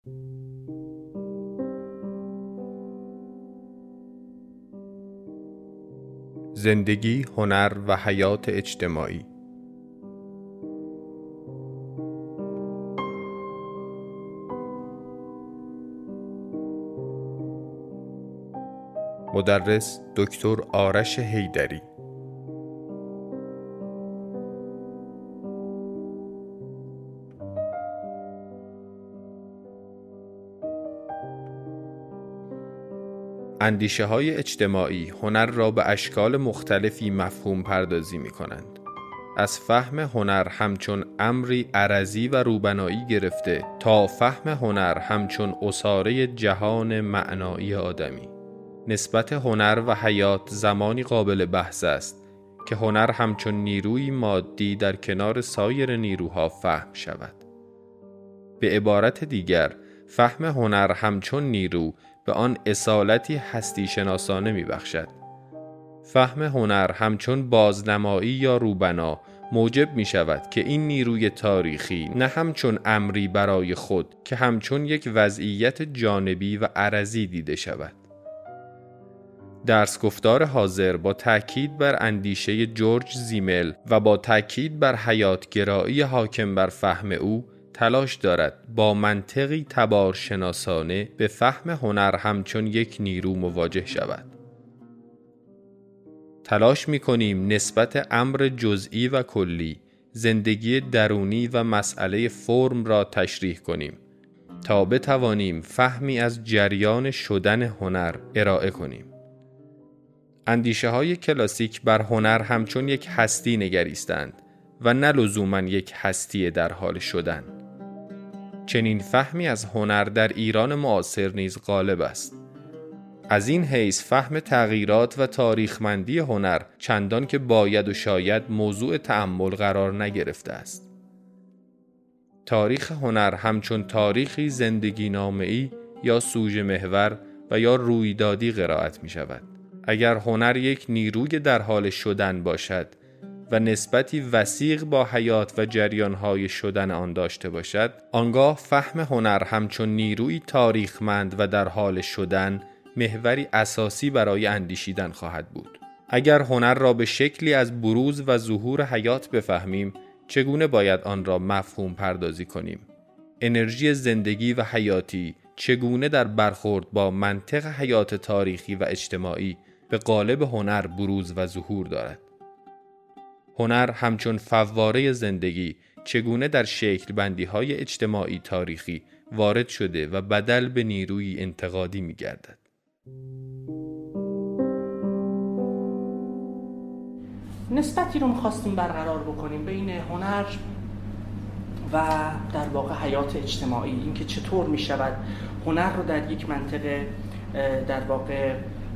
زندگی، هنر و حیات اجتماعی. مدرس دکتر آرش حیدری. اندیشه‌های اجتماعی هنر را به اشکال مختلفی مفهوم پردازی می‌کنند. از فهم هنر همچون امری عرضی و روبنایی گرفته تا فهم هنر همچون اساره جهان معنایی آدمی. نسبت هنر و حیات زمانی قابل بحث است که هنر همچون نیروی مادی در کنار سایر نیروها فهم شود. به عبارت دیگر، فهم هنر همچون نیرو به آن اصالتی هستی شناسانه می بخشد. فهم هنر همچون بازنمایی یا روبنا موجب می شود که این نیروی تاریخی نه همچون امری برای خود که همچون یک وضعیت جانبی و عرضی دیده شود. درس گفتار حاضر با تأکید بر اندیشه جورج زیمل و با تأکید بر حیاتگرایی حاکم بر فهم او تلاش دارد با منطقی تبار شناسانه به فهم هنر همچون یک نیرو مواجه شود. تلاش می‌کنیم نسبت امر جزئی و کلی، زندگی درونی و مسئله فرم را تشریح کنیم تا بتوانیم فهمی از جریان شدن هنر ارائه کنیم. اندیشه‌های کلاسیک بر هنر همچون یک هستی نگریستند و نه لزوماً یک هستی در حال شدن. چنین فهمی از هنر در ایران معاصر نیز غالب است. از این حیث فهم تغییرات و تاریخمندی هنر چندان که باید و شاید موضوع تأمل قرار نگرفته است. تاریخ هنر همچون تاریخی زندگی نامه‌ای یا سوژه محور و یا رویدادی قرائت می شود. اگر هنر یک نیروی در حال شدن باشد و نسبتی وثیق با حیات و جریانهای شدن آن داشته باشد، آنگاه فهم هنر همچون نیروی تاریخمند و در حال شدن محوری اساسی برای اندیشیدن خواهد بود. اگر هنر را به شکلی از بروز و ظهور حیات بفهمیم، چگونه باید آن را مفهوم پردازی کنیم؟ انرژی زندگی و حیاتی چگونه در برخورد با منطق حیات تاریخی و اجتماعی به قالب هنر بروز و ظهور دارد؟ هنر همچون فواره زندگی چگونه در شکل بندی‌های اجتماعی تاریخی وارد شده و بدل به نیروی انتقادی می‌گردد؟ نسبتی رو می‌خواستیم برقرار بکنیم بین هنر و در واقع حیات اجتماعی، اینکه چطور می‌شود هنر رو در یک منطقه در واقع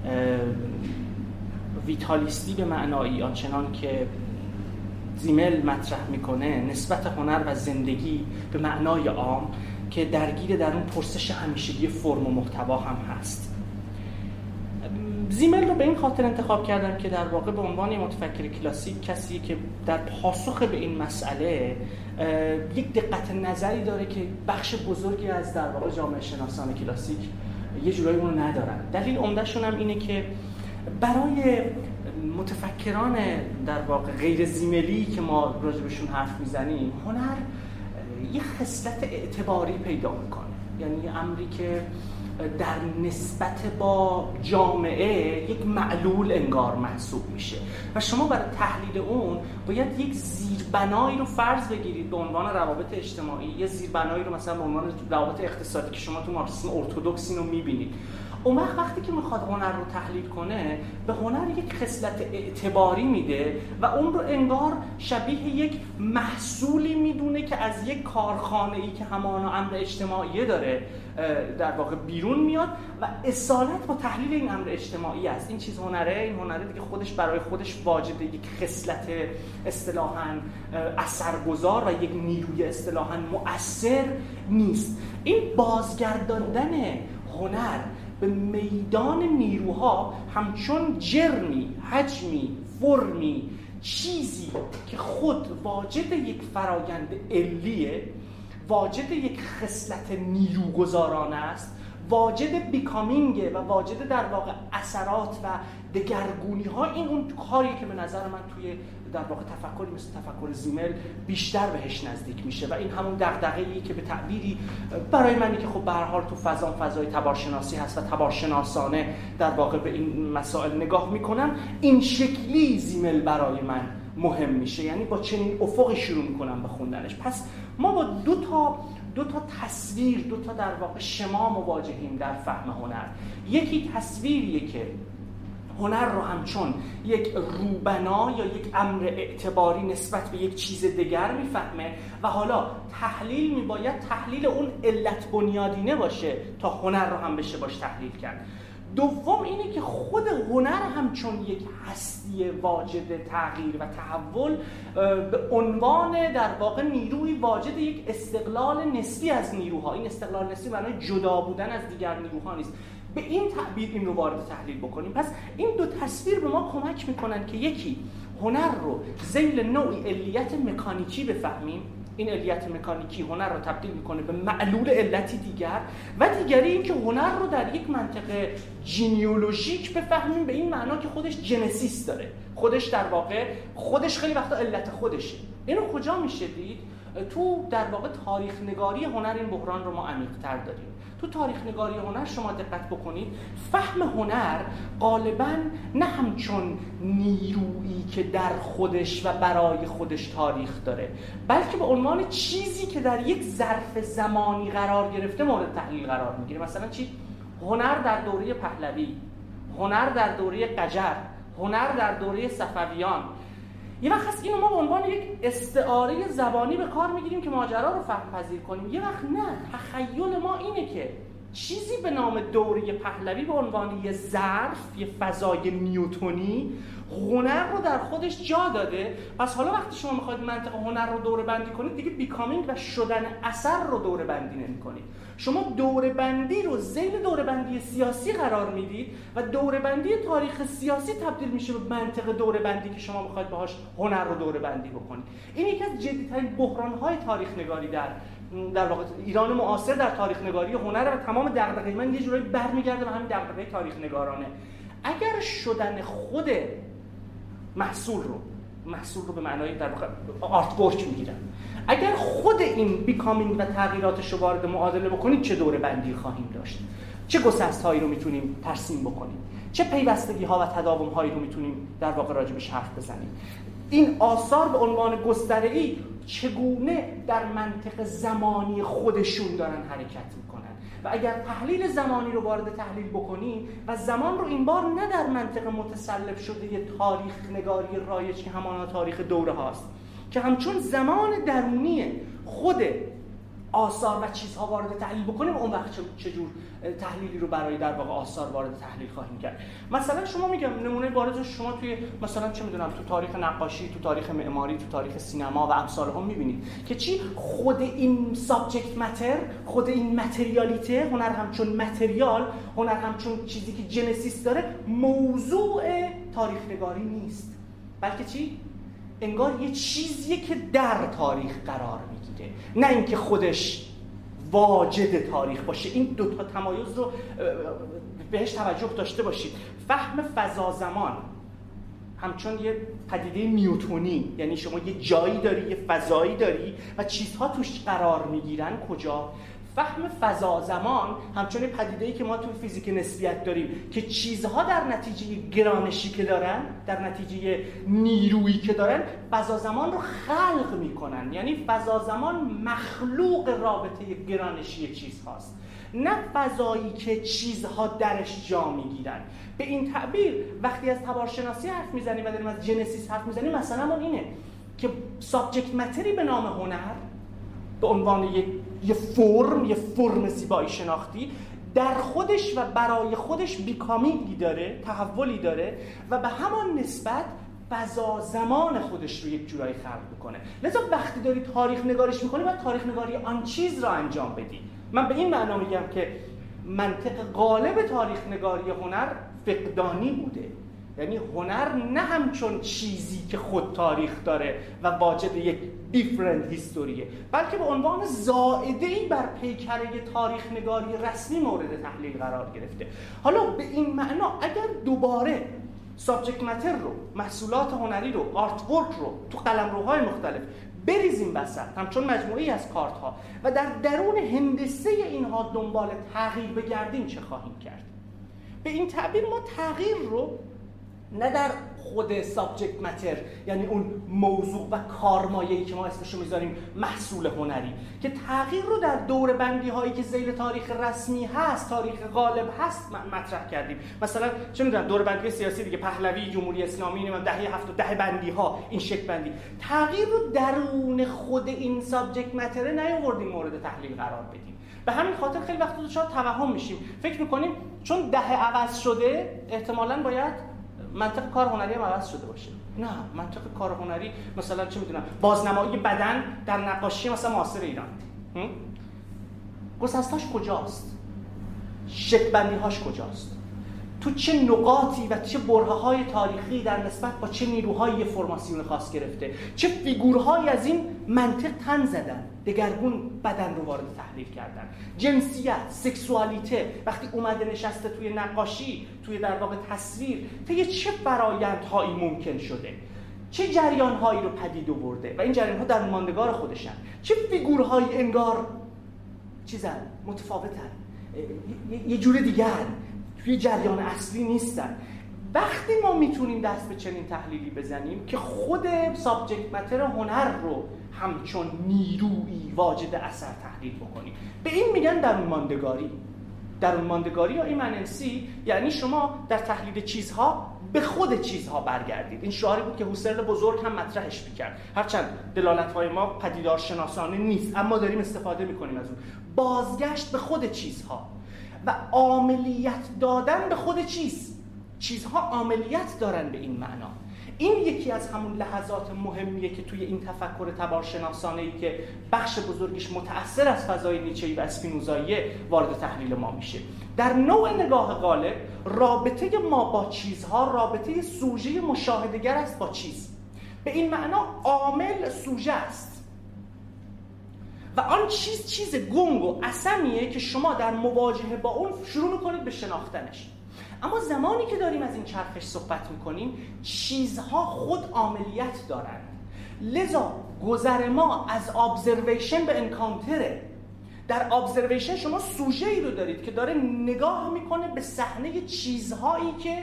ویتالیستی به معنایی آنچنان که زیمل مطرح میکنه نسبت هنر و زندگی به معنای عام که درگیر در اون پرسش همیشگی فرم و محتوا هم هست. زیمل رو به این خاطر انتخاب کردم که در واقع به عنوان متفکر کلاسیک کسی که در پاسخ به این مسئله یک دقت نظری داره که بخش بزرگی از در واقع جامعه شناسان کلاسیک یه جورایی اون رو ندارن. دلیل عمده‌شون هم اینه که برای متفکران در واقع غیر زیملی که ما راجبشون حرف میزنیم، هنر یه خصلت اعتباری پیدا میکنه، یعنی امری که در نسبت با جامعه یک معلول انگار محسوب میشه و شما برای تحلیل اون باید یک زیربنایی رو فرض بگیرید به عنوان روابط اجتماعی، یه زیربنایی رو مثلا به عنوان روابط اقتصادی که شما تو مارکسیسم ارتدوکس اینو میبینید. اون وقتی که میخواد هنر رو تحلیل کنه به هنر یک خصلت اعتباری میده و اون رو انگار شبیه یک محصولی میدونه که از یک کارخانه‌ای که همانا امر اجتماعی داره در واقع بیرون میاد و اصالت با تحلیل این امر اجتماعی است. این چیز هنره، این هنره دیگه خودش برای خودش واجد یک خصلت اصطلاحاً اثرگذار و یک نیروی اصطلاحاً مؤثر نیست. این بازگرداندن هنر به میدان نیروها همچون جرمی، حجمی، فرمی، چیزی که خود واجد یک فرایند علیه واجد یک خصلت نیروگذارانه است، واجد بیکامینگ و واجد در واقع اثرات و دگرگونی ها. این اون کاری که به نظر من توی در واقع تفکری مثل تفکر زیمل بیشتر بهش نزدیک میشه و این همون دغدغه‌ای که به تعبیری برای منی که خب به هر حال تو فضای تبارشناسی هست و تبارشناسانه در واقع به این مسائل نگاه میکنم، این شکلی زیمل برای من مهم میشه، یعنی با چنین افقی شروع میکنم به خوندنش. پس ما با دو تا تصویر، دو تا در واقع شما مواجهیم در فهم هنر. یکی تصویریه که هنر رو همچون یک روبنا یا یک امر اعتباری نسبت به یک چیز دیگر میفهمه و حالا تحلیل میباید تحلیل اون علت بنیادینه باشه تا هنر رو هم بشه باش تحلیل کرد. دوم اینه که خود هنر همچون یک هستی واجد تغییر و تحول به عنوان در واقع نیروی واجد یک استقلال نسبی از نیروها، این استقلال نسبی معنای جدا بودن از دیگر نیروها نیست، به این تعبیر این رو وارد تحلیل بکنیم. پس این دو تصویر به ما کمک میکنن که یکی هنر رو ذیل نوعی علیت مکانیکی بفهمیم، این علیت مکانیکی هنر رو تبدیل میکنه به معلول علتی دیگر، و دیگری این که هنر رو در یک منطقه جینیولوژیک بفهمیم به این معنا که خودش جنسیس داره، خودش در واقع خودش خیلی وقتا علت خودشه. اینو کجا میشه دید؟ تو در واقع تاریخ نگاری هنر این بحران رو ما عمیق‌تر داریم. تو تاریخ نگاری هنر شما دقت بکنید، فهم هنر غالباً نه همچون نیرویی که در خودش و برای خودش تاریخ داره، بلکه به عنوان چیزی که در یک ظرف زمانی قرار گرفته مورد تحلیل قرار میگیره. مثلا چی؟ هنر در دوره پهلوی، هنر در دوره قجر، هنر در دوره صفویان. یه وقت هست اینو ما به عنوان یک استعاره زبانی به کار میگیریم که ماجرا رو فهم پذیر کنیم. یه وقت نه، تخیل ما اینه که چیزی به نام دوره پهلوی به عنوان یه ظرف، یه فضای نیوتونی هنر رو در خودش جا داده. پس حالا وقتی شما میخواید منطق هنر رو دوره بندی کنید، دیگه بیکامینگ و شدن اثر رو دوره بندی نمی کنید. شما دوره بندی رو ذیل دوره بندی سیاسی قرار میدید و دوره بندی تاریخ سیاسی تبدیل میشه به منطق دوره بندی که شما میخواید باهاش هنر رو دوره بندی بکنید. این یکی از جدی‌ترین بحران‌های تاریخ نگاری در واقع ایران معاصر در تاریخ نگاری هنر و تمام دغدغه من یه جورایی برمیگرده به همین دغدغه تاریخ نگارانه. اگر شدن خود محصول رو به معنای در واقع آرت ورک میگیرن، اگر خود این بیکامینگ و تغییراتش رو وارد معادله بکنید، چه دوره بندی خواهیم داشت؟ چه گسست‌هایی رو میتونیم ترسیم بکنیم؟ چه پیوستگی‌ها و تداوم‌هایی رو میتونیم در واقع راجبش حرف بزنیم؟ این آثار به عنوان گستره‌ای چگونه در منطق زمانی خودشون دارن حرکت میکنن و اگر تحلیل زمانی رو وارد تحلیل بکنیم و زمان رو این بار نه در منطق متسلب شده یه تاریخ نگاری رایج که همانا تاریخ دوره هاست، که همچون زمان درونی خود آثار و چیزها وارد تحلیل بکنیم، اون وقت چجور تحلیلی رو برای در واقع آثار وارد تحلیل خواهیم کرد. مثلا شما میگم نمونه بارزش شما توی مثلا چه میدونم تو تاریخ نقاشی، تو تاریخ معماری، تو تاریخ سینما و امثال هم میبینید که چی خود این سابجکت متر، خود این متریالیته، هنر همچون متریال، هنر همچون چیزی که جنسیس داره، موضوع تاریخ نگاری نیست، بلکه چی؟ انگار یه چیزیه که در تاریخ قرار میگیره، نه اینکه خودش واجد تاریخ باشه. این دو تا تمایز رو بهش توجه داشته باشید. فهم فضا زمان همچون یه پدیده نیوتونی، یعنی شما یه جایی داری، یه فضایی داری و چیزها توش قرار میگیرن. کجا؟ فهم فضا زمان همچون پدیده‌ای که ما تو فیزیک نسبیت داریم که چیزها در نتیجه گرانشی که دارن، در نتیجه نیرویی که دارن، فضا زمان رو خلق میکنن. یعنی فضا زمان مخلوق رابطه گرانشی چیزهاست، نه فضایی که چیزها درش جا میگیرن. به این تعبیر وقتی از تبارشناسی حرف میزنیم و داریم از جنسیس حرف میزنیم، مثلا اون اینه که سابجکت متری به نام هنر به عنوان یه فرم زیبایی شناختی در خودش و برای خودش بیکامینگی داره، تحولی داره و به همان نسبت فضا زمان خودش رو یک جورایی خلق میکنه. لذا وقتی داری تاریخ نگاریش میکنی باید تاریخ نگاری آن چیز رو انجام بدی. من به این معنا میگم که منطق غالب تاریخ نگاری هنر فقدانی بوده. یعنی هنر نه همچون چیزی که خود تاریخ داره و واجد یک دیفرنت هیستوریه، بلکه به عنوان زائده‌ای بر پیکره تاریخ نگاری رسمی مورد تحلیل قرار گرفته. حالا به این معنا اگر دوباره سابجکت متر رو، محصولات هنری رو، آرت ورک رو تو قلمروهای مختلف بریزیم وسط همچون مجموعه‌ای از کارت ها و در درون هندسه اینها دنبال تغییر بگردیم، چه خواهیم کرد؟ به این تعبیر ما تغییر رو نه در خود سابجکت متر، یعنی اون موضوع و کارمایه‌ای که ما اسمشو میذاریم محصول هنری، که تغییر رو در دور بندی هایی که ذیل تاریخ رسمی هست، تاریخ غالب هست مطرح کردیم. مثلا چه میدونم دور بندی سیاسی دیگه، پهلوی، جمهوری اسلامی، دهه 70 ده بندی ها، این شکل بندی. تغییر رو درون خود این سابجکت متر نیاوردیم مورد تحلیل قرار بدیم. به همین خاطر خیلی وقتا دچار توهم میشیم، فکر میکنیم چون دهه عوض شده احتمالاً باید منطق کار هنری هم عوض شده باشه. نه، منطق کار هنری مثلا چه میدونم بازنمایی بدن در نقاشی مثلا معاصر ایران گسستاش کجاست؟ شکل بندی هاش کجاست؟ تو چه نقاطی و چه برهه‌های تاریخی در نسبت با چه نیروهایی فرماسیون خاص گرفته؟ چه فیگورهایی از این منطق تن زدن، دگرگون بدن رو وارد تحلیل کردن؟ جنسیت، سکسوالیته وقتی اومده نشسته توی نقاشی، توی در واقع تصویر، طی چه فرآیندهایی ممکن شده؟ چه جریان‌هایی رو پدید آورده و این جریان‌ها در ماندگار خودشن؟ چه فیگورهایی انگار چیزن، متفاوتن، یه جور دیگه توی جریان اصلی نیستن؟ وقتی ما میتونیم دست به چنین تحلیلی بزنیم که خود سابجکت متر هنر رو همچون نیرویی واجد اثر تحلیل بکنیم، به این میگن درون ماندگاری. درون ماندگاری یا ایمننسی یعنی شما در تحلیل چیزها به خود چیزها برگردید. این شعاری بود که هوسرل بزرگ هم مطرحش میکرد، هرچند دلالت‌های ما پدیدارشناسانه نیست اما داریم استفاده میکنیم از اون. بازگشت به خود چیزها و عاملیت دادن به خود چیزها عاملیت دارن به این معنا. این یکی از همون لحظات مهمیه که توی این تفکر تبارشناسانه‌ای که بخش بزرگش متأثر از فضای نیچه‌ای و اسپینوزایی وارد تحلیل ما میشه. در نوع نگاه غالب رابطه ما با چیزها رابطه سوژه مشاهده‌گر است با چیز. به این معنا عامل سوژه است و آن چیز گنگ و عصمیه که شما در مواجهه با اون شروع میکنید به شناختنش. اما زمانی که داریم از این چرخش صحبت میکنیم، چیزها خود عاملیت دارند. لذا گذر ما از ابزرویشن به انکانتره. در ابزرویشن شما سوژه‌ای رو دارید که داره نگاه میکنه به صحنه چیزهایی که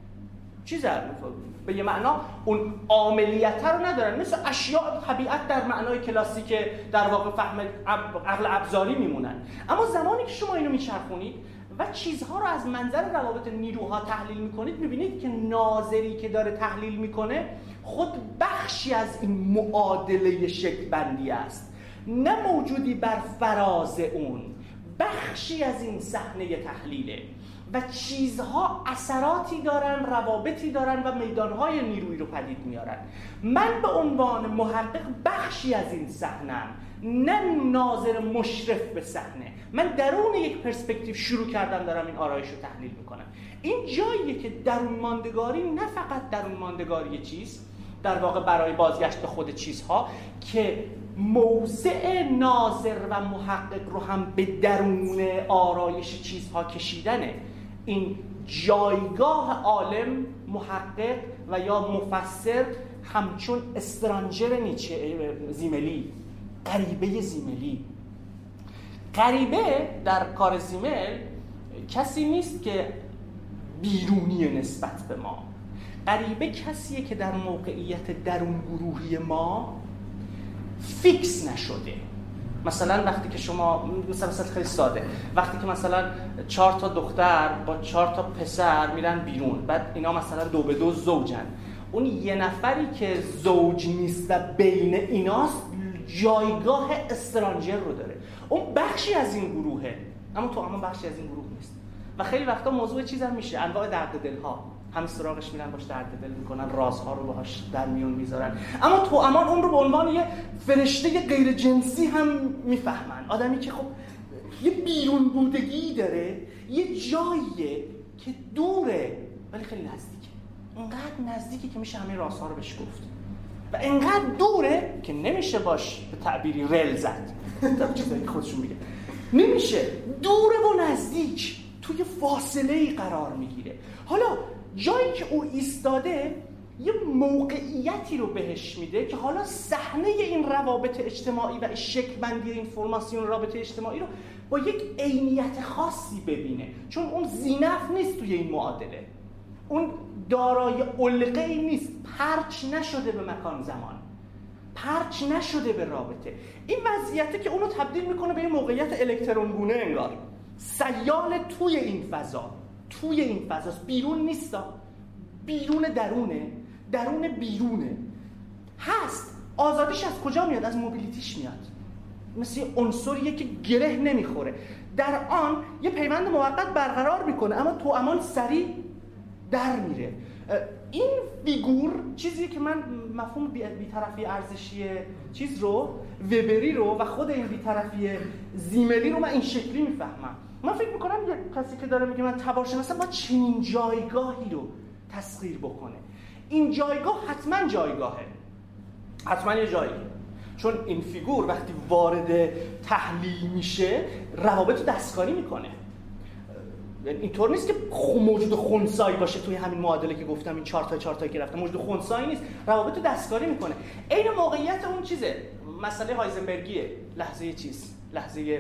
به یه معنا اون عاملیت رو ندارن، مثل اشیاء طبیعت در معنای کلاسیک در واقع فهم عقل ابزاری میمونن. اما زمانی که شما اینو میچرخونید و چیزها رو از منظر روابط نیروها تحلیل میکنید، میبینید که ناظری که داره تحلیل میکنه خود بخشی از این معادله شکل بندی است، نه موجودی بر فراز اون، بخشی از این صحنه تحلیله و چیزها اثراتی دارن، روابطی دارن و میدانهای نیرویی رو پدید میارن. من به عنوان محقق بخشی از این صحنه‌ام، نه ناظر مشرف به صحنه. من درون یک پرسپکتیو شروع کردم دارم این آرایش رو تحلیل میکنم. این جاییه که درون ماندگاری نه فقط درون ماندگاری چیز در واقع برای بازگشت به خود چیزها، که موضع ناظر و محقق رو هم به درون آرایش چیزها کشیدنه. این جایگاه عالم، محقق و یا مفسر همچون استرانجر زیملی، غریبه زیملی. غریبه در کار زیمل کسی نیست که بیرونی نسبت به ما. غریبه کسیه که در موقعیت درون گروهی ما فیکس نشده. مثلا وقتی که شما مثلا خیلی ساده، وقتی که مثلا 4 تا دختر با 4 تا پسر میرن بیرون، بعد اینا مثلا 2 به 2 زوجن، اون یه نفری که زوج نیست و بین ایناست جایگاه استرانجر رو داره. اون بخشی از این گروهه اما تو اما بخشی از این گروه نیست. و خیلی وقتا موضوع چیزم میشه انواع درد دلها، هم سراغش میرن باش درد دل میکنن، رازها رو باهاش در میون میذارن، اما تو امان اون رو به عنوان یه فرشته غیر جنسی هم میفهمن. آدمی که خب یه بیرون بودگی داره، یه جاییه که دوره ولی خیلی نزدیکه. انقدر نزدیکی که میشه همه رازها رو بهش گفت و انقدر دوره که نمیشه باش به تعبیری رل زد. تا چیزایی خودشون میگه نمیشه، دوره و نزدیک توی فاصله‌ای قرار میگیره. حالا جایی که او ایستاده یه موقعیتی رو بهش میده که حالا صحنه این روابط اجتماعی و شکل بندی اینفورماسیون رابطه اجتماعی رو با یک عینیت خاصی ببینه، چون اون زینف نیست توی این معادله، اون دارای علقه‌ای نیست، پرچ نشده به مکان زمان، پرچ نشده به رابطه. این وضعیته که اونو تبدیل میکنه به این موقعیت الکترونگونه انگار سیال توی این فضا، توی این فضاست، بیرون نیستا، بیرون درونه، درون بیرونه هست. آزادیش از کجا میاد؟ از موبیلیتیش میاد، مثل یه عنصریه که گره نمیخوره، در آن یه پیوند موقت برقرار میکنه اما تو امان سریع در میره. این فیگور چیزی که من مفهوم بی‌طرفی ارزشی چیز رو، وبری رو و خود این بی‌طرفی زیملی رو من این شکلی میفهمم. من فکر میکنم یه کسی که داره میگه من تبارشناسم با چنین جایگاهی رو تسخیر بکنه. این جایگاه حتما جایگاهه، حتما یه جایی، چون این فیگور وقتی وارد تحلیل میشه روابط رو دستکاری میکنه. اینطور نیست که موجود خنثایی باشه توی همین معادله که گفتم، این چهار تا که رفتم موجود خنثایی نیست، روابط رو دستکاری میکنه. عین موقعیت اون چیزه، مسئله هایزنبرگیه، لحظه چیز، لحظه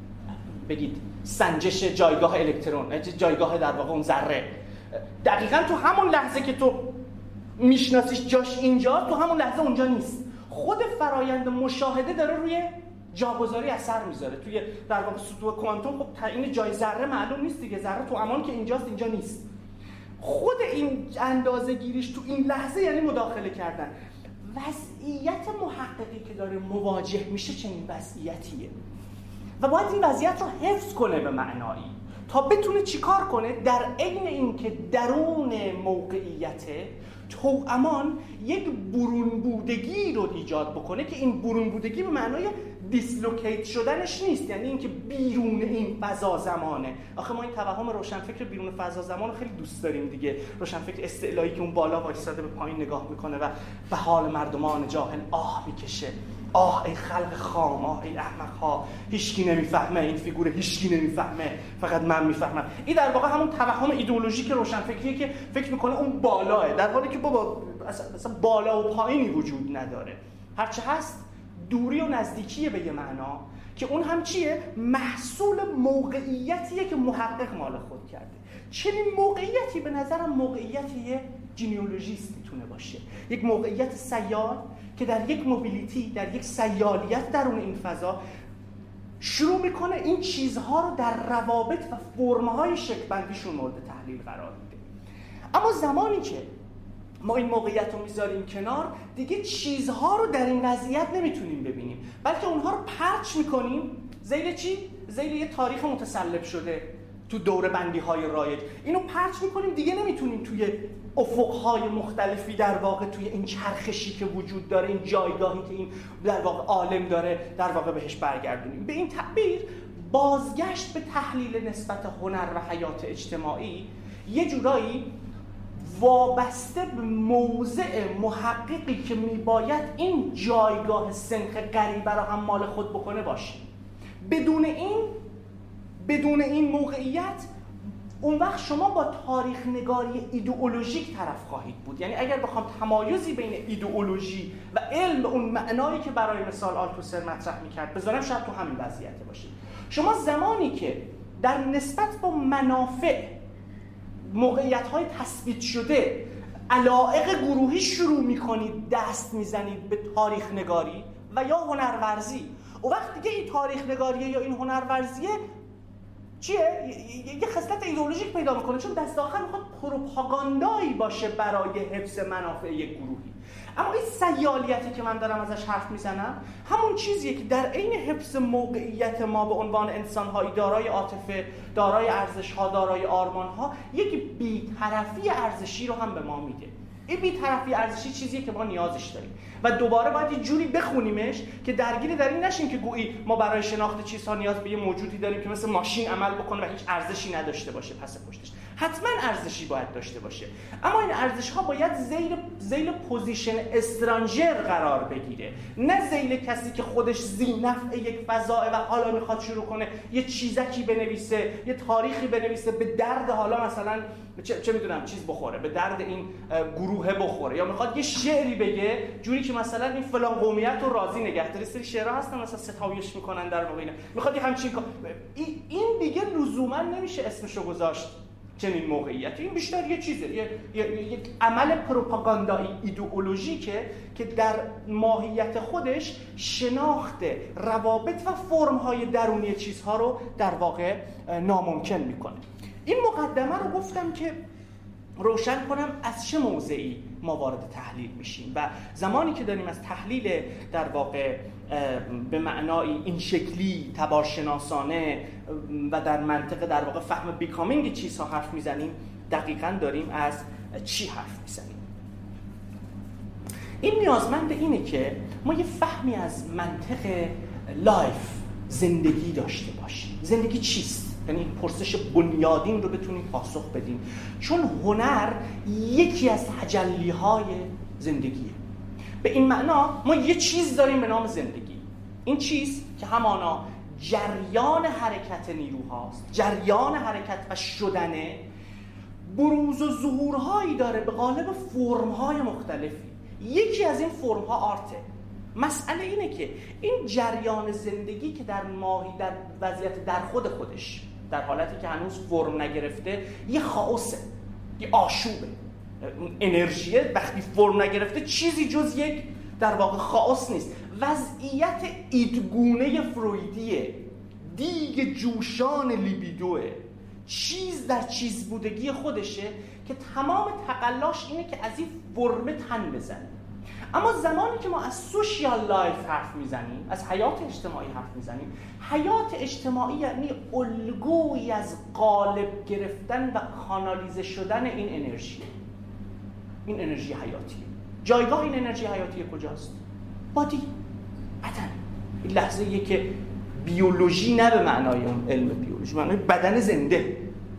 بگید سنجش جایگاه الکترون، جایگاه در واقع اون ذره. دقیقاً تو همون لحظه که تو میشناسیش جاش اینجا، تو همون لحظه اونجا نیست. خود فرایند مشاهده داره روی جاگذاری اثر میذاره. توی در واقع سطوح کوانتوم خب تعیین جای ذره معلوم نیست دیگه، ذره تو امان که اینجاست اینجا نیست. خود این اندازه گیریش تو این لحظه یعنی مداخله کردن. وضعیت محققی که داره مواجه میشه چنین وضعیتیه و باید این وضعیت رو حفظ کنه به معنایی تا بتونه چیکار کنه؟ در عین اینکه درون موقعیته توامان یک برون بودگی رو ایجاد بکنه که این برون بودگی به معنای دیسلوکیت شدنش نیست، یعنی اینکه بیرون این فضا زمانه. آخه ما این توهم روشنفکر بیرون فضا زمان رو خیلی دوست داریم دیگه، روشنفکر استعلایی که اون بالا وایساده به پایین نگاه میکنه و به حال مردمان جاهل آه میکشه. آه ای خلق خام، آه ای احمق ها، هیچکی نمیفهمه این فیگور، هیچکی نمیفهمه، فقط من میفهمم. این در واقع همون توهم ایدئولوژیک روشنفکریه که فکر میکنه اون بالاه، در حالی که بابا اصلا بالا و پایینی وجود نداره. هرچه هست دوری و نزدیکیه به یه معنا که اون هم چیه؟ محصول موقعیتیه که محقق مال خود کرده. چنین موقعیتی به نظرم موقعیتی جینئولوژیست میتونه باشه، یک موقعیت سیال که در یک موبیلیتی، در یک سیالیت درون این فضا شروع میکنه این چیزها رو در روابط و فرم‌های شکل‌بندیشون مورد تحلیل قرار میده. اما زمانی که ما این موقعیت رو میذاریم کنار، دیگه چیزها رو در این وضعیت نمیتونیم ببینیم، بلکه اونها رو پرچ میکنیم زیر چی؟ زیر یه تاریخ متسلب شده تو دوره بندی های رایج. اینو پرچ میکنیم، دیگه نمیتونیم توی افقهای مختلفی در واقع توی این چرخشی که وجود داره، این جایگاهی که این در واقع عالم داره در واقع بهش برگردونیم. به این تعبیر بازگشت به تحلیل نسبت هنر و حیات اجتماعی یه جورایی وابسته به موضع محققی که میباید این جایگاه سنخ غریبه را هم مال خود بکنه باشه. بدون این موقعیت اون وقت شما با تاریخ نگاری ایدئولوژیک طرف خواهید بود. یعنی اگر بخوام تمایزی بین ایدئولوژی و علم به اون معنایی که برای مثال آلتوسر مطرح میکرد بذارم، شاید تو همین وضعیت باشید. شما زمانی که در نسبت با منافع موقعیت‌های تثبیت شده علایق گروهی شروع می‌کنید دست می‌زنید به تاریخ نگاری و یا هنرورزی، و وقت دیگه این تاریخ نگاریه یا این هنرورزیه چیه؟ یه خصلت ایدئولوژیک پیدا می‌کنه، چون دست آخر می‌خواد پروپاگاندایی باشه برای حفظ منافع یک گروهی. اما این سیالیتی که من دارم ازش حرف میزنم همون چیزیه که در عین حفظ موقعیت ما به عنوان انسان‌های دارای عاطفه، دارای ارزش‌ها، دارای آرمان‌ها، یک بی‌طرفی ارزشی رو هم به ما میده. این بی‌طرفی ارزشی چیزیه که ما نیازش داریم و دوباره باید یه جوری بخونیمش که درگیر در این نشیم که گویی ما برای شناخت چیزها نیاز به یه موجودی داریم که مثل ماشین عمل بکنه و هیچ ارزشی نداشته باشه پس پشتش. حتما ارزشی باید داشته باشه، اما این ارزش‌ها باید ذیل پوزیشن استرانجر قرار بگیره، نه ذیل کسی که خودش ذی‌نفع یک فضائه و حالا میخواد شروع کنه یه چیزکی بنویسه، یه تاریخی بنویسه به درد حالا مثلا چه میدونم چیز بخوره، به درد این گروه بخوره، یا میخواد یه شعری بگه جوری که مثلا این فلان قومیت رو راضی نگه داره. سری شعرها هستن مثلا ستایش میکنن در واقع میخواد یه همچین این دیگه لزوما نمیشه اسمشو گذاشت چنین موقعیتی. این بیشتر یه چیزه، یک عمل پروپاگاندایی ایدئولوژیکه که در ماهیت خودش شناخت روابط و فرم‌های درونی چیزها رو در واقع ناممکن میکنه. این مقدمه رو گفتم که روشن کنم از چه موضعی ما وارد تحلیل میشیم و زمانی که داریم از تحلیل در واقع به معنای این شکلی تبارشناسانه و در منطق در واقع فهم بیکامینگ چیزها حرف میزنیم، دقیقاً داریم از چی حرف میزنیم. این نیازمند اینه که ما یه فهمی از منطق لایف، زندگی داشته باشیم. زندگی چیست؟ یعنی این پرسش بنیادین رو بتونیم پاسخ بدیم، چون هنر یکی از تجلی‌های زندگیه. به این معنا ما یه چیز داریم به نام زندگی. این چیز که همانا جریان حرکت نیروهاست، جریان حرکت و شدنه، بروز و ظهورهایی داره به قالب فرم‌های مختلفی. یکی از این فرم‌ها آرته. مسئله اینه که این جریان زندگی که در وضعیت در خودش در حالتی که هنوز فرم نگرفته یه خاصه، یه آشوبه. انرژیه وقتی فرم نگرفته چیزی جز یک در واقع خاص نیست. وضعیت ایدگونه فرویدیه، دیگ جوشان لیبیدوه، چیز در چیز بودگی خودشه که تمام تقلاش اینه که از این فرم تن بزنه. اما زمانی که ما از سوشیال لایف حرف میزنیم، از حیات اجتماعی حرف میزنیم، حیات اجتماعی یعنی الگویی از قالب گرفتن و کانالیزه شدن این انرژی. این انرژی حیاتیه. جایگاه این انرژی حیاتی کجاست؟ بادی، بدن. این لحظه‌ایه که بیولوژی نه به معنای اون علم بیولوژی، معنای بدن زنده.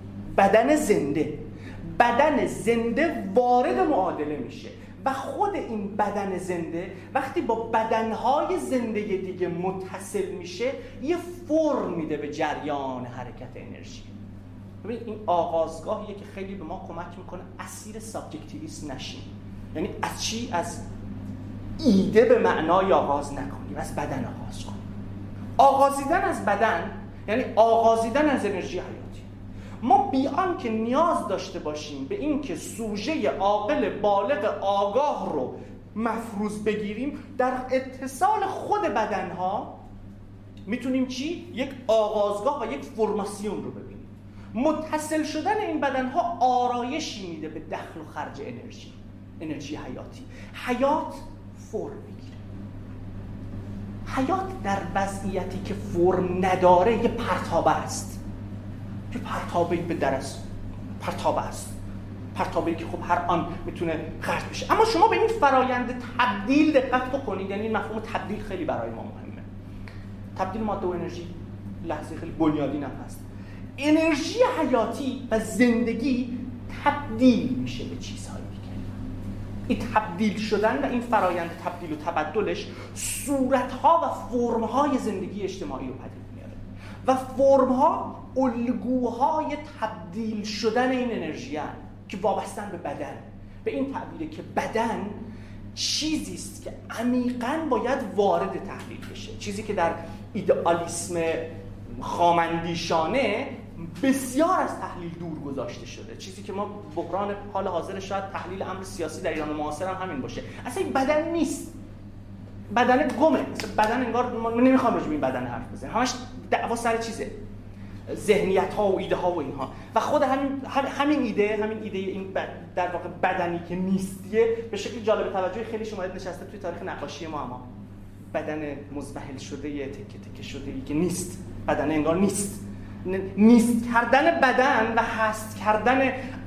بدن زنده وارد معادله میشه و خود این بدن زنده وقتی با بدنهای زنده دیگه متصل میشه یه فرم میده به جریان حرکت انرژی. ببین این آغازگاهیه که خیلی به ما کمک میکنه اسیر سابجکتیویسم نشیم. یعنی از چی؟ از ایده به معنای آغاز نکنیم، از بدن آغاز کنیم. آغازیدن از بدن یعنی آغازیدن از انرژی حیاتی. ما بیان که نیاز داشته باشیم به این که سوژه عاقل بالغ آگاه رو مفروض بگیریم، در اتصال خود بدنها میتونیم چی؟ یک آغازگاه و یک فرماسیون رو ببینیم. متصل شدن این بدنها آرایشی میده به دخل و خرج انرژی حیاتی. حیات فرم میگیره. حیات در وضعیتی که فرم نداره یه پرتابه است. که پرتابه‌ای به درست پرتابه است، پرتابه‌ای که خب هر آن میتونه خرج بشه. اما شما به این فرایند تبدیل دقت بکنید، یعنی این مفهوم تبدیل خیلی برای ما مهمه. تبدیل ماده و انرژی لحظه خیلی بنیادین هم هست. انرژی حیاتی و زندگی تبدیل میشه به چیزهای دیگه. این تبدیل شدن و این فرایند تبدیل و تبدلش صورت‌ها و فرم‌های زندگی اجتماعی رو پدید میاره و فرم‌ها الگوهای تبدیل شدن این انرژی هستند که وابستن به بدن. به این تعبیره که بدن چیزی است که عمیقاً باید وارد تحلیل بشه، چیزی که در ایدئالیسم خامندیشانه بسیار از تحلیل دور گذاشته شده، چیزی که ما بحران حال حاضر شاید تحلیل امر سیاسی در ایران معاصر هم همین باشه. اصلا این بدن نیست، بدن گمه. بدن انگار ما نمیخوام راجع به این بدن حرف بزنیم، همش دعوا سر چیزه، ذهنیت ها و ایده ها و اینها. و خود همین ایده این در واقع بدنی که نیستیه به شکل جالب توجه خیلی شما نشسته توی تاریخ نقاشی ما. اما بدن مزمحل شده، یه تکه تکه شده ای که نیست، بدن انگار نیست کردن بدن و هست کردن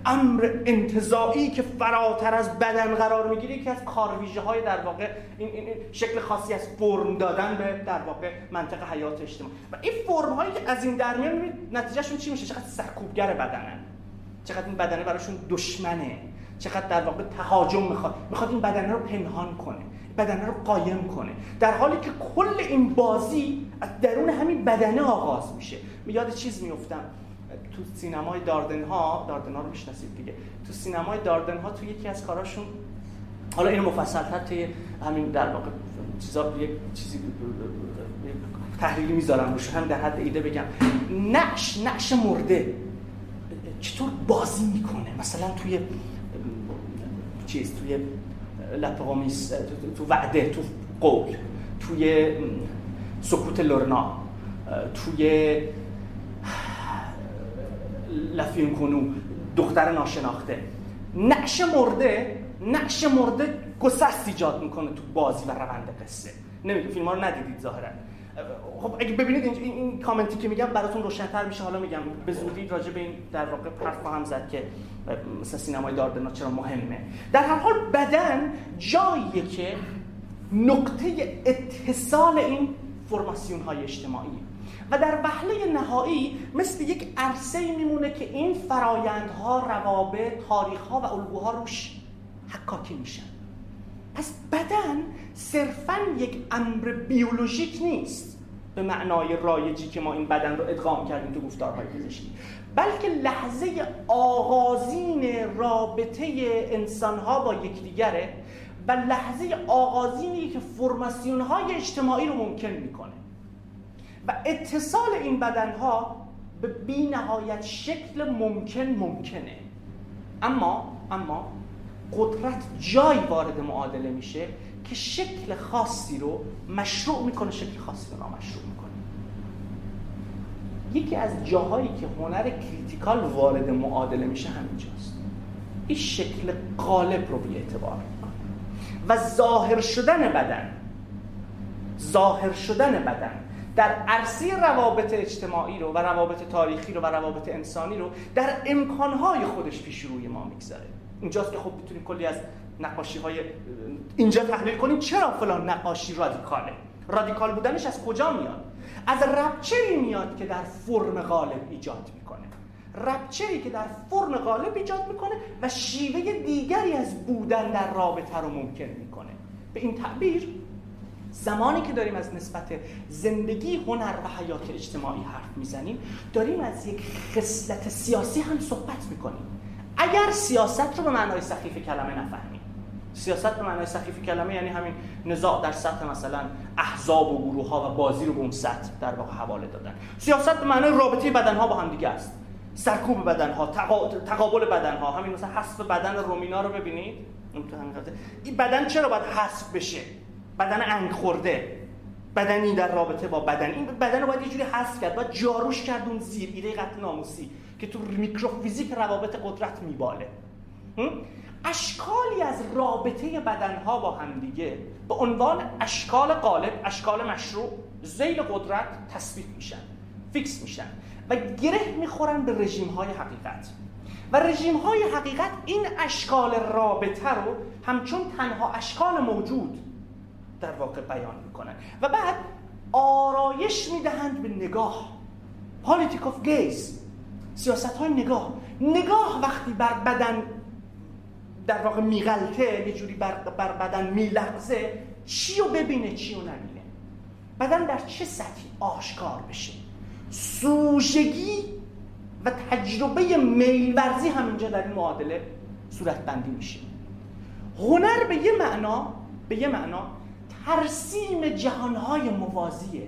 امر انتزاعی که فراتر از بدن قرار میگیره یکی از کارویژه‌های در واقع این شکل خاصی از فرم دادن به در واقع منطق حیات اجتماعی و این فرم هایی که از این در میاد نتیجهشون چی میشه؟ چقدر سرکوبگر بدنن، چقدر این بدنه براشون دشمنه، چقدر در واقع تهاجم میخواد این بدنه رو پنهان کنه، بدنه رو قایم کنه، در حالی که کل این بازی از درون همین بدنه آغاز میشه. یاد چیز میافتم تو سینمای داردنها رو میشناسید دیگه، تو سینمای داردنها تو یکی از کاراشون، حالا اینو مفصل‌تر توی همین در واقع چیزا یک چیزی تحلیلی میذارم روش، هم در حد ایده بگم، نقش مرده چطور بازی میکنه، مثلا توی توی لپقامیس، تو وعده، تو قول، توی سکوت لورنا، توی لفین کنو، دختر ناشناخته، نقش مرده گسست ایجاد میکنه تو بازی و روند قصه. نمیدونم فیلم ها رو ندیدید ظاهرا. خب اگه ببینید این کامنتی که میگم براتون روشن‌تر میشه. حالا میگم به زودی راجع به این در واقع حرف خواهم زد که مثلا سینمای داردنا چرا مهمه. در هر حال بدن جاییه که نقطه اتصال این فرماسیون های اجتماعی و در وهله نهایی مثل یک عرصه‌ای میمونه که این فرایندها، روابط، تاریخ‌ها و الگوها روش حکاکی میشن. پس بدن صرفاً یک امر بیولوژیک نیست به معنای رایجی که ما این بدن رو ادغام کردیم تو گفتارهای پزشکی، بلکه لحظه آغازین رابطه انسان‌ها با یکدیگره و لحظه آغازینی که فرماسیون‌های اجتماعی رو ممکن میکنه و اتصال این بدن‌ها به بی‌نهایت شکل ممکنه. اما قدرت جای وارد معادله میشه که شکل خاصی رو مشروع میکنه، شکل خاصی رو نامشروع میکنه. یکی از جاهایی که هنر کریتیکال وارد معادله میشه همینجاست. این شکل غالب رو بی‌اعتبار میکنه و ظاهر شدن بدن در عرصه روابط اجتماعی رو و روابط تاریخی رو و روابط انسانی رو در امکانهای خودش پیش روی ما میگذاره. اینجاست که خب میتونیم کلی از نقاشی‌های اینجا تحلیل کنیم چرا فلان نقاشی رادیکال بودنش از کجا میاد؟ از رپچری میاد که در فرم غالب ایجاد میکنه، رپچری که در فرم غالب ایجاد میکنه و شیوه دیگری از بودن در رابطه رو ممکن میکنه. به این تعبیر زمانی که داریم از نسبت زندگی، هنر و حیات اجتماعی حرف میزنیم داریم از یک خصلت سیاسی هم صحبت میکنیم. اگر سیاست رو به معنای سخیف کلمه نفهمیم، سیاست به معنای سخیف کلمه یعنی همین نزاع در سطح مثلا احزاب و گروه‌ها و بازی رو به اون سطح در واقع حواله دادن. سیاست به معنای رابطه بدن‌ها با هم دیگه است، سرکوب بدن‌ها، تقابل بدن‌ها. همین مثلا حذف بدن رومینا رو ببینید، این بدن چرا باید حذف بشه؟ بدن انگ خورده، بدنی در رابطه با بدن، این بدن رو باید یه جوری حذف کرد، باید جاروش کرد اون زیر، ایده قتل ناموسی که تو میکروفیزیک روابط قدرت میباله. اشکالی از رابطه بدنها با هم دیگه به عنوان اشکال غالب، اشکال مشروع ذیل قدرت تثبیت میشن، فیکس میشن و گره میخورن به رژیم‌های حقیقت و رژیم‌های حقیقت این اشکال رابطه رو همچون تنها اشکال موجود در واقع بیان میکنن و بعد آرایش میدهند به نگاه، پالیتیک آف گیز، سیاست‌های نگاه وقتی بر بدن در واقع میغلطه، یه جوری بر بدن میلغزه، چی رو ببینه چی رو نبینه، بدن در چه سطحی آشکار بشه. سوژگی و تجربه میل‌ورزی همینجا در این معادله صورتبندی میشه. هنر به یه معنا ترسیم جهانهای موازیه،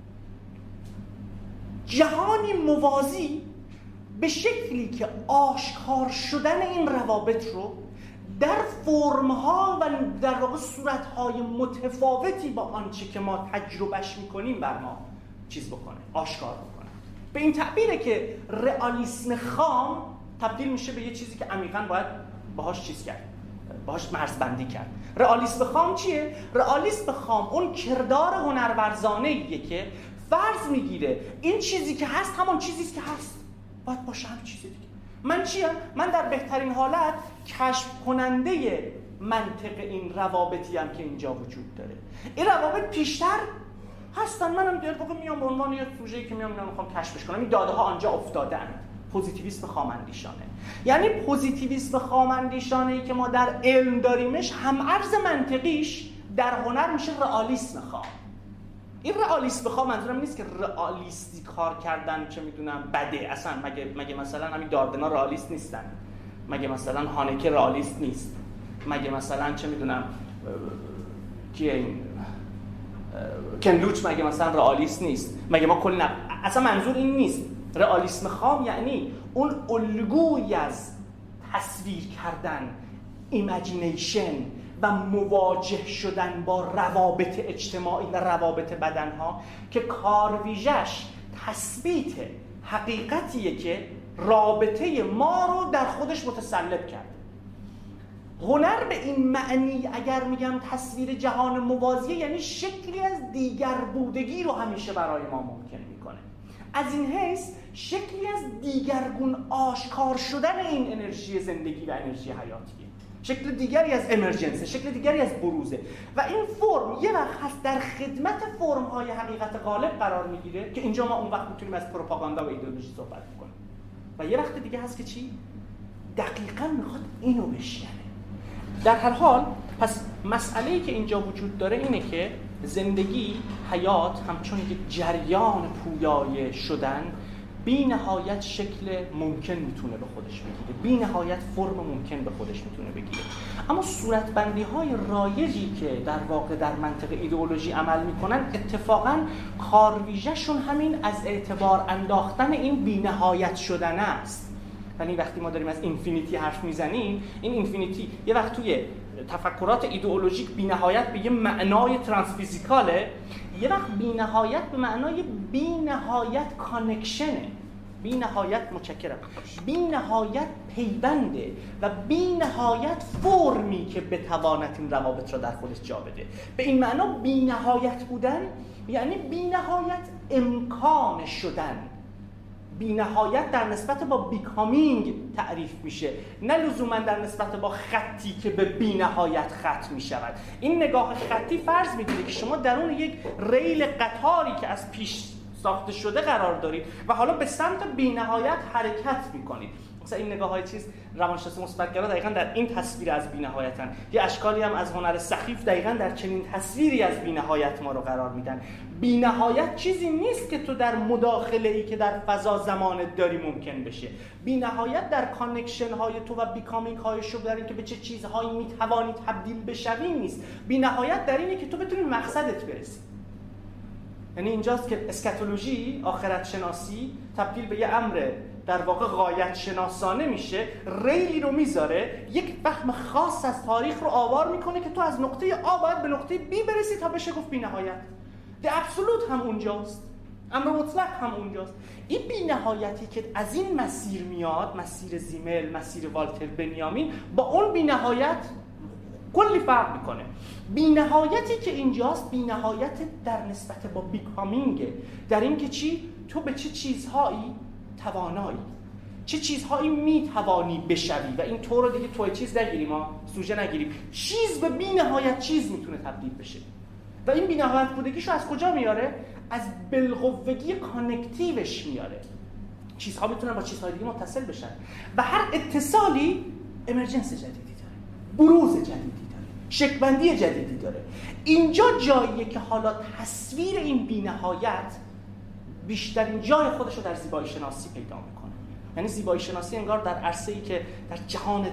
جهانی موازی به شکلی که آشکار شدن این روابط رو در فرم‌ها و در واقع صورت‌های متفاوتی با آنچه که ما تجربهش می‌کنیم بر ما آشکار بکنه. به این تعبیره که رئالیسم خام تبدیل میشه به یه چیزی که عمیقاً باید باهاش مرزبندی کرد. رئالیسم خام چیه؟ رئالیسم خام اون کردار هنرورزانه‌ایه که فرض میگیره این چیزی که هست همون چیزیست که هست، باید باشه هم چیز دیگه. من چیم؟ من در بهترین حالت کشف کننده منطق این روابطی هم که اینجا وجود داره. این روابط پیشتر هستن، منم در واقع میام به عنوان یک سوژه‌ای که میخوام کشفش کنم. این داده ها آنجا افتادن. پوزیتیویسم خام‌اندیشانه. یعنی پوزیتیویسم خام‌اندیشانه‌ای که ما در علم داریمش، هم ارز منطقیش در هنر میشه رئالیسم خام. این رئالیسم خام منظورم نیست که رئالیستی کار کردن چه میدونم بده. اصلا مگه مثلا همین داردنا رئالیست نیستن؟ مگه مثلا هانکه رئالیست نیست؟ مگه مثلا چه میدونم کیه این کن لوچ مگه مثلا رئالیست نیست؟ مگه ما کل اصلا منظور این نیست. رئالیسم خام یعنی اون الگویی از تصویر کردن، ایمیجینیشن و مواجه شدن با روابط اجتماعی و روابط بدنها که کارویژش تثبیت حقیقتیه که رابطه ما رو در خودش متسلب کرد. هنر به این معنی اگر میگم تصویر جهان موازیه، یعنی شکلی از دیگر بودگی رو همیشه برای ما ممکن میکنه. از این حیث شکلی از دیگرگون آشکار شدن این انرژی زندگی و انرژی حیاتیه، شکل دیگری از امرجنسه، شکل دیگری از بروزه و این فرم یه وقت هست در خدمت فرم‌های حقیقت غالب قرار میگیره که اینجا ما اون وقت میتونیم از پروپاگاندا و ایدئولوژی صحبت کنیم و یه وقت دیگه هست که چی؟ دقیقاً میخواد اینو بشکنه. در هر حال پس مسئله‌ای که اینجا وجود داره اینه که زندگی، حیات همچون یک جریان پویای شدن بی نهایت شکل ممکن میتونه به خودش بگیره، بی نهایت فرم ممکن به خودش میتونه بگیره. اما صورتبندی‌های رایجی که در واقع در منطق ایدئولوژی عمل میکنن اتفاقاً کارویژه‌شون همین از اعتبار انداختن این بی نهایت شدن است. یعنی وقتی ما داریم از اینفینیتی حرف میزنیم، این اینفینیتی یه وقت توی تفکرات ایدئولوژیک بی نهایت به یه معنای ترانسفیزیکاله، یه وقت بی نهایت به معنای بی نهایت کانکشنه، بی نهایت متشکرم، بی نهایت پیونده و بی نهایت فرمی که بتواند این روابط را در خودش جا بده. به این معنا بی نهایت بودن یعنی بی نهایت امکان شدن. بی نهایت در نسبت با بیکامینگ تعریف میشه، نه لزوما در نسبت با خطی که به بی نهایت خط میشود. این نگاه خطی فرض میگیره که شما درون یک ریل قطاری که از پیش ساخته شده قرار دارید و حالا به سمت بی نهایت حرکت میکنید. مثلا این نگاه‌های چیز روانشناسی مثبت‌گرا دقیقاً در این تصویر از بی‌نهایتن. یه اشکالی هم از هنر سخیف دقیقاً در چنین تصویری از بی‌نهایت ما رو قرار میدن. بی‌نهایت چیزی نیست که تو در مداخله‌ای که در فضا زمانت داری ممکن بشه. بی‌نهایت در کانکشن‌های تو و بیکامینگ‌های شو در این که به چه چیزهایی می‌توانی تبدیل بشوی نیست. بی‌نهایت در اینه که تو بتونی مقصدت برسی. یعنی اینجاست که اسکاتولوژی، آخرت شناسی، تبدیل به یه امر در واقع غایت شناسانه میشه، ریلی رو میذاره، یک فهم خاص از تاریخ رو آوار میکنه که تو از نقطه A باید به نقطه B برسی تا بشه گفت بی‌نهایت. ده ابسولوت هم اونجاست، امر مطلق هم اونجاست. این بی‌نهایتی که از این مسیر میاد، مسیر زیمل، مسیر والتر بنیامین، با اون بی‌نهایت کلی فرق میکنه. بی‌نهایتی که اینجاست بی‌نهایت در نسبت با بیکامینگ، در این که چی؟ تو به چه چیزهایی توانایی، چه چیزهایی میتوانی بشوی و این تو رو دیگه توی چیز نگیریم، ما سوژه نگیریم، چیز به بی‌نهایت چیز میتونه تبدیل بشه و این بی‌نهایت بودگیشو از کجا میاره؟ از بالقوگی کانکتیوش میاره. چیزها میتونن با چیزهای دیگه متصل بشن و هر اتصالی امرجنس جدیدی داره، بروز جدیدی داره، شکل‌بندی جدیدی داره. اینجا جاییه که حالا تصویر این بی‌نهایت بیشترین جای خودش رو در زیبایی شناسی پیدا میکنه. یعنی زیبایی شناسی انگار در عرصه‌ای که در جهان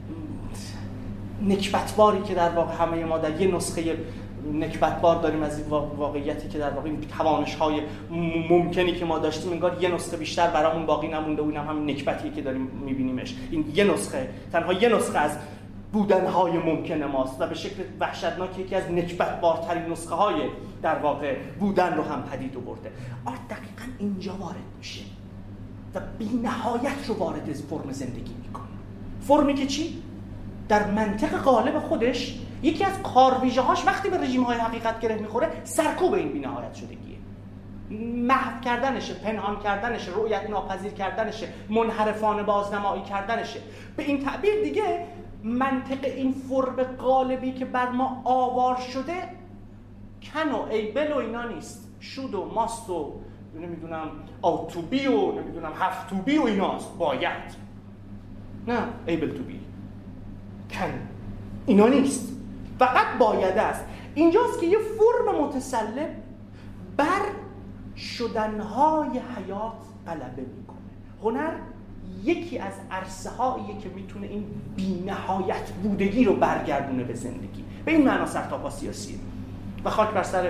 نکبتباری که در واقع همه ما در یه نسخه نکبتبار داریم از این واقعیتی که در واقع این توانش‌های ممکنی که ما داشتیم، انگار یه نسخه بیشتر برامون باقی نمونده و اینم همین نکبتیه که داریم می‌بینیمش. این یه نسخه، تنها یه نسخه از بودن‌های ممکن ماست و به شکل وحشتناک یکی از نکبتبارترین نسخه‌های در واقع بودن رو هم پدید آورده. آرت دقیقاً اینجا وارد میشه و بی‌نهایت رو وارد فرم زندگی میکنه. فرمی که چی؟ در منطق غالب خودش یکی از کارویژه‌هاش وقتی به رژیم‌های حقیقت گره میخوره سرکوب این بی‌نهایت شدگیه. محو کردنشه، پنهان کردنشه، رؤیت ناپذیر کردنشه، منحرفانه بازنمایی کردنشه. به این تعبیر دیگه منطق این فرم قالبی که بر ما آوار شده کن و ایبل و اینا نیست، شود و ماست و نمیدونم آتوبی و نمیدونم هفتوبی و ایناست، باید، نه ایبل تو بی، کن، اینا نیست، فقط باید است. اینجاست که یه فرم متسلب بر شدنهای حیات غلبه میکنه. هنر یکی از عرصه هاییه که میتونه این بی‌نهایت بودگی رو برگردونه به زندگی. به این معنا سرتاپا سیاسیه و خاک بر سر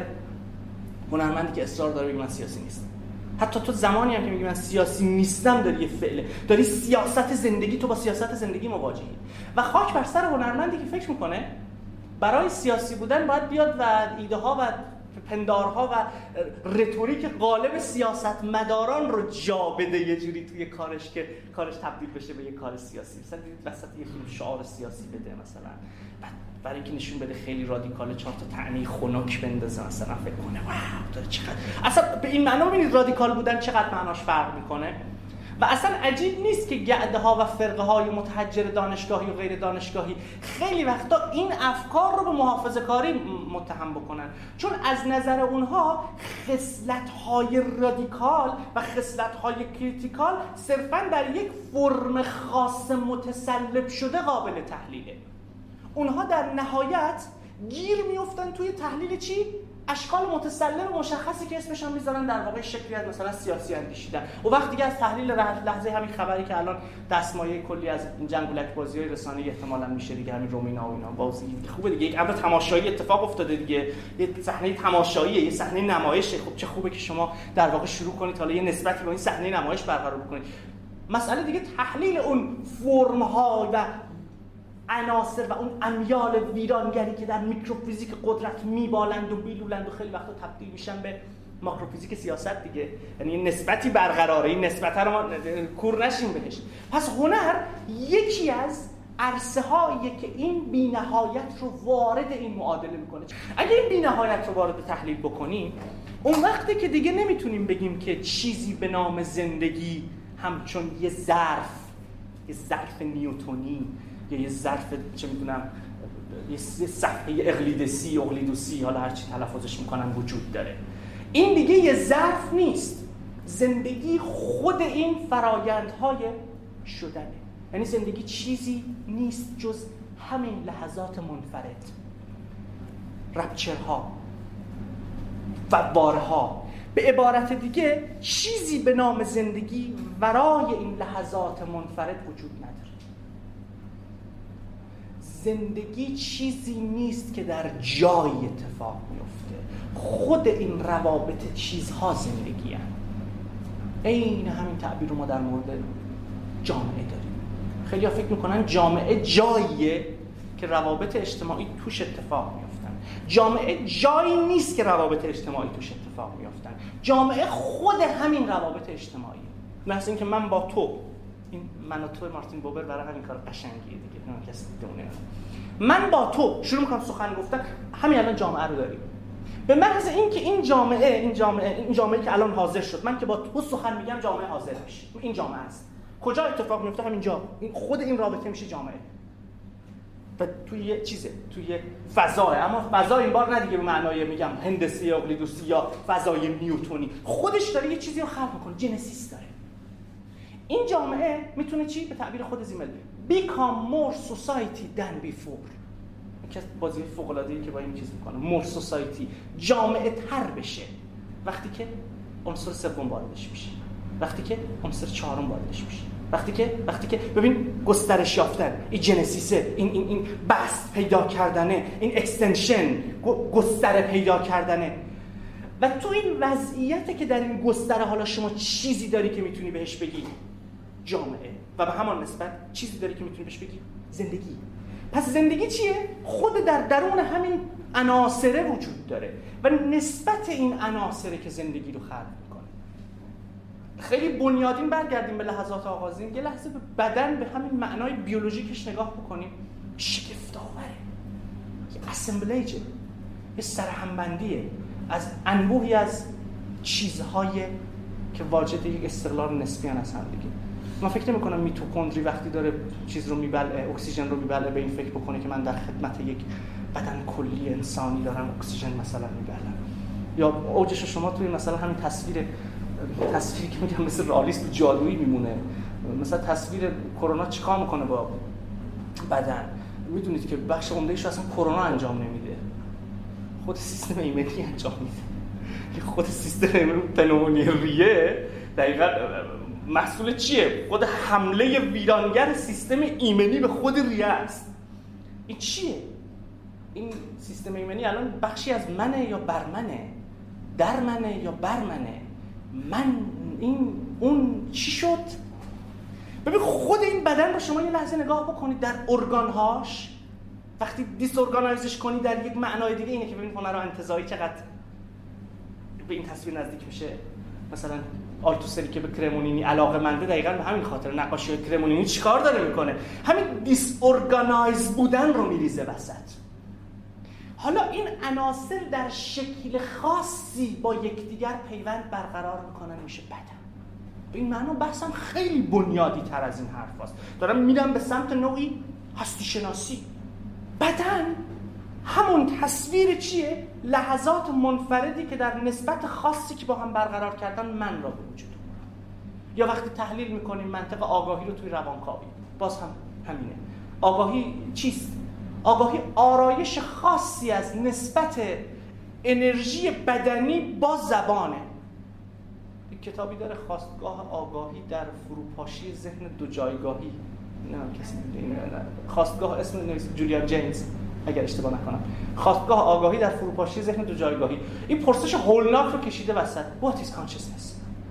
هنرمندی که اصرار داره بگه من سیاسی نیستم. حتی تو زمانی هم که میگی من سیاسی نیستم داری یه فعله، داری سیاست زندگی، تو با سیاست زندگی مواجهی. و خاک بر سر هنرمندی که فکر میکنه برای سیاسی بودن باید بیاد و ایده ها و پندارها و رتوریک غالب سیاست مداران رو جا بده یه جوری توی کارش که کارش تبدیل بشه به یه کار سیاسی. مثلا وسط یه فیلم شعار سیاسی بده مثلا، برای اینکه نشون بده خیلی رادیکاله، 4 تا طعنه خنک بندازه مثلا، فکر کنه واو داره چقدر اصلا به این معنا ببینید رادیکال بودن چقدر معناش فرق میکنه. و اصلا عجیب نیست که گعده ها و فرقه های متحجر دانشگاهی و غیر دانشگاهی خیلی وقتا این افکار رو به محافظه کاری متهم بکنن، چون از نظر اونها خصلت های رادیکال و خصلت های کریتیکال صرفاً در یک فرم خاص متسلب شده قابل تحلیله. اونها در نهایت گیر میافتن توی تحلیل چی؟ اشکال متسلب مشخصی که اسمش هم میذارن در واقع شکلی از مثلا سیاسی اندیشیدن. و وقتی دیگه از تحلیل لحظه همین خبری که الان دستمایه کلی از جنگولک بازی‌های رسانه‌ای احتمالاً میشه دیگه، همین رومینا و اینا بازی خوبه دیگه، یک امر تماشایی اتفاق افتاده دیگه، یه صحنه تماشاییه، یه صحنه نمایشه. خب چه خوبه که شما در واقع شروع کنید حالا یه نسبتی با این صحنه نمایش برقرار بکنید. مسئله دیگه تحلیل اون فرم‌ها و عناصر و اون امیال ویرانگری که در میکروفیزیک قدرت میبالند و میلولند و خیلی وقتا تبدیل میشن به ماکروفیزیک سیاست دیگه. یعنی نسبتی برقراره، این نسبت رو ما کور نشیم بهش. پس هنر یکی از عرصه هاییه که این بی‌نهایت رو وارد این معادله میکنه. اگه این بی‌نهایت رو وارد تحلیل بکنیم، اون وقتی که دیگه نمیتونیم بگیم که چیزی به نام زندگی همچون یه ظرف نیوتونی یا یه ظرف چه میدونم یه صفحه اقلیدوسی حالا هر چی تلفظش میکنن وجود داره. این دیگه یه ظرف نیست. زندگی خود این فرایندهای شدنه. یعنی زندگی چیزی نیست جز همین لحظات منفرد، رپچرها، فوارها. به عبارت دیگه چیزی به نام زندگی ورای این لحظات منفرد وجود نداره. زندگی چیزی نیست که در جای اتفاق میفته، خود این روابط چیزها زندگی هست. این همین تعبیر رو ما در مورد جامعه داریم. خیلی ها فکر میکنن جامعه جاییه که روابط اجتماعی توش اتفاق میفتن. جامعه جایی نیست که روابط اجتماعی توش اتفاق میفتن. جامعه خود همین روابط اجتماعی. مثل اینکه من با تو، این من و تو مارتین بوبر برای همین کار قشنگیه دیگه، نه کسی دیونه. من با تو شروع میکنم سخن گفتن، همین الان جامعه رو داریم. به محض اینکه این جامعه که الان حاضر شد، من که با تو سخن میگم جامعه حاضر میشه. این جامعه است. کجا اتفاق میفته؟ همینجا. این خود این رابطه میشه جامعه. و توی یه چیزه، توی یه فضاه. اما فضا این بار نه دیگه به معنای میگم هندسی یا اقلیدوسی یا فضای نیوتونی، خودش داره یه چیزی رو خلق میکنه، جنسیس داره. این جامعه میتونه چی؟ به تعبیر خود زیمل become more society than before. یکی از بازی فوق‌العاده‌ای که با این چیز میکنه، more society، جامعه تر بشه وقتی که عنصر سوم واردش میشه، وقتی که عنصر چهارم واردش میشه، وقتی که ببین گسترش یافتن، این جنسیسه، این بست پیدا کردنه، این اکستنشن، گستره پیدا کردنه. و تو این وضعیته که در این گستره حالا شما چیزی داری که میتونی بهش بگی جامعه، و به همان نسبت چیزی داری که میتونی بهش بگی زندگی. پس زندگی چیه؟ خود در درون همین عناصره وجود داره و نسبت این عناصره که زندگی رو خلق میکنه. خیلی بنیادین برگردیم به لحظات آغازین، یه لحظه به بدن به همین معنای بیولوژیکش نگاه بکنیم. شگفت‌آوره. یه اسمبلیجه، یه سرهمبندیه از انبوهی از چیزهای که واجد یک استقلال نسبی از هم دیگه. من فکر نمی‌کنم میتوکندری وقتی داره چیز رو میبلعه، اکسیژن رو میبلعه، به این فکر بکنه که من در خدمت یک بدن کلی انسانی دارم اکسیژن مثلا میبلعم. یا اوجش شما توی مثلا همین تصویری که میگم مثل رالیست جادویی میمونه. مثلا تصویر کرونا چیکار میکنه با بدن؟ میدونید که بخش عمده‌ایش اصلا کرونا انجام نمیده، خود سیستم ایمنی انجام میده. که خود سیستم ایمنی پنومونی ریه دقیقاً مسئول چیه؟ خود حمله ویرانگر سیستم ایمنی به خود ریه است. این چیه؟ این سیستم ایمنی الان بخشی از منه یا بر منه؟ در منه یا بر منه؟ من این اون چی شد؟ ببین خود این بدن رو شما یه لحظه نگاه بکنید در ارگانهاش، وقتی دیس ارگانایزش کنی در یک معنای دیگه اینه که ببین هنر انتزاعی چقدر به این تصویر نزدیک میشه. مثلا آلتوسری که به کرمونینی علاقه‌منده دقیقاً به همین خاطر نقاشی کرمونینی چیکار داره میکنه؟ همین دیس ارگانایز بودن رو میریزه وسط. حالا این عناصر در شکل خاصی با یکدیگر پیوند برقرار میکنن میشه بدن. به این معنا بحثم خیلی بنیادی تر از این حرف هست. دارم میرم به سمت نوعی هستی شناسی. بدن همون تصویر چیه؟ لحظات منفردی که در نسبت خاصی که با هم برقرار کردن من را به وجود آورد. یا وقتی تحلیل میکنیم منطق آگاهی رو توی روانکاوی، باز هم همینه. آگاهی چیست؟ آگاهی آرایش خاصی از نسبت انرژی بدنی با زبانه. یک کتابی داره خاستگاه آگاهی در فروپاشی ذهن دو جایگاهی. نه کسی این خاستگاه اسم نویسنده جولیان جیمز اگر اشتباه نکنم. خاستگاه آگاهی در فروپاشی ذهن دو جایگاهی. این پرسش هولناک رو کشیده وسط. What is consciousness؟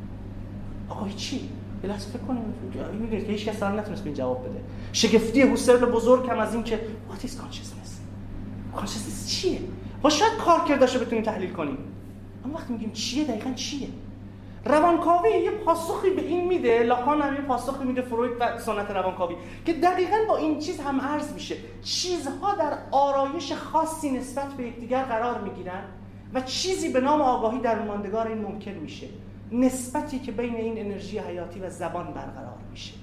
آگاهی چی؟ یه لحظه فکر کنیم. می‌بینید که هیچ کس الان نتونست به این جواب بده. شگفتی هوسرل بزرگ هم از این که What is consciousness؟ consciousness چیه؟ ما شاید کارکردشو بتونیم تحلیل کنیم. اما وقتی میگیم چیه دقیقاً چیه؟ روانکاوی یه پاسخی به این میده، لاکان هم یه پاسخی میده، فروید و سنت روانکاوی که دقیقاً با این چیز هم عرض میشه. چیزها در آرایش خاصی نسبت به یکدیگر قرار میگیرن و چیزی به نام آگاهی در ماندگار این ممکن میشه. نسبتی که بین این انرژی حیاتی و زبان برقرار میشه.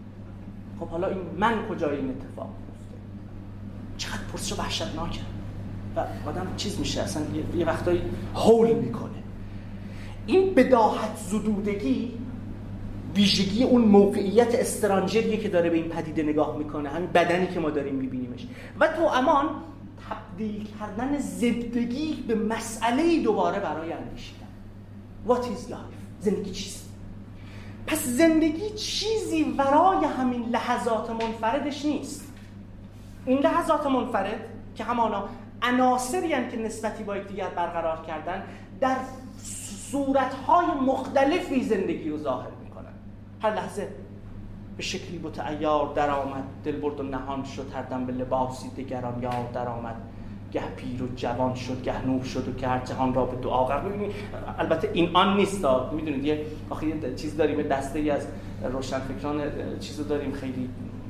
خب حالا این من کجای این اتفاق میفته؟ چقدر پرسش وحشتناکه و آدم چیز میشه اصلا یه وقتایی هول میکنه. این بداهت زدودگی ویژگی اون موقعیت استرانجریه که داره به این پدیده نگاه میکنه، همین بدنی که ما داریم میبینیمش و تو امان تبدیل کردن زندگی به مسئله‌ای دوباره برای اندیشیدن. What is life؟ زندگی چیست؟ پس زندگی چیزی ورای همین لحظات منفردش نیست. این لحظات منفرد که همانا عناصری هستند که نسبتی با یکدیگر برقرار کردن در صورت‌های مختلفی زندگی رو ظاهر می‌کنن. هر لحظه به شکلی متعیار در آمد، دل برد و نهان شد، هر دم به لباسی دگران یار در آمد، گه پیر و جوان شد، گه نور شد و که هر جهان را به دعا غرق. ببینید البته این آن نیست، میدونید یه چیز داریم، دسته‌ای از روشنفکران چیزو داریم خیلی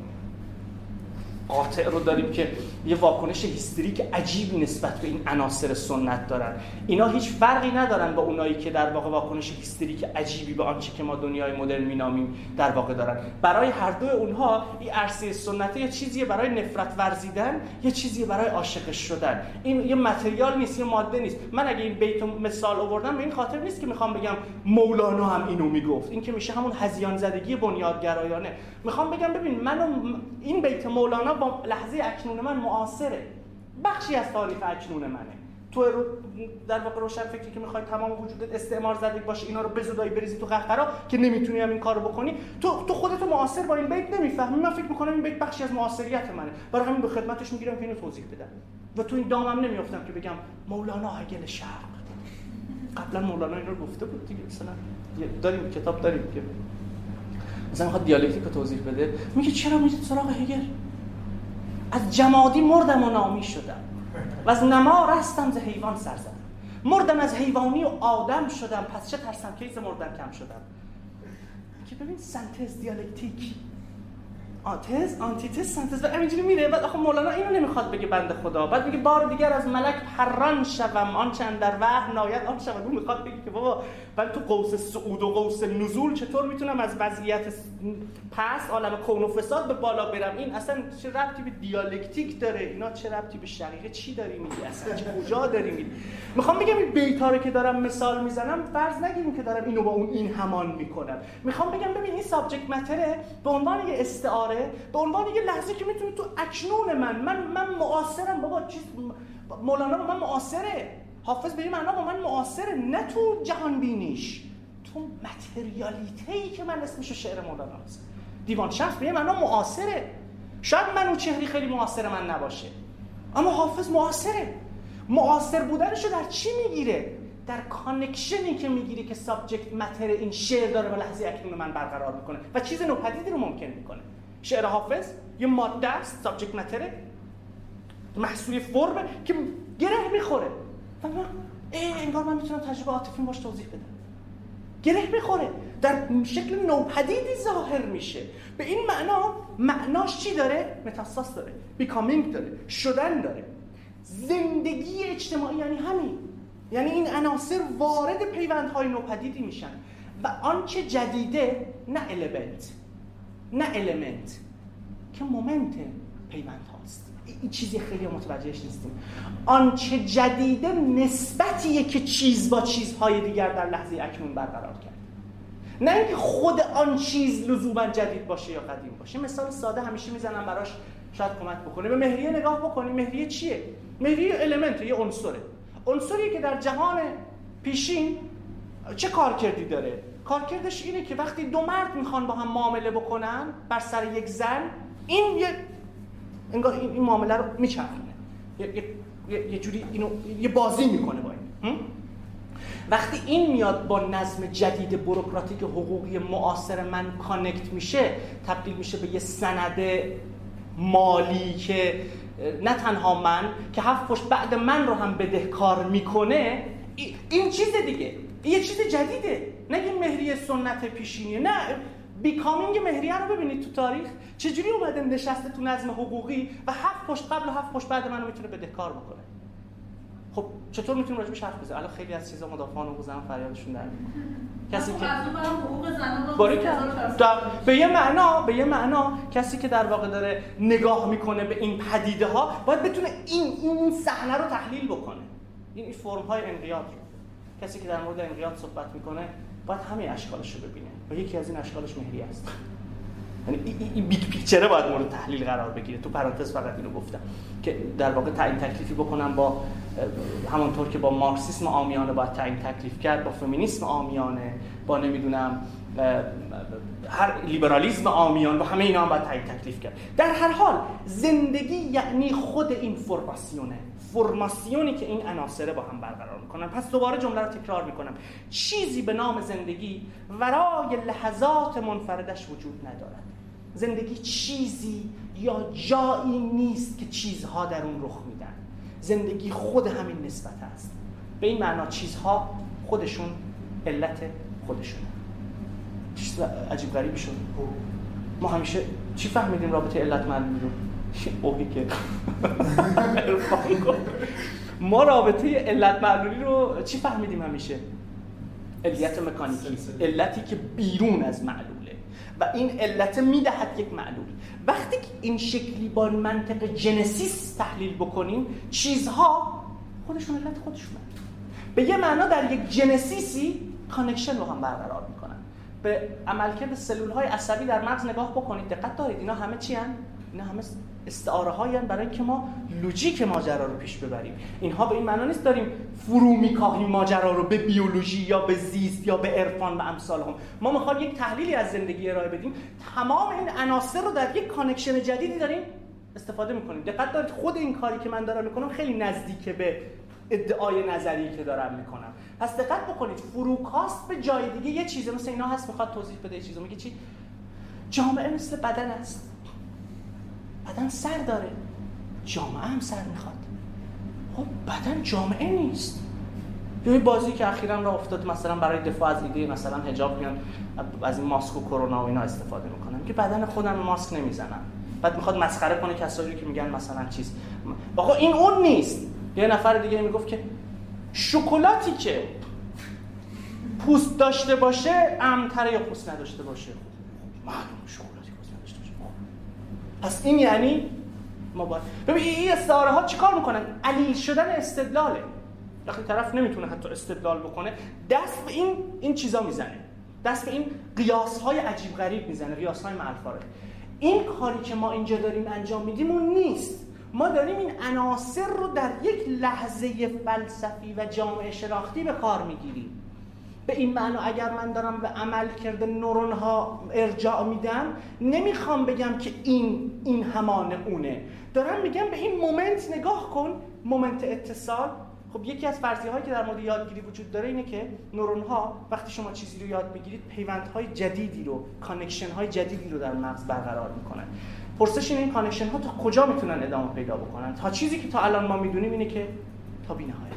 قاطع رو داریم که یه واکنش هیستریک عجیبی نسبت به این عناصر سنت دارن. اینا هیچ فرقی ندارن با اونایی که در واقع واکنش هیستریک عجیبی به آنچه که ما دنیای مدرن می‌نامیم در واقع دارن. برای هر دو اونها این عرصه سنتی یه چیزیه برای نفرت ورزیدن، یه چیزیه برای عاشق شدن. این یه متریال نیست، یه ماده نیست. من اگه این بیت مثال آوردم به این خاطر نیست که میخوام بگم مولانا هم اینو میگفت. این که میشه همون هذیان زدگی بنیادگرایانه. میخوام بگم ببین این بیت مولانا با لحظه اکنون من معاصره، بخشی از تاریخ اکنون منه. تو در واقع روشن فکری که میخوای تمام وجودت استعمار زده باشه، اینا رو بزودایی بریزی تو قهقرا که نمیتونی هم این کارو بکنی، تو خودتو معاصر با این بیت نمیفهمی. من فکر میکنم این بیت بخشی از معاصریت منه، برای همین به خدمتش میگیرم که اینو توضیح بدم و تو این دامم نمیافتم که بگم مولانا هگل شرق. قبلا مولانا این رو گفته بود دیگه. مثلا داریم کتاب داریم که مثلا میخواد دیالکتیک رو توضیح بده، میگه چرا میرید سراغ هگل؟ از جمادی مردم و نامی شدم و از نما رستم ز حیوان سر زدم. مردم از حیوانی و آدم شدم، پس چه ترسم که از مردن کم شدم. که ببین سنتز دیالکتیک تز آنتیتز سنتز و همینجوری میره. بعد آخه مولانا اینو نمیخواد بگه بنده خدا، بعد میگه بار دیگر از ملک پران شوم آنچه اندر وحی ناید آن شود. اون میخواد بگه که بابا من تو قوس صعود و قوس نزول چطور میتونم از وضعیت پس عالم کون و فساد به بالا برم؟ این اصلا چه ربطی به دیالکتیک داره؟ اینا چه ربطی به شقیقه چی داری میگی؟ اصلا کجا داری میگی؟ میخوام بگم این بیتاره که دارم مثال میزنم فرض نگیریم که دارم اینو با اون این همان میکنم. میخوام بگم ببین این سابجکت متره به عنوان یه استعاره، به عنوان یه لحظه که میتونه تو اکنون من معاصرم. بابا چیز مولانا با من معاصره، حافظ به این معنا با من معاصره، نه تو جهان بینیش، تو متریالیته‌ای که من اسمشو شعر مولانا هست. دیوان شمس به این معنا معاصره. شاید منوچهری خیلی معاصر من نباشه، اما حافظ معاصره. معاصر بودنشو در چی میگیره؟ در کانکشنی که میگیره که سابجکت متر این شعر داره با لحظه اکنون من برقرار میکنه و چیز نوپدیدی رو ممکن میکنه. شعر حافظ یه ماده است، سابجکت متره، محصول فرمه که گره میخوره و من انگار من میتونم تجربه عاطفی باش توضیح بدم. گره میخوره، در شکل نوپدیدی ظاهر میشه. به این معناش چی داره؟ متاساس داره، بیکامینگ داره، شدن داره. زندگی اجتماعی یعنی همین، یعنی این عناصر وارد پیوندهای نوپدیدی میشن و آنچه جدیده نه المنت که مومنت پیوند هاست. این چیزی خیلی متوجهش نیستیم. آنچه جدیده نسبتیه که چیز با چیزهای دیگر در لحظه اکنون برقرار کرد، نه اینکه خود آن چیز لزوما جدید باشه یا قدیم باشه. مثال ساده همیشه میزنم براش، شاید کمک بکنه. به مهریه نگاه بکنیم. مهریه چیه؟ مهریه المنت، یه عنصریه که در جهان پیشین چه کارکردی داره؟ کارکردش اینه که وقتی دو مرد میخوان با هم معامله بکنن بر سر یک زن، این انگار این معامله رو میچرخونه، یه جوری اینو یه بازی میکنه با این. وقتی این میاد با نظم جدید بوروکراتیک حقوقی معاصر من کانکت میشه، تبدیل میشه به یه سند مالی که نه تنها من که 7 پشت بعد من رو هم بدهکار میکنه. این چیز دیگه، یه چیز جدیده. نگیم مهریه سنت پیشینیه، نه، بیکامینگ مهریه رو ببینید تو تاریخ چجوری اومده نشسته تو نظم حقوقی و 7 پشت قبل و 7 پشت بعد منو میتونه بدهکار بکنه. خب چطور میتونیم راجبش حرف بزنیم؟ الان خیلی از چیزا مدافعان حقوق زن فریادشون در میاد. کسی که حقوق زن رو به یه معنا کسی که در واقع داره نگاه میکنه به این پدیده ها باید بتونه این صحنه رو تحلیل بکنه. این فرم های انقیاد رو کسی که در مورد انقیاد صحبت میکنه باید همه اشکالش رو ببینه و یکی از این اشکالش مهریه است. یعنی این بیگ پیکچره باید مورد تحلیل قرار بگیره. تو پرانتز فقط اینو گفتم که در واقع تعیین تکلیفی بکنم با همونطور که با مارکسیسم عامیانه باید تعیین تکلیف کرد، با فمینیسم عامیانه، با نمیدونم هر لیبرالیسم عامیانه، با همه اینا هم باید تعیین تکلیف کرد. در هر حال زندگی یعنی خود این فرماسیونی که این عناصر با هم برقرار میکنن. پس دوباره جمله رو تکرار میکنم. چیزی به نام زندگی ورای لحظات منفردش وجود ندارد. زندگی چیزی یا جایی نیست که چیزها در اون رخ میدن. زندگی خود همین نسبت است. به این معنا چیزها خودشون علت خودشونه. چیز عجیب غریبی شد. ما همیشه چی فهمیدیم رابطه علت معلول رو؟ اوهی که ما رابطه علت معلولی رو چی فهمیدیم همیشه؟ علیت مکانیکی، علتی که بیرون از معلوله و این علت میدهد یک معلول. وقتی که این شکلی با منطق جنسیس تحلیل بکنیم، چیزها خودشون علت خودشونه. به یه معنا در یک جنسیسی کانکشن رو هم برقرار میکنن. به عملکرد سلول‌های عصبی در مغز نگاه بکنید، دقت دارید اینا همه چی هن؟ اینا همه استعاره هایی هن برای اینکه ما لوجیک ماجرا رو پیش ببریم. اینها به این معنا نیست داریم فرو میکاهیم ماجرا رو به بیولوژی یا به زیست یا به عرفان و امثال هم. ما میخوایم یک تحلیلی از زندگی ارائه بدیم، تمام این عناصر رو در یک کانکشن جدیدی داریم استفاده میکنیم. دقت دارید خود این کاری که من دارم میکنم خیلی نزدیک به ادعای نظری که دارم میکنم. پس دقت بکنید، فروکاست به جای دیگه یه چیزه، مثلا اینا هست میخواد توضیح بده یه چیزو، میگه چی؟ جامعه مثل بدن است. بدن سر داره، جامعه هم سر میخواد. خب بدن جامعه نیست. یه بازی که اخیراً راه افتاد مثلا برای دفاع از ایده مثلا حجاب میان از این ماسک و کرونا و اینا استفاده میکنن که بدن خودم ماسک نمیزنن، بعد میخواد مسخره کنه کسایی که میگن مثلا چیز. آقا این اون نیست. یه نفر دیگه میگفت که شکلاتی که پوست داشته باشه امن‌تره یا پوست نداشته باشه. معلومه شکلاتی پوست نداشته باشه. پس این یعنی ما باید ببین این استعاره ها چیکار میکنن؟ علیل شدن استدلاله. وقتی طرف نمیتونه حتی استدلال بکنه دست به این چیزا میزنه، دست به این قیاس‌های عجیب غریب میزنه، قیاس‌های مع‌الفارق. این کاری که ما اینجا داریم انجام میدیم اون نیست. ما داریم این عناصر رو در یک لحظه فلسفی و جامعه شناختی به کار میگیریم. به این معنا اگر من دارم به عملکرد نورون ها ارجاع میدم، نمیخوام بگم که این همان اونه، دارم میگم به این مومنت نگاه کن، مومنت اتصال. خب یکی از فرضیه‌هایی که در مورد یادگیری وجود داره اینه که نورون ها وقتی شما چیزی رو یاد میگیرید پیوندهای جدیدی رو، کانکشن های جدیدی رو در مغز برقرار میکنن. پرسش این کانکشن ها تا کجا میتونن ادامه پیدا بکنن؟ تا چیزی که تا الان ما میدونیم اینه که تا بی‌نهایت.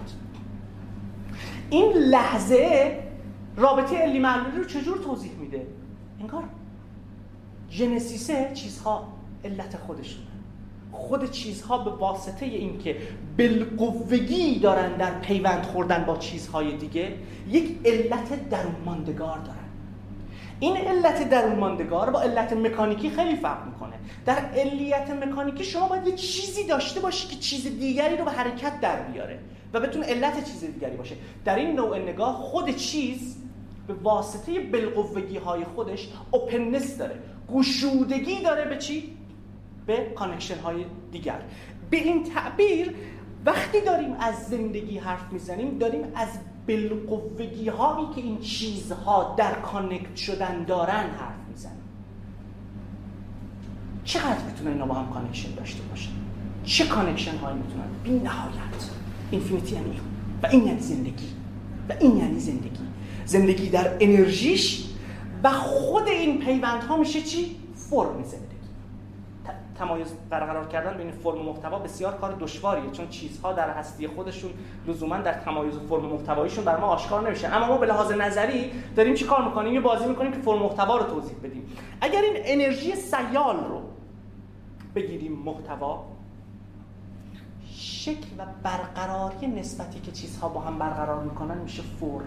این لحظه رابطه علی معلولی رو چجور توضیح میده؟ انگار ژنسیسه چیزها علت خودشونه. خود چیزها به واسطه این که بالقوگی دارن در پیوند خوردن با چیزهای دیگه یک علت درون ماندگار دارن. این علت درون ماندگار با علت مکانیکی خیلی فرق میکنه. در علیت مکانیکی شما باید یه چیزی داشته باشی که چیز دیگری رو به حرکت در بیاره و بتونه علت چیز دیگری باشه. در این نوع نگاه خود چیز به واسطه بالقوگی های خودش اوپننس داره، گشودگی داره به چی؟ به کانکشن های دیگر. به این تعبیر وقتی داریم از زندگی حرف میزنیم داریم از بالقوگی هایی که این چیزها در کانکت شدن دارن حرف میزنیم. چقدر میتونه اینا با هم کانکشن داشته باشن؟ چه کانکشن هایی میتونن؟ بی نهایت. اینفینیتی یعنی و این یعنی زندگی و این یعنی زندگی در انرژیش و خود این پیوندها میشه چی؟ فرم زندگی. تمایز برقرار کردن بین فرم و محتوا بسیار کار دشواریه، چون چیزها در هستی خودشون لزوما در تمایز فرم و محتواییشون بر ما آشکار نمیشن. اما ما به لحاظ نظری داریم چی کار میکنیم؟ یه بازی میکنیم که فرم و محتوا رو توضیح بدیم. اگر این انرژی سیال رو بگیریم محتوا، شکل و برقراری نسبتی که چیزها با هم برقرار میکنن میشه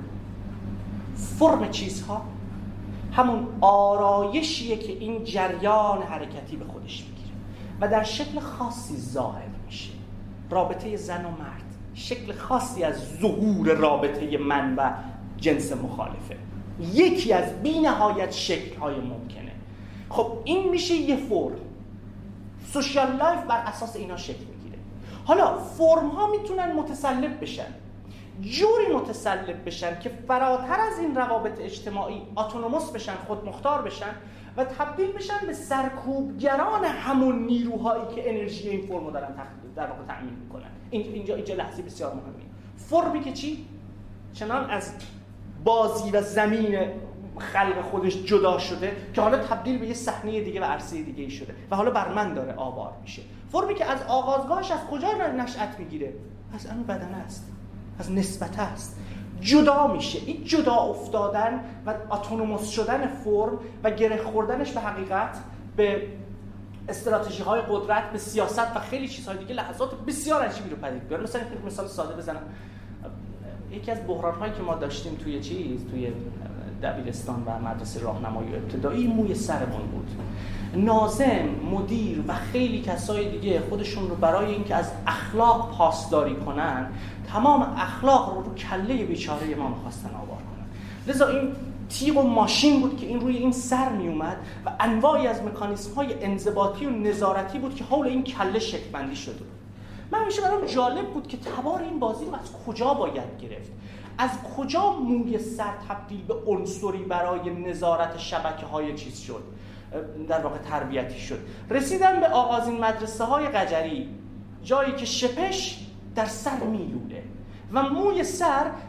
فرم چیزها همون آرایشیه که این جریان حرکتی به خودش میگیره و در شکل خاصی ظاهر میشه. رابطه زن و مرد شکل خاصی از ظهور رابطه من و جنس مخالفه، یکی از بی نهایت شکل‌های ممکنه. خب این میشه یه فرم. سوشیال لایف بر اساس اینا شکل میگیره. حالا فرم ها میتونن متسلب بشن، جوری متسلب بشن که فراتر از این روابط اجتماعی اتونوموس بشن، خودمختار بشن و تبدیل بشن به سرکوبگران همون نیروهایی که انرژی این فرمو دارن در واقع تأمین میکنن. اینجا لحظه بسیار مهمه. فرمی که چی؟ چنان از بازی و زمین خلق خودش جدا شده که حالا تبدیل به یه صحنه دیگه و عرصه دیگه شده و حالا بر من داره آوار میشه. فرمی که از آغازگاهش از کجا نشأت میگیره؟ از اون بدنه است، از نسبت است. جدا میشه. این جدا افتادن و اتونوموس شدن فرم و گره خوردنش به حقیقت، به استراتژی‌های قدرت، به سیاست و خیلی چیزهای دیگه لحظات بسیار عجیبی رو پدید میاره. مثلا یک مثال ساده بزنم. یکی از بحران‌هایی که ما داشتیم توی دبیرستان و مدرسه راهنمایی ابتدایی موی سرمون بود. ناظم، مدیر و خیلی کسای دیگه خودشون رو برای اینکه از اخلاق پاسداری کنن تمام اخلاق رو کله بیچاره ما می‌خواستن آوار کنن. لذا این تیغ و ماشین بود که این روی این سر می اومد و انواعی از مکانیزم‌های انضباطی و نظارتی بود که حول این کله شکل بندی شده بود. من همیشه برام جالب بود که تبار این بازی رو از کجا باید گرفت. از کجا موی سر تبدیل به عنصری برای نظارت شبکه‌های چیز شد، در واقع تربیتی شد. رسیدن به آغازین مدرسه‌های قجری، جایی که شپش در سر میلوله و موی سر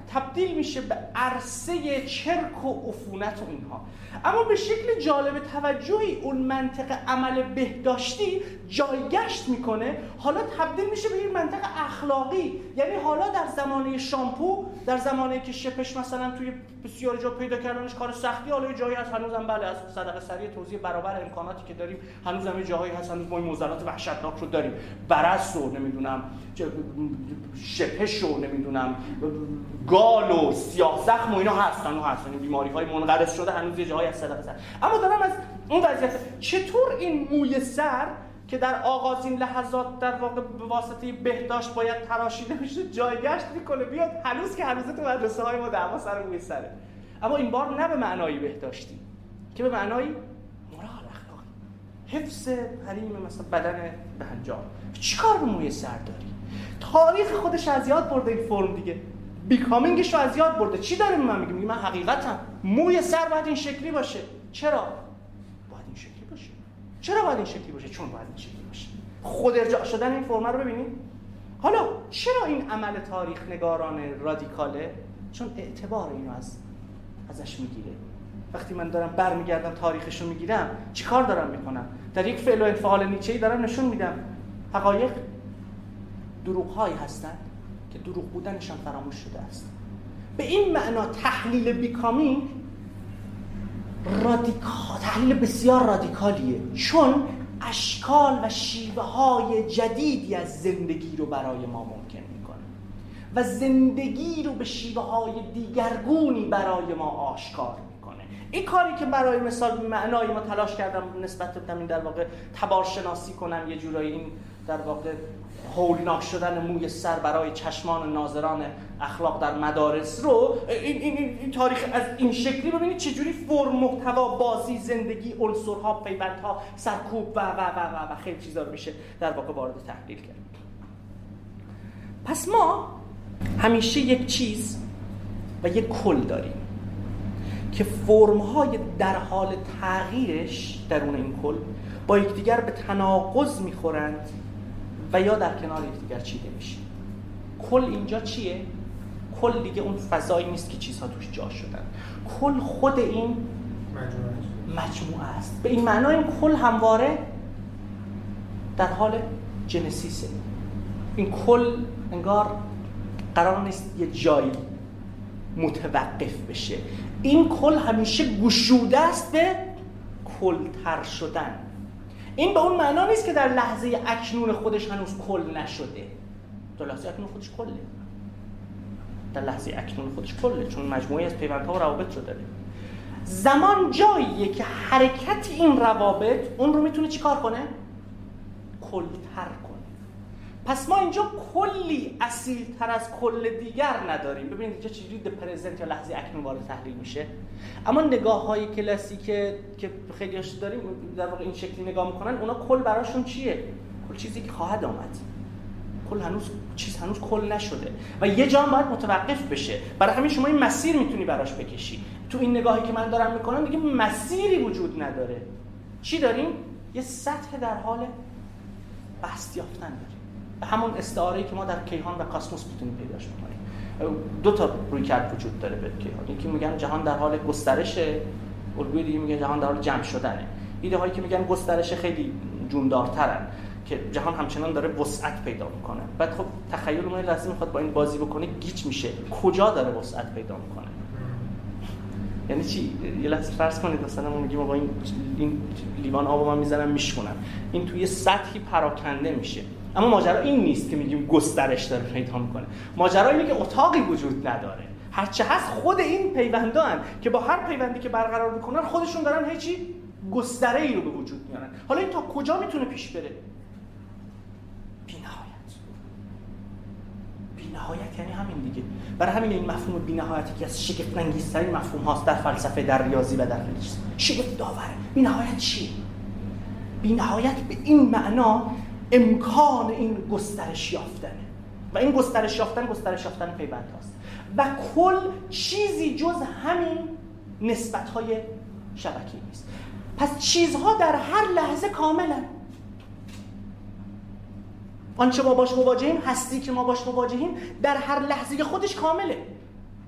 تبدیل میشه به عرصه چرک و عفونت و اینها. اما به شکل جالب توجهی اون منطق عمل بهداشتی جایگشت میکنه، حالا تبدیل میشه به این منطق اخلاقی. یعنی حالا در زمانه شامپو، در زمانه که شپش مثلا توی بسیار جا پیدا کردنش کار سختی، حالا جایی هست هنوزم بله از صدقه سریع توزیع برابر امکاناتی که داریم هنوزم جاهایی هست هنوز ما این معضلات وحشتناک رو داریم، برص و نمیدونم شپش و نمیدونم گال و سیاه زخم و اینا هستن این بیماری‌های منقرض شده هنوز جاهایی از صدقه سر. اما دارم از اون وضعیت چطور این موی سر که در آغازین لحظات در واقع به واسطه بهداشت باید تراشیده بشه جایگشت میکنه بیاد هنوز که هنوز تو مدرسه های ما دعوا سر موی سره، اما این بار نه به معنای بهداشتی که به معنای مورال اخلاقی، حفظ حریم مثلا بدن بهنجار. چیکار به موی سر داری؟ تاریخ خودش از یاد برده این فرم دیگه، بیکامینگش رو از یاد برده. چی داره به من میگه؟ میگه من حقیقتم موی سر باید این شکلی باشه. چرا باید این شکلی باشه؟ چرا باید این شکلی باشه؟ چون باید این شکلی باشه. خود ارجاع شدن این فرم رو ببینید. حالا چرا این عمل تاریخ نگارانه رادیکاله؟ چون اعتبار اینو ازش میگیره. وقتی من دارم برمیگردم تاریخش رو میگیرم چیکار دارم میکنم؟ در یک فعل و انفعال نیچه‌ای دارم نشون میدم حقایق دروغ‌هایی هستند که دروغ بودنشان فراموش شده است. به این معنا تحلیل بیکامینگ تحلیل بسیار رادیکالیه، چون اشکال و شیوه‌های جدیدی از زندگی رو برای ما ممکن میکنه و زندگی رو به شیوه‌های دیگرگونی برای ما آشکار میکنه. این کاری که برای مثال به معنای ما تلاش کردم نسبت بدم این در واقع تبارشناسی کنم یه جورایی این در واقع هولناک شدن موی سر برای چشمان ناظران اخلاق در مدارس رو این تاریخ از این شکلی ببینید چجوری فرم، محتوا، بازی، زندگی، عنصرها، پیوندها، سرکوب و خیلی چیزا رو میشه در واقع وارد تحلیل کرد. پس ما همیشه یک چیز و یک کل داریم که فرم‌های در حال تغییرش درون این کل با یکدیگر به تناقض میخورند و یا در کنار یکدیگر چیده میشه. کل اینجا چیه؟ کل دیگه اون فضایی نیست که چیزها توش جا شدن. کل خود این مجموعه است. به این معنا این کل همواره در حال جنسیسه. این کل انگار قرار نیست یه جایی متوقف بشه. این کل همیشه گشوده است به کلتر شدن. این به اون معنا نیست که در لحظه اکنون خودش هنوز کل نشده. در لحظه اکنون خودش کله. در لحظه اکنون خودش کله، چون مجموعی از پیوندها و روابط رو داره. زمان جاییه که حرکت این روابط اون رو میتونه چیکار کنه؟ کلتر کنه. پس ما اینجا کلی اصیل‌تر از کل دیگر نداریم. ببینید اینجا چجوری د پرزنت یا لحظه اکنون وارد تحلیل میشه. اما نگاه‌های کلاسیک که خیلی‌هاش داریم در واقع این شکلی نگاه میکنن، اونا کل براشون چیه؟ کل چیزی که خواهد آمد. کل هنوز کل نشده و یه جا باید متوقف بشه. برای همین شما این مسیر میتونی براش بکشی. تو این نگاهی که من دارم میکنم دیگه مسیری وجود نداره. چی داریم؟ یه سطح در حال بسط یافتن داریم. همون استعاره‌ای که ما در کیهان و کاسموس میتونیم پیداش بکنیم. دو تا رویکرد وجود داره به کیهان. یکی میگن جهان در حال گسترشه، الگوی دیگه میگه جهان در حال جمع شدنه. ایده هایی که میگن گسترش خیلی جوندارترن که جهان همچنان داره وسعت پیدا میکنه. بعد خب تخیل ما لازم میخواد با این بازی بکنه، گیج میشه. کجا داره وسعت پیدا میکنه؟ یعنی چی؟ یه لحظه فرض کنید مثلا ما میگیم با این لیوان آب من میذارم میشکنم، این توی سطحی پراکنده میشه. اما ماجرا این نیست که میگیم گسترش داره پیدا میکنه. ماجرا اینه که اتاقی وجود نداره. هرچه هست خود این پیوندان که با هر پیوندی که برقرار میکنن خودشون دارن هیچی گستره‌ای رو به وجود میارن. حالا این تا کجا میتونه پیش بره؟ بی‌نهایت یعنی همین دیگه. برای همین این مفهوم بی‌نهایتی که از شگفت‌انگیزترین مفهوم هاست در فلسفه، در ریاضی و در خیلی چیز. شگفت داوره. بی‌نهایت چیه؟ بی‌نهایت به این معنا امکان این گسترش یافتنه و این گسترش یافتن پیوند هاست و کل چیزی جز همین نسبت‌های شبکه‌ای نیست. پس چیزها در هر لحظه کاملن. آنچه ما باش مواجهیم، هستی که ما باش مواجهیم در هر لحظه خودش کامله.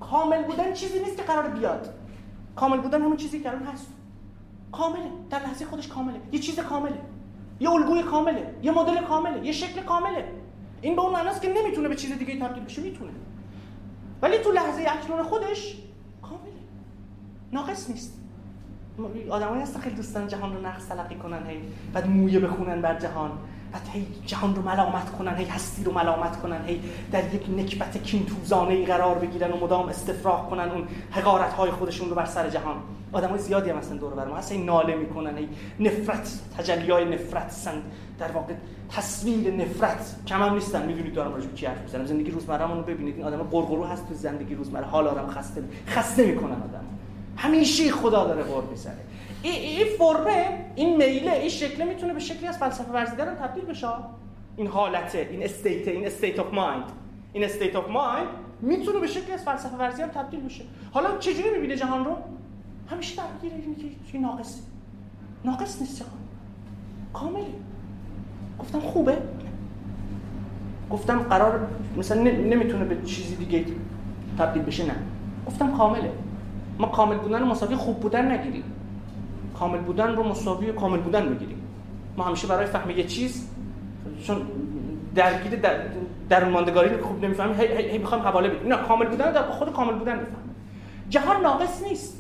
کامل بودن چیزی نیست که قرار بیاد. کامل بودن همون چیزی که الان هست. کامله، در لحظه خودش کامله. یه چیز کامله. یه الگوی کامله، یه مدل کامله، یه شکل کامله. این به اون معناست که نمیتونه به چیز دیگه تبدیل بشه، میتونه. ولی تو لحظه اکنون خودش کامله. ناقص نیست. آدمایی هستن خیلی دوستان جهان رو نقص تلقی کنن، هی بعد مویه بخونن بر جهان، بعد هی جهان رو ملامت کنن، هی هستی رو ملامت کنن، هی در یک نکبت کینتوزانه‌ای قرار بگیرن و مدام استفراغ کنن اون حقارت‌های خودشون رو بر سر جهان. آدمای زیادی هم هستن دور و بر ما هستن ناله میکنن، هی نفرت، تجلیای نفرت هستن، در واقع تصویر نفرت کم هم نیستن. میدونید دارم راجع به چی حرف میزنم. زندگی روزمره‌مون رو ببینید، این آدم‌ها قرقرو هست تو زندگی روزمره، حال آدم خسته میکنن آدم. همیشه خدا داره قرب میزنه. این فرمه، این میله، این شکل میتونه به شکلی از فلسفه ورزیدن تبدیل بشه. این حالته، این استیت، این استیت اف مایند، این استیت اف مایند میتونه به شکلی از فلسفه ورزی هم تبدیل بشه. حالا چجوری میبینه جهان رو؟ همیشه درگیر اینه که ناقصه. ناقص نیست جهان. کامله. گفتم خوبه. گفتم قرار مثلا نمیتونه به چیزی دیگه تبدیل بشه، نه. گفتم کامله. ما کامل بودن رو مساوی خوب بودن نگیریم. کامل بودن رو مساوی کامل بودن بگیریم. ما همیشه برای فهم یه چیز، چون درگیر در ماندگاری خوب نمیفهمیم، هی میخوایم حواله بدیم. نه، کامل بودن رو در خود کامل بودن بفهمیم. جهان ناقص نیست.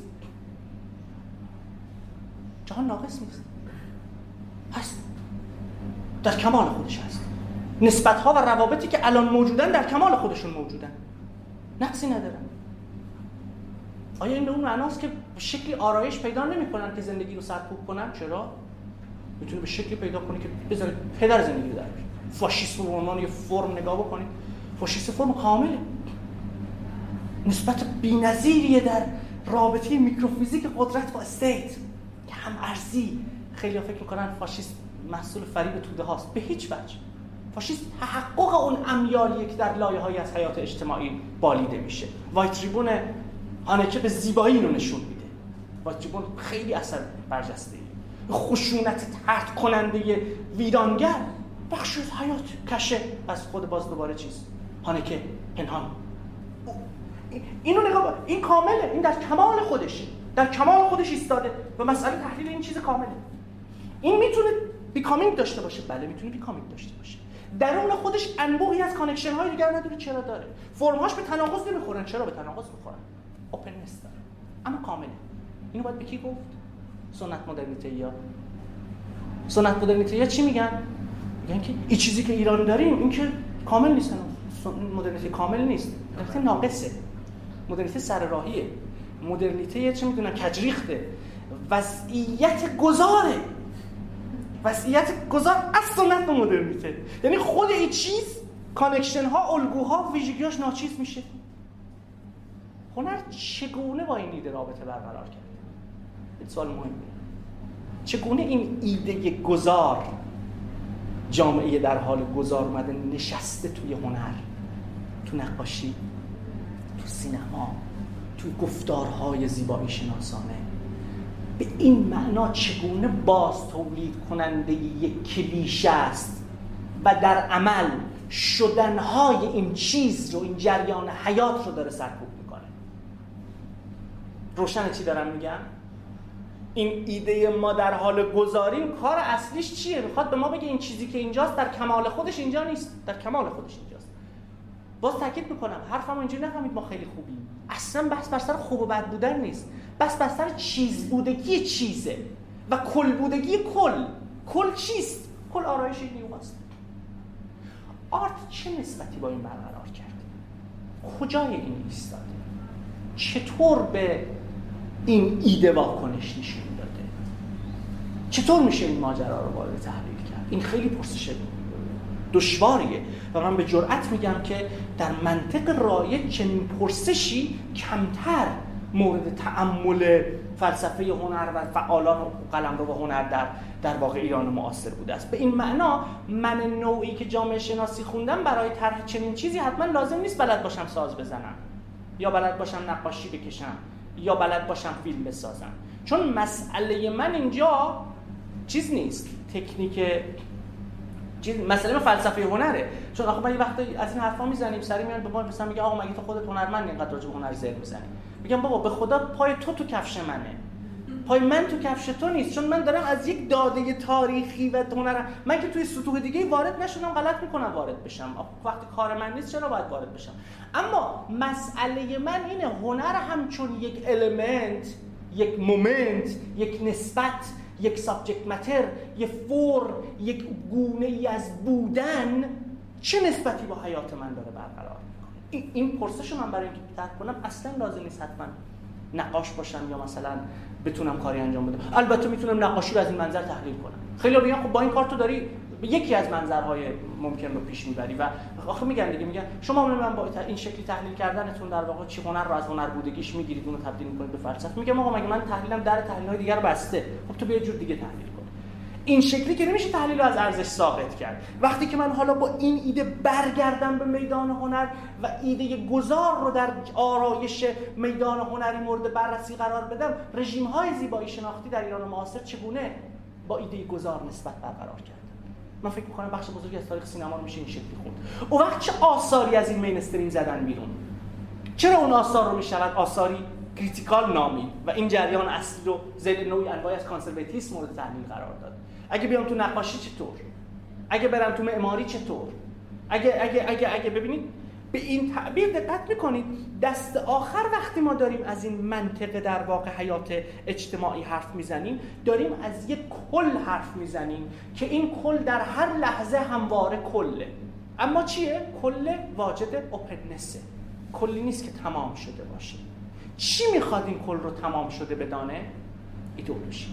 جهان ناقص نیست. هست. در کمال خودش هست. نسبت‌ها و روابطی که الان موجودن در کمال خودشون موجودن. نقصی ندارن. آیا این به اون معناست که به شکلی آرایش پیدا نمی‌کنن که زندگی رو سرکوب کنن؟ چرا؟ میتونه به شکلی پیدا کنه که بذاره پدر زندگی رو در بیاره. فاشیسم به عنوان یه فرم نگاه بکنید. فاشیسم فرم کامله. نسبت بی‌نظیریه در رابطه میکروفیزیک قدرت با استیت که هم ارزی. خیلی‌ها فکر می‌کنن فاشیسم محصول فریب توده هاست. به هیچ وجه. فاشیسم تحقق اون امیالیه که در لایه‌هایی از حیات اجتماعی بالیده میشه. وایت تریبون هانکه به زیبایی رو نشون میده. وایت تریبون خیلی اثر برجسته. خشونت طرد کننده ویرانگر بخشی از حیات کشه از خود باز دوباره چیز هانکه پنهان. اینو نگاه، این کامله، این در کمال خودشه، در کمال خودش ایستاده و مسئله تحلیل این چیز کامله. این میتونه بیکامینگ داشته باشه، بله میتونه بیکامینگ داشته باشه. درون خودش انبوهی از کانکشن های دیگر نداره. چرا داره؟ فرم‌هاش به تناقض نمیخورن. چرا به تناقض میخورن؟ اوپننس داره، اما کامله. اینو باید به کی گفت؟ سنت مدرنیته یا چی میگن؟ میگن که این چیزی که ایران داریم این که کامل نیست. مدرنیته کامل نیست، مدرنیته ناقصه، مدرنیته سر راهیه، مدرنیته چه میدونن کجریخته، وضعیت گذار از سنت به مدرنیته. یعنی خود این چیز، کانکشن ها، الگوها، ویژگیاش ناچیز میشه. هنر چگونه با این ایده رابطه برقرار کرده؟ این سوال مهمه. چگونه این ایده گذار، جامعه در حال گذار اومده نشسته توی هنر، تو نقاشی، تو سینما، تو گفتارهای زیبایی شناسانه، به این معنا چگونه باز تولید کننده یک کلیشه است و در عمل شدنهای این چیز رو، این جریان حیات رو داره سرکوب میکنه. روشنه چی دارم میگم؟ این ایده ما در حال گذاریم کار اصلیش چیه؟ میخواد به ما بگه این چیزی که اینجاست در کمال خودش اینجا نیست، در کمال خودش اینجاست. باز تاکید میکنم حرفمو اینجوری نفهمید ما خیلی خوبیم. اصلا بحث بر سر خوب و بد بودن نیست، بحث بر سر چیز بودگی چیزه و کل بودگی کل چیست؟ کل آرایش نیوماست. آرت چه نسبتی با این برقرار کرده؟ کجای این ایستاده؟ چطور به این ایده واکنش نشون داده؟ چطور میشه این ماجرا رو وارد تحلیل کرد؟ این خیلی پرسش دشواریه و من به جرئت میگم که در منطق رایج چنین پرسشی کمتر مورد تأمل فلسفه هنر و فعالان و قلمرو و هنر در واقع ایران معاصر بوده است. به این معنا من نوعی که جامعه شناسی خوندم برای طرح چنین چیزی حتما لازم نیست بلد باشم ساز بزنم یا بلد باشم نقاشی بکشم یا بلد باشم فیلم بسازم، چون مسئله من اینجا چیز نیست، تکنیک مسئله فلسفه هنره. چون آخه ما یه وقتی از این حرفا میزنیم سری میان به ما مثلا میگه آقا مگه تو خودت هنرمندی اینقدر راجع به هنر زر میزنی؟ میگم بابا به خدا پای تو کفش منه، پای من تو کفش تو نیست، چون من دارم از یک داده تاریخی و هنر، من که توی سطوح دیگه وارد نشدم غلط میکنم وارد بشم، وقتی کار من نیست چرا باید وارد بشم؟ اما مسئله من اینه هنر همچون یک المنت، یک مومنت، یک نسبت، یک سابجکت ماتر، یک فور، یک گونه ای از بودن چه نسبتی با حیات من داره برقرار میکنه؟ این پرسش رو من برای اینکه درک کنم اصلا لازم نیست حتما نقاش باشم یا مثلا بتونم کاری انجام بدم. البته میتونم نقاشی رو از این منظر تحلیل کنم. خیلی میگن خب با این کار تو داری یکی از منظرهای ممکن رو پیش میبری و آخه میگن شما من با این شکلی تحلیل کردنتون در واقع چی هنر رو از هنر بودگیش میگیرید اون رو تبدیل میکنید به فلسفه. میگم آقا مگه من تحلیلم در تحلیل‌های دیگر بسته، خب تو بیا جور دیگه تحلیل کن. این شکلی که نمیشه تحلیل رو از ارزش ثابت کرد. وقتی که من حالا با این ایده برگردم به میدان هنر و ایده گذار رو در آرایش میدان هنری مورد بررسی قرار بدم، رژیم‌های زیبایی شناختی در ایران معاصر چگونه با ایده گذار نسبت برقرار کردن؟ من فکر می‌کنم بخش بزرگی از تاریخ سینما رو میشه این شکلی خوند. اون وقت چه آثاری از این مینستریم زدن بیرون؟ چرا اون آثار رو میشود آثاری کریتیکال نامید و این جریان اصلی رو زیر نوعی انواعی از کانسرواتیسم مورد تحلیل قرار داد؟ اگه بیام تو نقاشی چطور؟ اگه برم تو معماری چطور؟ اگه ببینید به این تعبیر دقت میکنید، دست آخر وقتی ما داریم از این منطقه در واقع حیات اجتماعی حرف میزنیم، داریم از یک کل حرف میزنیم که این کل در هر لحظه همواره کله. اما چیه؟ کل واجد اوپننسه، کلی نیست که تمام شده باشه. چی میخواد این کل رو تمام شده بدانه؟ ایدئولوژی.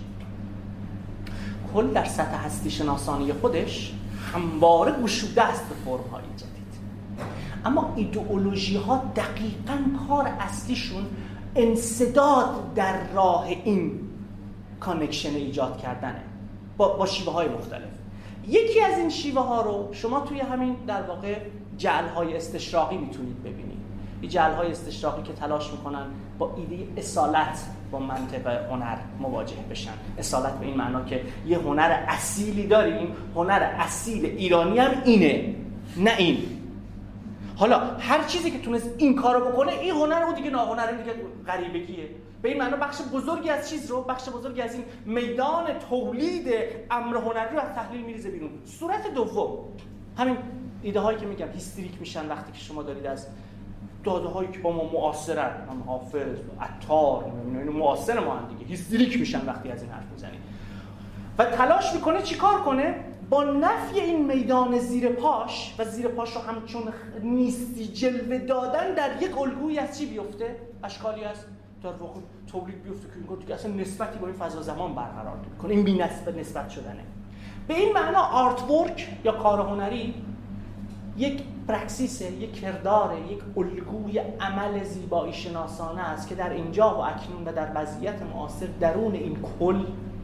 کل در سطح هستی شناسانی خودش همواره گشوده است به فرم‌های جدید. اما ایدئولوژی ها دقیقاً کار اصلیشون انسداد در راه این کانکشن ایجاد کردنه با شیوه های مختلف. یکی از این شیوه ها رو شما توی همین در واقع جعل های استشراقی میتونید ببینید. این جعل های استشراقی که تلاش میکنن با ایده اصالت با منطق هنر مواجه بشن. اصالت به این معنا که یه هنر اصیلی داریم، هنر اصیل ایرانی هم اینه، نه این. حالا هر چیزی که تونست این کارو بکنه این هنر رو دیگه ناهنره، دیگه غریبگیه. به این معنا بخش بزرگی از چیز رو، بخش بزرگی از این میدان تولید امر هنری رو از تحلیل میریزه بیرون. صورت دوم همین ایده هایی که میگم هیستریک میشن وقتی که شما دارید از داده هایی که با ما معاصرن، هم حافظ، عطار، اینا معاصر ما هم دیگه، هیستریک میشن وقتی از این حرف میزنید و تلاش میکنه چیکار کنه؟ با نفی این میدان زیر پاش و زیر پاش رو همچون نیستی جلوه دادن در یک الگویی از چی بیفته؟ اشکالی از در واقع تولید بیفته که اینگاه دیگه اصلا نسبتی با این فضا زمان برقرار کنه. این بی نسبت شدنه. به این معنا آرت ورک یا کار هنری یک پرکسیسه، یک کرداره، یک الگوی عمل زیبایی شناسانه است که در اینجا و اکنون و در وضعیت معاصر درون این کل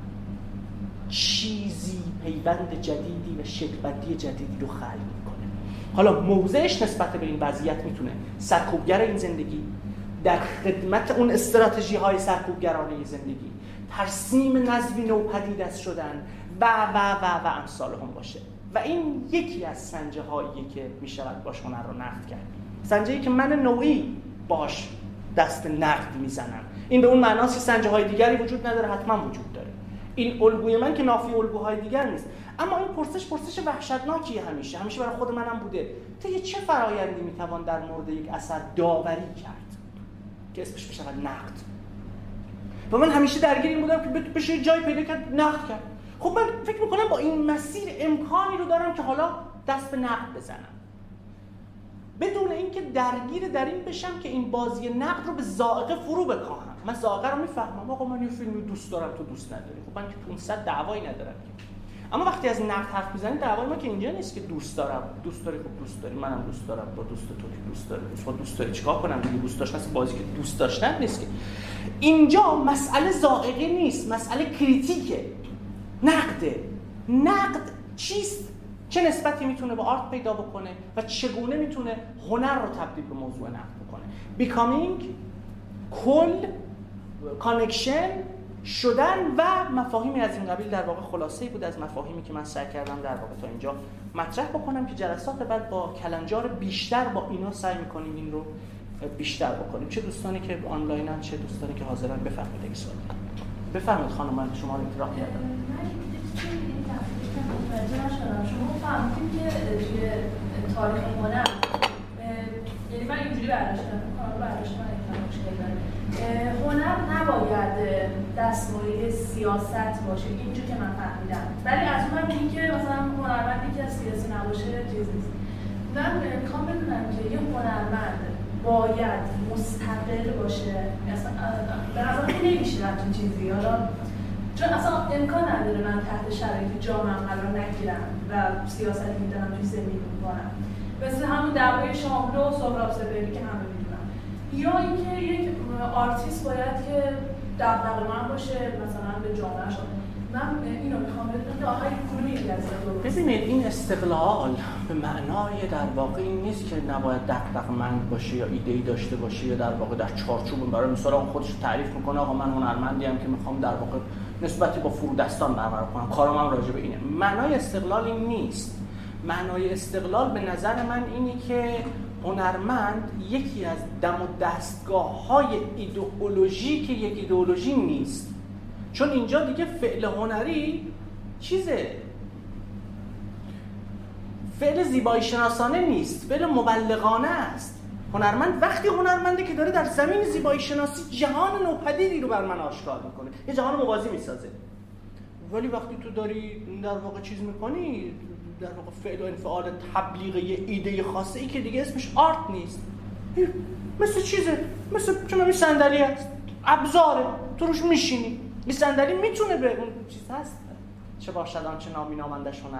چیزی پیوند جدیدی و شکل‌بندی جدیدی رو خلق میکنه. حالا موضعش نسبت به این وضعیت میتونه سرکوبگر این زندگی، در خدمت اون استراتژی های سرکوبگرانه زندگی، ترسیم نظمی نوپدید شدن و امثال هم باشه. و این یکی از سنجه هاییه که میشود باش هنر رو نقد کرد. سنجه‌ای که من نوعی باش دست به نقد میزنم. این به اون معناست که سنجه های دیگری وجود نداره، حتما وجود داره. این الگوی من که نافی الگوهای دیگر نیست. اما این پرسش وحشتناکیه، همیشه برای خود منم بوده. طی چه فرایندی میتوان در مورد یک اثر داوری کرد که اسمش بشه نقد؟ و من همیشه درگیر این بودم که بشه جای پیدا کرد نقد کرد. خب من فکر میکنم با این مسیر امکانی رو دارم که حالا دست به نقد بزنم بدون اینکه درگیر در این بشم که این بازی نقد رو به ذائقه فرو بکاهم. من ذائقه رو میفهمم، آقا من یه فیلمی دوست دارم تو دوست نداری. خب من که 500 دعوایی ندارم که. اما وقتی از نقد حرف میزنید دعوای ما که اینجا نیست که دوست دارم، دوست داری، خب دوست داری، منم دوست دارم، با دوست تو که دوست داری، دوست داری چیکار کنم دیگه؟ دوست داشتن بازی که دوست داشتن نیست که. اینجا مسئله ذائقه نیست، مسئله کریتیکه. نقد چیست؟ چه نسبتی میتونه با آرت پیدا بکنه و چگونه میتونه هنر رو تبدیل به موضوع نقد بکنه؟ Becoming, کل، کانکشن، شدن و مفاهیمی از این قبیل. در واقع خلاصه‌ای بود از مفاهیمی که من سعی کردم در واقع تا اینجا مطرح بکنم که جلسات بعد با کلنجار بیشتر با اینا سعی می‌کنیم این رو بیشتر بکنیم. چه دوستانی که آنلاینن چه دوستانی که حاضرن بفرمایید اگه سوالی بفرمایید. خانم من شما رو انتراح کردم. شما فهمیدید که توی تاریخ هنر، یعنی من اینجوری برداشتم کارو برداشتم مشکل داره، هنر نباید دستمایه سیاست باشه اینجوری که من فهمیدم، ولی از اون هم میگه که مثلا هنرمندی که از سیاسی نباشه چیز نیست. من میخوام بدونم که یه هنرمند باید مستقل باشه، اصلا به نظر که نمیشه همچین چیزی، حالا چون اصلا امکان نداره من تحت شرایط جامعه قرار نگیرم و سیاست میدونم توی زمین میکنم، مثل همون دعوای شاملو و سهراب سپهری که همه میدونم. یا اینکه یک آرتیست باید که دغدغه‌مند باشه مثلا به جامعه شد. من اینو میخوام بدونم که آخه کدوم یکی از ببینید این استقلال به معنای در واقع این نیست که نباید دغدغه‌مند باشه یا ایده‌ای داشته باشه یا در واقع در چارچوب برای مثال اون خودش تعریف میکنه آقا من هنرمندیم که میخوام در واقع نسبتی با فرودستان برقرار کنم، کارم هم راجع به اینه. معنای استقلال این نیست. معنای استقلال به نظر من اینه که هنرمند یکی از دم و دستگاه‌های ایدئولوژیک یک ایدئولوژی نیست، چون اینجا دیگه فعل هنری چیزه، فعل زیبایی شناسانه نیست، فعل مبلغانه است. هنرمند وقتی هنرمنده که داره در زمین زیبایی شناسی جهان نوپدیدی رو بر من آشکار میکنه، یه جهان موازی میسازه. ولی وقتی تو داری در واقع چیز میکنی، در واقع فعل و انفعال تبلیغ یه ایده خاصه ای که دیگه اسمش آرت نیست، مثل چیزه، مثل چون این صندلی هست، ابزاره، تو روش میشینی. این صندلی میتونه به اون چیز هست، چه باشد آنچه نامی نامندش هنر.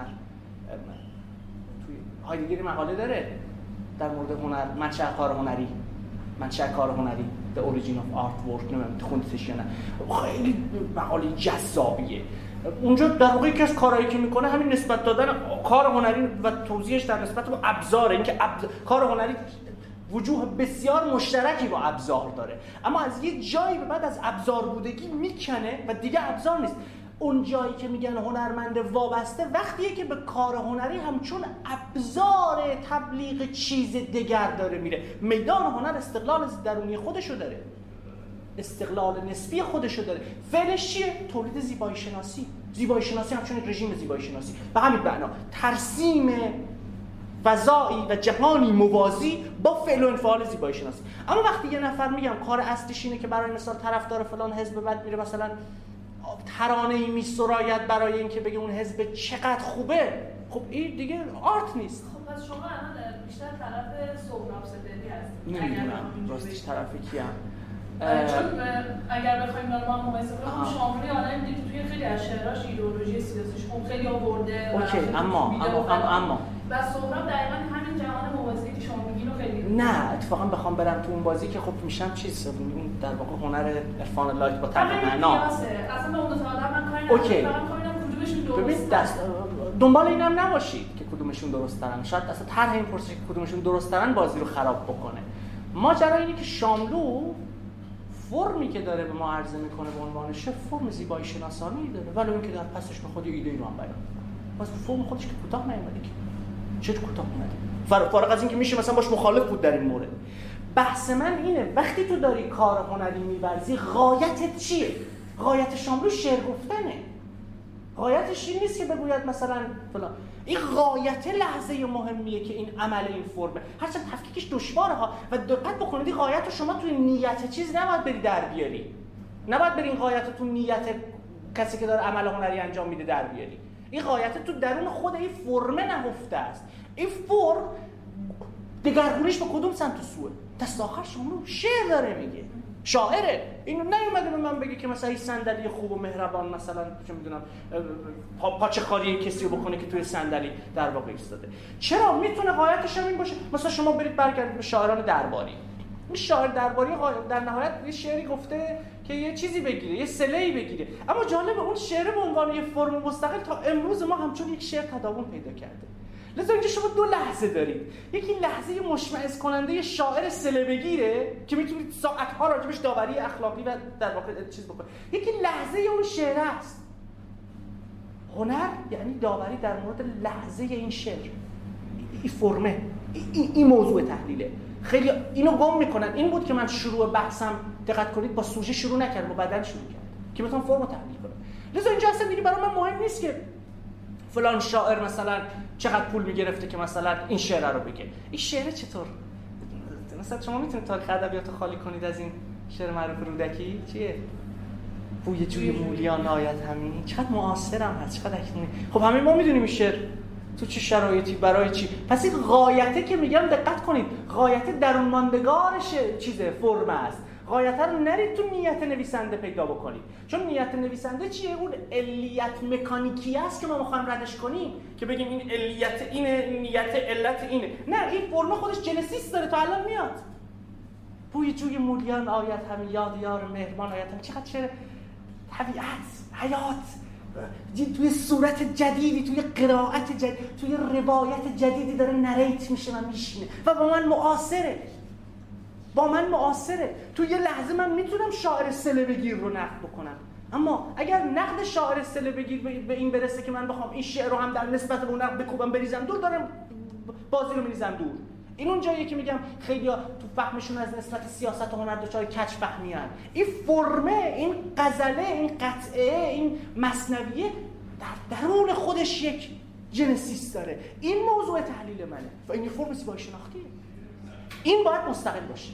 توی هایدگر مقاله داره در مورد هنر، منشأ کار هنری، The Origin of Artwork، نمیدونم خوندیدش یا نه، خیلی مقاله جذابیه. اونجا در واقع یکی از کارهایی که میکنه همین نسبت دادن کار هنری و توضیحش در نسبت با ابزاره، اینکه کار هنری وجوه بسیار مشترکی با ابزار داره، اما از یه جایی به بعد از ابزار بودگی میکنه و دیگه ابزار نیست. اون جایی که میگن هنرمند وابسته وقتیه که به کار هنری همچون ابزار تبلیغ چیز دیگر داره میره. میدان هنر استقلال درونی خودشو داره، استقلال نسبی خودشو داره. فعلش چیه؟ تولید زیبایی شناسی. زیبایی شناسی همچون رژیم زیبایی شناسی، به همین معنا ترسیم فضایی و جهانی موازی با فعل و انفعال زیبایی شناسی. اما وقتی یه نفر میگم کار اصلیش اینه که برای مثال طرفدار فلان حزب بعد میره مثلا ترانه‌ای میسراید برای اینکه بگه اون حزب چقدر خوبه، خب این دیگه آرت نیست. خب پس شما الان بیشتر طرف سهراب سپهری هستید. نمیدونم راستش طرف کیم، چون اگر بخوایم با مقایسه کنیم شاملو آدمی دیگه توی خیلی از شعراش ایدئولوژی سیاسیش خوب خیلی آورده. اوکی، اما و سهراب دقیقاً همین جهان موازی که شما میگین رو خیلی نه اتفاقا بخوام برم تو اون بازی که خب میشم چیز اون در واقع هنر عرفان لایت با طرح معنا اصلا به اون دو تا آدم من کاری ندارم، فقط می‌خوام ببینم کدومشون درسته. دنبال اینم نباشید که کدومشون درست ترن، شاید اصلا طرح این پرسش که کدومشون درست ترن بازی رو خراب بکنه. ماجرا اینه که شاملو فرمی که داره به ما عرضه میکنه به عنوان شعر فرم زیبایی شناسانی داره، ولی اون که در پسش به خود ایده رو هم بیان واسه فرم خودش که کوتاه نیومده که چطور کوتاه اومده، فارغ از این که میشه مثلا باش مخالف بود در این مورد. بحث من اینه وقتی تو داری کار هنری می‌ورزی غایتت چیه؟ غایت شاملو شعر گفتنه، غایتش این نیست که بگوید مثلا فلان. این غایت لحظه مهمیه که این عمل این فرمه، هرچند تفکیکش دشواره ها و دقت بکنید این غایت رو شما توی نیت چیز نباید بری در بیاری، نباید بری این غایت رو تو نیت کسی که داره عمل هنری انجام میده در بیاری. این غایت تو درون خود این فرمه نهفته است. این فرم دگرگونیش به کدوم سمت و سوه؟ دست آخر شما شعر داره میگه، شاعره. اینو نیومده به من بگه که مثلا این صندلی خوب و مهربان مثلا چه میدونم پاچه خاری کسی رو بکنه که توی صندلی در واقع ایستاده. چرا میتونه غایتش هم این باشه؟ مثلا شما برید برگردید به شاعران درباری. این شاعر درباری در نهایت یه شعری گفته که یه چیزی بگیره، یه صله‌ای بگیره، اما جالب اون شعر به عنوان یه فرم مستقل تا امروز ما همچون یک شعر تداوم پیدا کرده. لذا اینجا شما دو لحظه دارید. یکی لحظه مشمئز کننده شاعر سله بگیره که میتونید ساعت‌ها راجبش داوری اخلاقی و در واقع چیز بکنید. یکی لحظه اون شعر است. هنر یعنی داوری در مورد لحظه این شعر. این فرمه، این موضوع تحلیله. خیلی اینو گم میکنن. این بود که من شروع بحثم دقت کنید با سوژه شروع نکردم، با بدن شروع کردم که بتونم فرمو تحلیل کنم. لذا اینجا اصلا دیگه برای من مهم نیست که فلان شاعر مثلا چقدر پول میگرفته که مثلا این شعر رو بگه. این شعر چطور مثلا شما میتونید تاریخ ادبیات خالی کنید از این شعر معروف رودکی چیه؟ بوی جوی مولیان نهایت همین. چقدر معاصرم هست، چقدر اکنونی. خب همه ما میدونیم این شعر تو چه شرایطی برای چی. پس این غایته که میگم دقت کنید، غایته درون ماندگار چیزه، فرم است. غایته رو نرید تو نیت نویسنده پیدا بکنید، چون نیت نویسنده چیه؟ اون علیت مکانیکی است که ما میخوایم ردش کنیم که بگیم این علیت اینه، نیت علت اینه. نه، این فرم خودش جنسیس داره، تا الان میاد. بوی جوی مولیان آیت هم، یاد یار مهربان آیت هم. چقدر شعر طبیعت، حیات، توی صورت جدیدی، توی قرائت جدید، توی روایت جدیدی داره نریت میشه و میشینه و با من معاصره. تو یه لحظه من میتونم شاعر سله بگیر رو نقد بکنم، اما اگر نقد شاعر سله بگیر به این برسه که من بخوام این شعر رو هم در نسبت به اون نقد بکوبم بریزم دور، دارم بازی رو میریزم دور. این اون جاییه که میگم خیلی‌ها تو فهمشون از نسبت سیاست و هنر دچار کج فهمیان. این فرمه، این غزله، این قطعه، این مثنویه در درون خودش یک جنسیس داره. این موضوع تحلیل منه و این فرم زیبایی شناختیه. این باید مستقل باشه.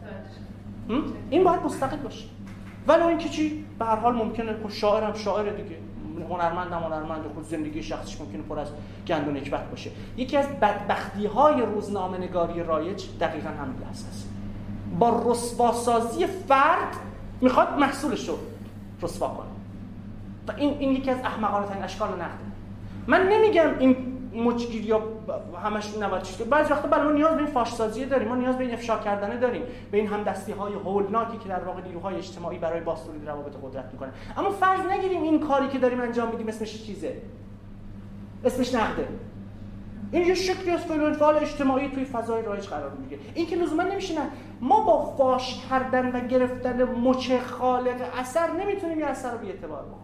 این باید مستقل باشه. ولی اینکه چی؟ به هر حال ممکنه شاعرم شاعر دیگه، هنرمند خود زندگی شخصیش ممکنه پر از گند و نکبت باشه. یکی از بدبختی‌های روزنامه‌نگاری رایج دقیقاً همین است. با رسواسازی فرد میخواد محصولش رو رسوا کنه. و این یکی از احمقانه‌ترین اشکال نقده. من نمیگم این مچگیری‌ها همش نباید چیز کنه. بعضی وقتا ما نیاز به این فاش سازی داریم، ما نیاز به این افشا کردنه داریم، به این همدستی‌های هولناکی که در واقع نیروهای اجتماعی برای بازتولید روابط قدرت می‌کنن. اما فرض نگیریم این کاری که داریم انجام میدیم اسمش چیزه، اسمش نقده. این یه شکلی از فعال اجتماعی توی فضای رایج قرار میگیره. این که لزوما نمیشه نه ما با فاش کردن و گرفتن مچ خالق اثر نمیتونیم یه اثر رو بی‌اعتبار بکنیم.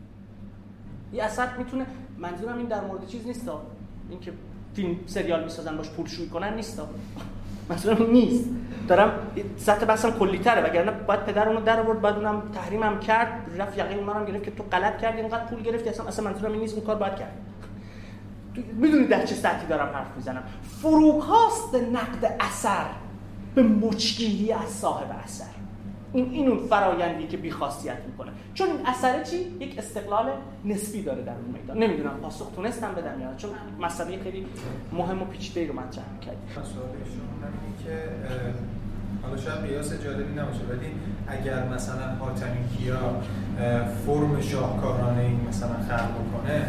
یه اثر میتونه، منظورم این در مورد چیز نیست، این که فیلم سریال میسازن باش پولشویی کنن نیست، منظورم این نیست. دارم سطح بحثم کلی‌تره، وگرنه باید پدر اونو در آورد، بعد اونم تحریمم کرد، رفت یقه اونم گرفت که تو غلط کردی اینقدر پول گرفتی. اصلا منظورم این نیست، اون کار باید کرد. میدونید در چه سطحی دارم حرف میزنم. فروکاست نقد اثر به مچگیری از صاحب اثر، این اون فرایندی که بی‌خاصیت میکنه، چون این اثر چی؟ یک استقلال نسبی داره در اون میدان. نمیدونم پاسخ تونستم بدم یا چون مسئله خیلی مهم و پیچیده‌ای رو مطرح می‌کردید. سوال ایشون اینه که حالا شاید قیاس جالبی نباشه، ولی اگر مثلا حاتمی کیا فرم شاهکارانه این مثلا خلق بکنه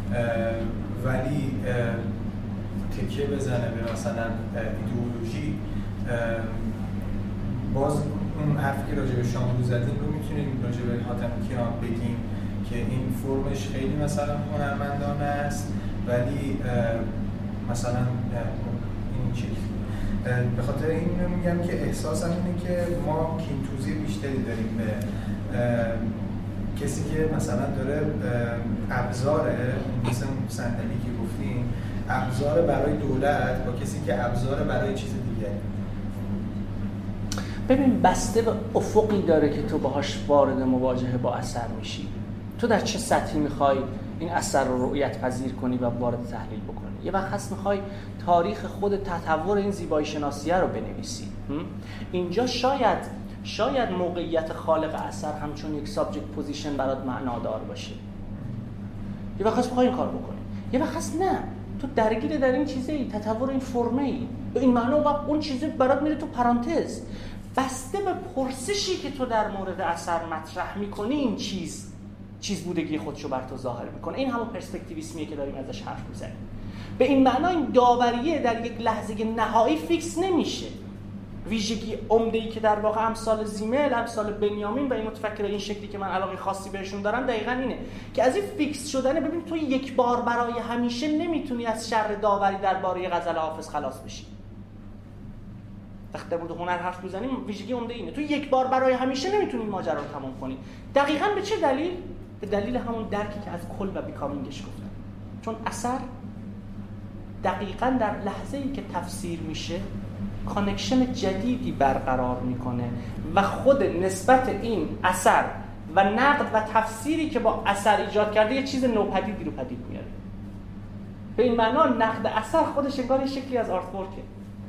ولی تکیه بزنه به مثلا ایدئولوژی، باز اون حرفی که راجع به شاملو زدیم رو میتونیم راجع به حاتمی کیا بگیم که این فرمش خیلی مثلا هنرمندانه است، ولی مثلا این چیز به خاطر این میگم که احساسم اینه که ما کینتوزی بیشتری داریم به کسی که مثلا داره ابزاره، مثل صندلی که گفتیم، ابزار برای دولت با کسی که ابزار برای چیز دیگه. ببین بسته به افقی داره که تو باهاش وارد مواجهه با اثر میشی. تو در چه سطحی میخوای این اثر رو رؤیت پذیر کنی و وارد تحلیل بکنی. یه وقت هست میخوای تاریخ خود تطور این زیبایی شناسیه رو بنویسی. اینجا شاید موقعیت خالق اثر همچون یک سابجکت پوزیشن برات معنادار باشه. یه وقت هست میخوای این کار بکنی. یه وقت هست نه، تو درگیر در این چیزی، تطور این فرمه‌ای، به این معنا وقت اون چیزی برات میره تو پرانتز. بسته به پرسشی که تو در مورد اثر مطرح میکنی این چیز بودگی خودشو بر تو ظاهر میکنه. این همون پرسپکتیویسمیه که داریم ازش حرف میزنیم. به این معنا این داوریه در یک لحظه نهایی فیکس نمیشه. ویژگی عمده‌ای که در واقع امثال زیمل، امثال بنیامین و این متفکر این شکلی که من علاقه خاصی بهشون دارم دقیقاً اینه که از این فیکس شدن. ببین تو یک بار برای همیشه نمیتونی از شر داوری درباره غزل حافظ خلاص بشی. وقتی در مورد هنر حرف میزنیم ویژگی عمده اینه، تو یک بار برای همیشه نمیتونی ماجرا رو تمام کنی. دقیقاً به چه دلیل؟ به دلیل همون درکی که از کل و بیکامینگش گفتم. چون اثر دقیقاً در لحظه‌ای که تفسیر میشه کانکشن جدیدی برقرار میکنه و خود نسبت این اثر و نقد و تفسیری که با اثر ایجاد کرده یه چیز نوپدیدی رو پدید میاره. به این معنا نقد اثر خودش انگار یه شکلی از آرت ورکه.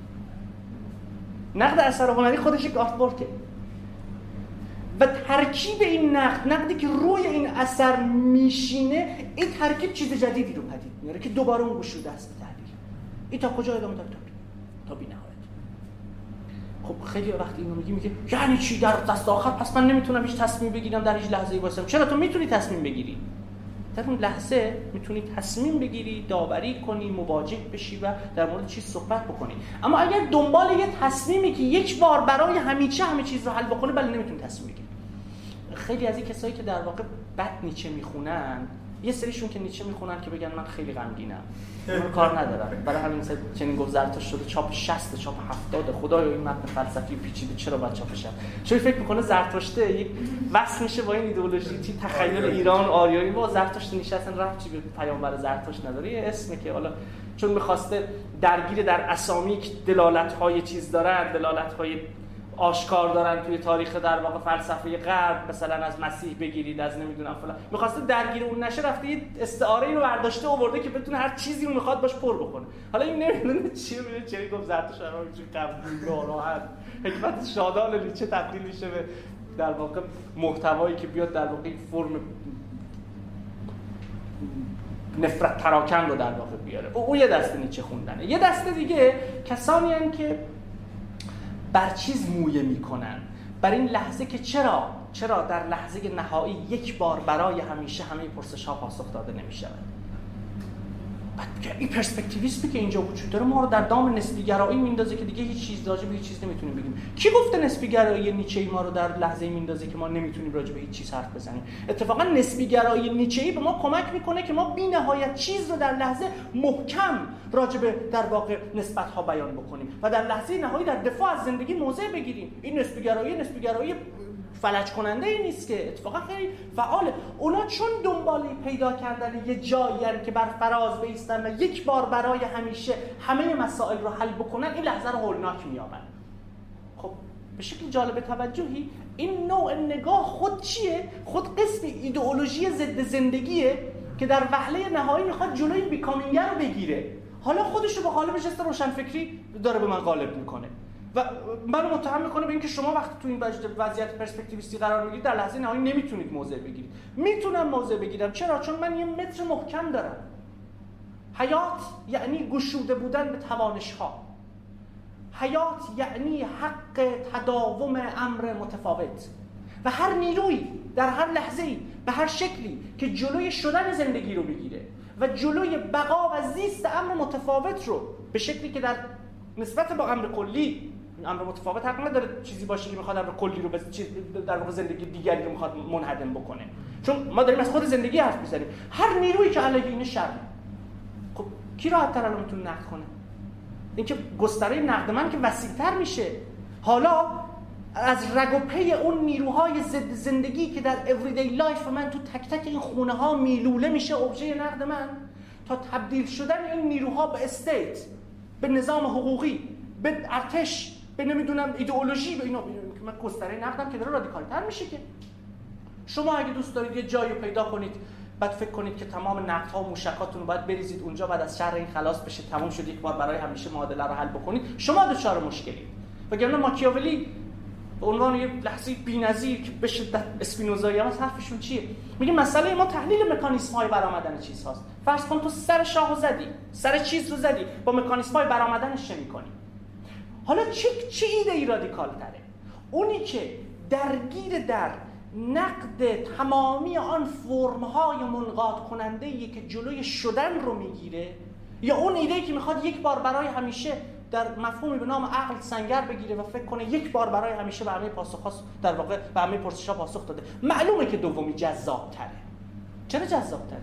نقد اثر هنری خودش یک آرت ورکه و ترکیب این نقدی که روی این اثر میشینه، این ترکیب چیز جدیدی رو پدید میاره که دوباره اون گشوده است به تحلیل. این تا کجا ادامه داره؟ تا بی‌نهایت. خب خیلی وقتی اینو میگه یعنی چی در دست آخر پس من نمیتونم هیچ تصمیم بگیرم در هیچ لحظه‌ای واسم؟ چرا تو میتونی تصمیم بگیری؟ در اون لحظه میتونی تصمیم بگیری، داوری کنی، مواجه بشی و در مورد چیز صحبت بکنی. اما اگر دنبال یه تصمیمی که یک بار برای همیشه همه چیز رو حل بکنه، بله نمیتونی تصمیم بگیری. خیلی از این کسایی که در واقع بد نیچه میخونن، یه سریشون که نیچه میخونن که بگن من خیلی غمگینم، اون کار ندارم. برای همین چنین گفت زرتشت شده چاپ 60 چاپ 70 خدایا این متن فلسفی پیچیده چرا باید چاپش شه؟ چون فکر میکنه زرتشت یک وصل میشه با این ایدئولوژی تخیل ایران آریایی. با زرتشت نشستن رفت به پیامبر زرتشت نداره، یه اسمه که حالا چون میخواسته درگیر در اسامی که دلالت‌های چیز دارن، دلالت‌های آشکار دارن توی تاریخ در واقع فلسفه غرب، مثلا از مسیح بگیرید، از نمیدونم فلان، می‌خواسته درگیر اون نشه، رفته یه استعاره رو برداشته آورده که بتونه هر چیزی رو می‌خواد باش پر بکنه. حالا این نمیدونه چی می‌بینه، چه گفت زرتشت رو اینجوری قبول راحت حکمت شادان نیچه تبدیل میشه به در واقع محتوایی که بیاد در واقع فرم نفرت پراکن رو در واقع بیاره. او یه دسته نیچه خوندنه. یه دسته دیگه کسانی هستن که بر چیز مویه میکنن، بر این لحظه که چرا در لحظه نهایی یک بار برای همیشه همه پرسش‌ها پاسخ داده نمی‌شود. بعد این پرسپکتیویسمی که اینجا وجود داره ما رو در دام نسبی گرایی میندازه که دیگه هیچ چیز راجع به هیچ چیز نمیتونیم بگیم. کی گفته نسبی گرایی نیچه‌ای ما رو در لحظه‌ای میندازه که ما نمیتونیم راجع به هیچ چیز حرف بزنیم؟ اتفاقا نسبی گرایی نیچه‌ای به ما کمک میکنه که ما بی‌نهایت چیز رو در لحظه محکم راجع به در واقع نسبت‌ها بیان بکنیم و در لحظه نهایی در دفاع از زندگی موضع بگیریم. این نسبی گرایی فلج کننده ای نیست که، اتفاقا خیلی فعاله. اونا چون دنبال پیدا کردن یه جایی که بر فراز بایستن و یک بار برای همیشه همه مسائل رو حل بکنن، این لحظه رو هولناک می‌یابن. خب به شکل جالب توجهی این نوع نگاه خود چیه؟ خود قسم ایدئولوژی ضد زندگیه که در وهله نهایی میخواد جلوی بیکامینگ رو بگیره. حالا خودش رو با قالبش است روشنفکری داره به من غالب میکنه و منو متهم میکنه به اینکه شما وقتی تو این وضعیت پرسپکتیویستی قرار میگیرید در لحظه نهایی نمیتونید موضع بگیرید. میتونم موضع بگیرم. چرا؟ چون من یه متر محکم دارم. حیات یعنی گشوده بودن به توانش‌ها. حیات یعنی حق تداوم امر متفاوت و هر نیرویی در هر لحظه‌ای به هر شکلی که جلوی شدن زندگی رو بگیره و جلوی بقا و زیست امر متفاوت رو به شکلی که در نسبت با امر کلی، امر متفاوت حق نداره چیزی باشه که میخواد امر کلی رو در واقع زندگی دیگری رو میخواد منهدم بکنه، چون ما داریم از خود زندگی حرف میزنیم. هر نیرویی که علیه این شر، خب کی راحت‌تر الان میتونه نقد کنه؟ اینکه گستره نقد من که وسیع‌تر میشه. حالا از رگ و پی اون نیروهای ضد زندگی که در everyday life من تو تک تک این خونه ها میلوله میشه ابژه نقد من، تا تبدیل شدن این نیروها به استیت، به نظام حقوقی، به ارتش، به نمیدونم ایدئولوژی، به اینا که من گستره نقدم که داره رادیکال‌تر میشه. که شما اگه دوست دارید یه جایی رو پیدا کنید بعد فکر کنید که تمام نقدها و موشکاتون رو باید بریزید اونجا، بعد از شر این خلاص بشه، تموم شد، یک بار برای همیشه معادله رو حل بکنید، شما دچار مشکلی. وگرنه ماکیاولی به عنوان یه لحظه بی‌نظیر که به شدت اسپینوزایی هم حرفشون چیه؟ میگه مسئله ما تحلیل مکانیزم‌های برآمدن چیزهاست. فرض کن تو سر شاهو زدی، سر چیز رو زدی، با مکانیزم‌های برآمدنش چه می‌کنی؟ حالا چه ایده رادیکال تره؟ اونی که درگیر در نقد تمامی آن فرم‌های منقاد کننده‌ای که جلوی شدن رو میگیره، یا اون ایده‌ای که میخواد یک بار برای همیشه در مفهومی به نام عقل سنگر بگیره و فکر کنه یک بار برای همیشه به همه پاسخ‌ها در واقع به همه پرسش‌ها پاسخ داده. معلومه که دومی جذاب‌تره. چرا جذاب‌تره؟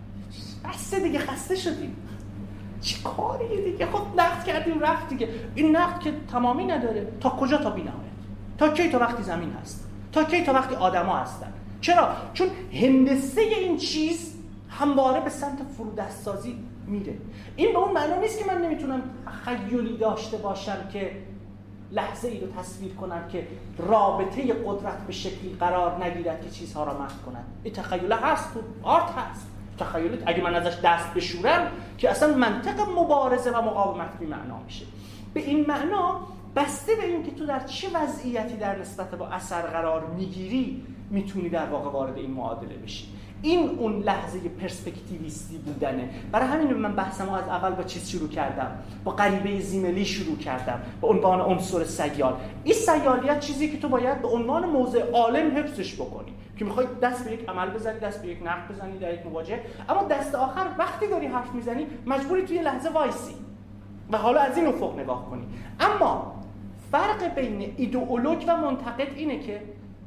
بس دیگه خسته شدیم. چی کاریه دیگه؟ خب نقد کردیم رفت دیگه. این نقد که تمامی نداره. تا کجا؟ تا بی‌نهایت. تا کی؟ تا وقتی زمین هست. تا کی؟ تا وقتی آدم‌ها هستن. چرا؟ چون هندسه این چیز همواره به سمت فرودست‌سازی میره. این به اون معنی نیست که من نمیتونم تخیلی داشته باشم که لحظه ای رو تصویر کنم که رابطه قدرت به شکلی قرار نگیرد که چیزها را محو کند. این تخیل هست، تو آرت هست. تخیلات اگه من ازش دست بشورم که اصلا منطق مبارزه و مقاومت بی معنا میشه. به این معنا بسته به این که تو در چه وضعیتی در نسبت با اثر قرار میگیری میتونی در واقع وارد این معادله بشی. این اون لحظه پرسپکتیویستی بودنه. برای همین من بحثمو از اول با چیز شروع کردم، با غریبه زیملی شروع کردم، به عنوان عنصر سیال. این سیالیت چیزی که تو باید به عنوان موضع عالم حفظش بکنی، که میخوای دست به یک عمل بزنی، دست به یک نقد بزنی در یک مواجهه، اما دست آخر وقتی داری حرف میزنی مجبوری توی لحظه وایسی و حالا از این افق نگاه کنی. اما فرق بین ایدئولوگ و منتقد اینه که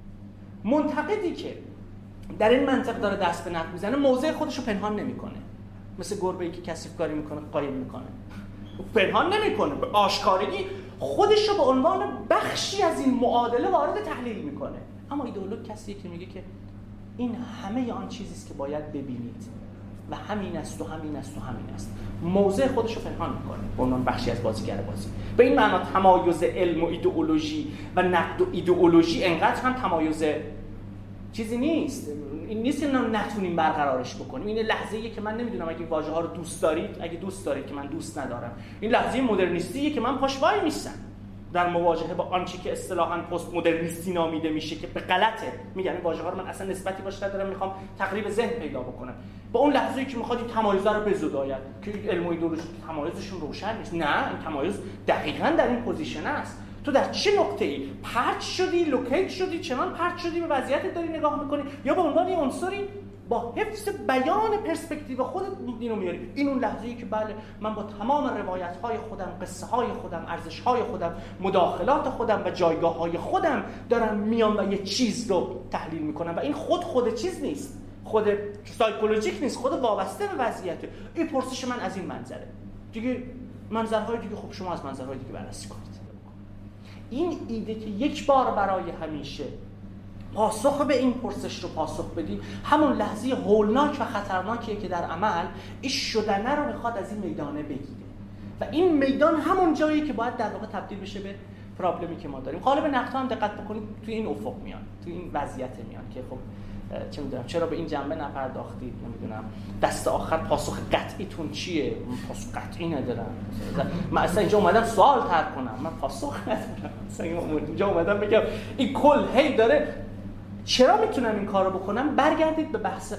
منتقدی که در این منطق داره دست به نقد میزنه موضع خودش رو پنهان نمیکنه، مثل گربه‌ای که کثیف کاری میکنه قایم میکنه، پنهان نمیکنه، به آشکارگی خودش رو به عنوان بخشی از این معادله وارد تحلیل میکنه. اما ایدئولوگ کسیه که میگه که این همه آن چیزی است که باید ببینید و همین است و همین است و همین است. موضع خودش رو پنهان میکنه به عنوان بخشی از بازیگر بازی. به این معنا تمایز علم و ایدئولوژی و نقد و ایدئولوژی انقدر هم تمایز چیزی نیست. این نیست که نتونیم برقرارش بکنیم. این لحظه‌ایه که من نمیدونم اگه واژه ها رو دوست دارید، اگه دوست دارید که من دوست ندارم. این لحظه مدرنیستیه که من پاش وای میستم در مواجهه با آنچه که اصطلاحاً پست مدرنیستی نامیده میشه که به غلطه. میگم این واژه ها رو من اصلا نسبتی باش ندارم، میخوام تقریب ذهن پیدا بکنم. با اون لحظه‌ای که میخواد این تمایز رو بزداید که علم و ایدئولوژی تمایزشون روشن نیست. نه، این تمایز دقیقاً در این پوزیشن است. تو در چه نقطه‌ای پرت شدی، لوکیت شدی، چنان پرت شدی به وضعیت داری نگاه میکنی، یا به عنوان یه عنصری با حفظ بیان پرسپکتیو خودت اینو میاری. این اون لحظه‌ای که بله من با تمام روایت‌های خودم، قصه‌های خودم، ارزش‌های خودم، مداخلات خودم و جایگاه‌های خودم دارم میام و یه چیز رو تحلیل میکنم و این خود چیز نیست، خود سایکولوژیک نیست، خود وابسته به وضعیته. این پرسش من از این منظره. دیگه منظرهای دیگه خب شما از منظرهای دیگه بررسی کنید. این ایده که یک بار برای همیشه پاسخ به این پرسش رو پاسخ بدیم، همون لحظه هولناک و خطرناکیه که در عمل این شدنه رو میخواد از این میدانه بگیره و این میدان همون جایی که باید در واقع تبدیل بشه به پرابلمی که ما داریم. قالب نقدها هم دقت بکنید توی این افق میان، توی این وضعیت میان که خب چه میدونم چرا به این جنبه نپرداختید، نمیدونم دست آخر پاسخ قطعیتون چیه؟ پاسخ قطعی ندارم. من اصلا اینجا اومدم سوال طرح کنم، من پاسخ ندارم. اصلا اینجا اومدم بگم این کل هی داره چرا میتونم این کارو بکنم. برگردید به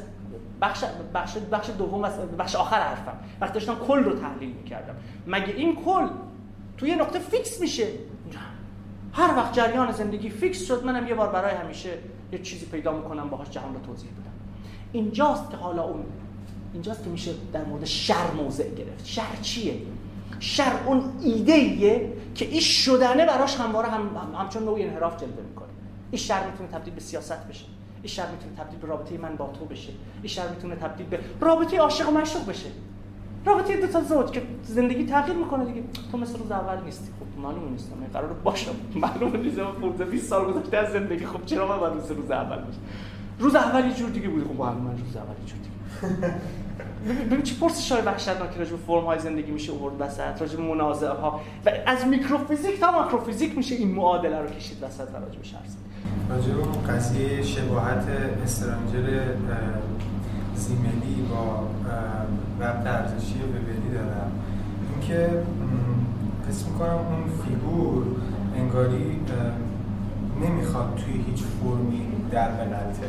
بخش دوم و بخش آخر حرفم، وقتی داشتم کل رو تحلیل میکردم. مگه این کل توی یه نقطه فیکس میشه؟ هر وقت جریان زندگی فیکس شد منم یه بار برای همیشه یه چیزی پیدا میکنم باهاش جهان رو توضیح بدم. اینجاست که حالا اینجاست که میشه در مورد شر موضع گرفت. شر چیه؟ شر اون ایده‌ایه که این شدنه براش همواره همچون نوعی انحراف جلوه میکنه. این شر میتونه تبدیل به سیاست بشه، این شر میتونه تبدیل به رابطه من با تو بشه، این شر میتونه تبدیل به رابطه عاشق و معشوق بشه، رابطه دو تا زوج که زندگی تغییر میکنه دیگه. تو مثل روز اول نیستی. خب معلومه نیستم، قراره باشم، معلومه نیستم. 20 سال گذشته از زندگی، خب چرا من باید مثل روز اول باشم؟ روز اول یه جور دیگه بود، خب معلومه روز اول یه جور دیگه. ببین چه پرسش‌های وحشتناکی راجع به فرم‌های زندگی میشه آورد وسط، راجع به منازعه‌ها و از میکروفیزیک تا ماکروفیزیک میشه این معادله رو کشید وسط و راجع بهش حرف زد. راجع به قضیه شباهت استرانجر زیملی با ربط ارزشی وبری دارم، اینکه حس می‌کنم اون فیگور انگاری نمیخواد توی هیچ فرمی در بغلته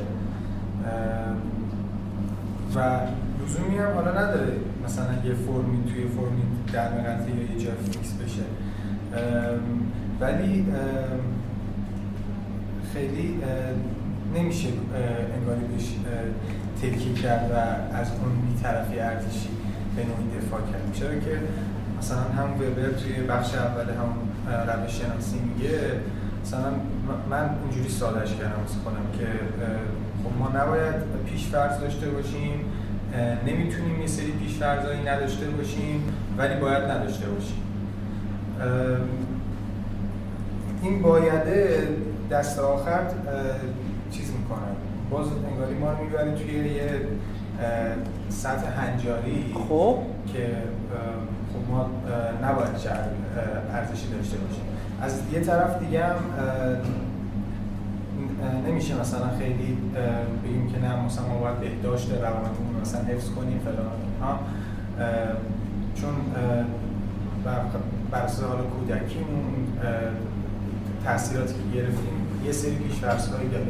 و لزومی هم حالا نداره مثلا یه فرمی توی فرمی در بغلته یا یه جای فیکس بشه، ولی خیلی نمیشه انگاری بهش تلکیه کرد و از اون بی‌طرفی ارزشی به نوعی دفاع کرد. چرا که مثلا هم وبر توی بخش اول هم روش شناسی میگه، مثلا من اونجوری سادهش کردم واسه خودم که خب ما نباید پیش‌فرض داشته باشیم، نمیتونیم یه سری پیش‌فرضایی نداشته باشیم، ولی باید نداشته باشیم. این بایده دست آخر چیز میکنه، باز انگاری ما رو میبره توی یه سطح هنجاری خب که خب ما نباید ارزشی داشته باشیم. از یه طرف دیگه هم نمیشه مثلا خیلی بگیم که نه مثلا ما باید بهداشت روانمون مثلا حفظ کنیم فلان ها، چون بر اساس حال کودکیمون تأثیراتی که گرفتیم یه سری پیش‌فرض‌هایی داره.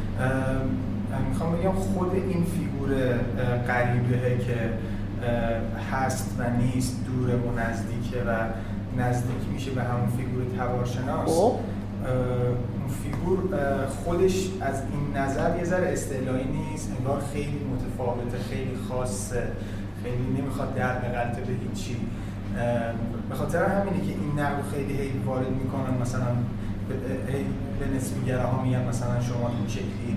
میخوام بگم خود این فیگور غریبه که هست و نیست، دوره و نزدیکه و نزدیک میشه به همون فیگور تبارشناس، اون فیگور خودش از این نظر یه ذره استعلایی نیست، انگار خیلی متفاوته، خیلی خاصه، خیلی نمیخواد در غلطه به هیچی. به خاطر همینه که این نقد خیلی وارد میکنن، مثلا به نسبی‌گراها میگن مثلا شما این شکلی.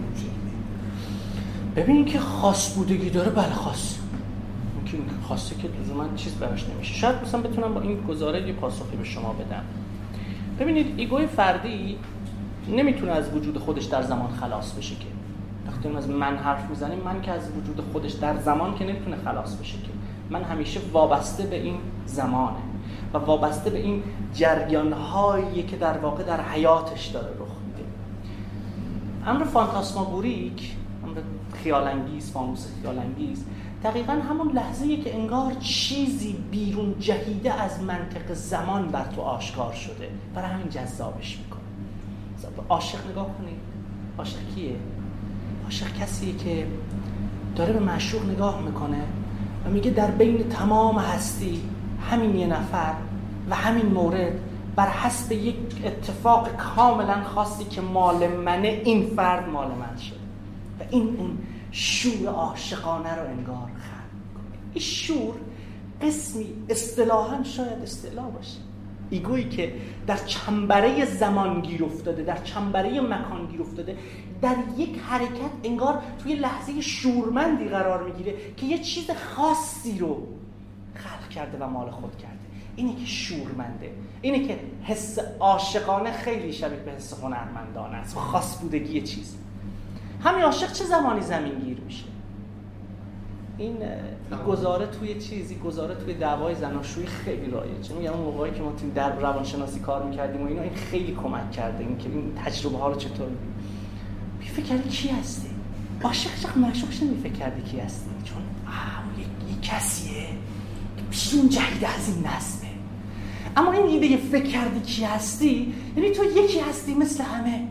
ببین که خاص بودگی داره، بله خاص، این خاصه که لزوما چیز براش نمیشه. شاید مثلا بتونم با این گزاره یه پاسخی به شما بدم. ببینید ایگوی فردی نمیتونه از وجود خودش در زمان خلاص بشه که وقتی از من حرف میزنیم، من که از وجود خودش در زمان که نمیتونه خلاص بشه که من همیشه وابسته به این زمانه و وابسته به این جریان‌هایی که در واقع در حیاتش داره رخ میده. امر فانتاسماگوریک، امر خیال‌انگیز، فانوس خیال‌انگیز، دقیقاً همون لحظه‌ایه که انگار چیزی بیرون جهیده از منطق زمان بر تو آشکار شده، برای همین جذابش میکنه. عاشق نگاه کنید، عاشق کیه؟ عاشق کسیه که داره به معشوق نگاه میکنه و میگه در بین تمام هستی همین یه نفر و همین مورد بر حسب یک اتفاق کاملا خاصی که مال منه، این فرد مال من شده و این اون شور عاشقانه رو انگار خلق میکنه. این شور قسمی اصطلاحاً شاید اصطلاح باشه، ایگویی که در چنبره زمان گیر افتاده، در چنبره مکان گیر افتاده، در یک حرکت انگار توی لحظه شورمندی قرار میگیره که یه چیز خاصی رو خلق کرده و مال خود کرده. اینه که شورمنده، اینه که حس عاشقانه خیلی شبیه به حس هنرمندانه است و خاص بودگی چیز. همین عاشق چه زمانی زمین گیر میشه؟ این گزاره توی چیزی، گزاره توی دعوای زناشویی خیلی رایجه. میگم اون موقعی که ما توی در روانشناسی کار میکردیم و اینا، این خیلی کمک کرده این که این تجربه ها رو چطور فکر کردی کی هستی؟ عاشق چقدر معشوقش نمیفکر کردی کی هستی، چون یک کسیه بیرون جهیده از این نظمه. اما این ایده فکر کردی کی هستی یعنی تو یکی هستی مثل همه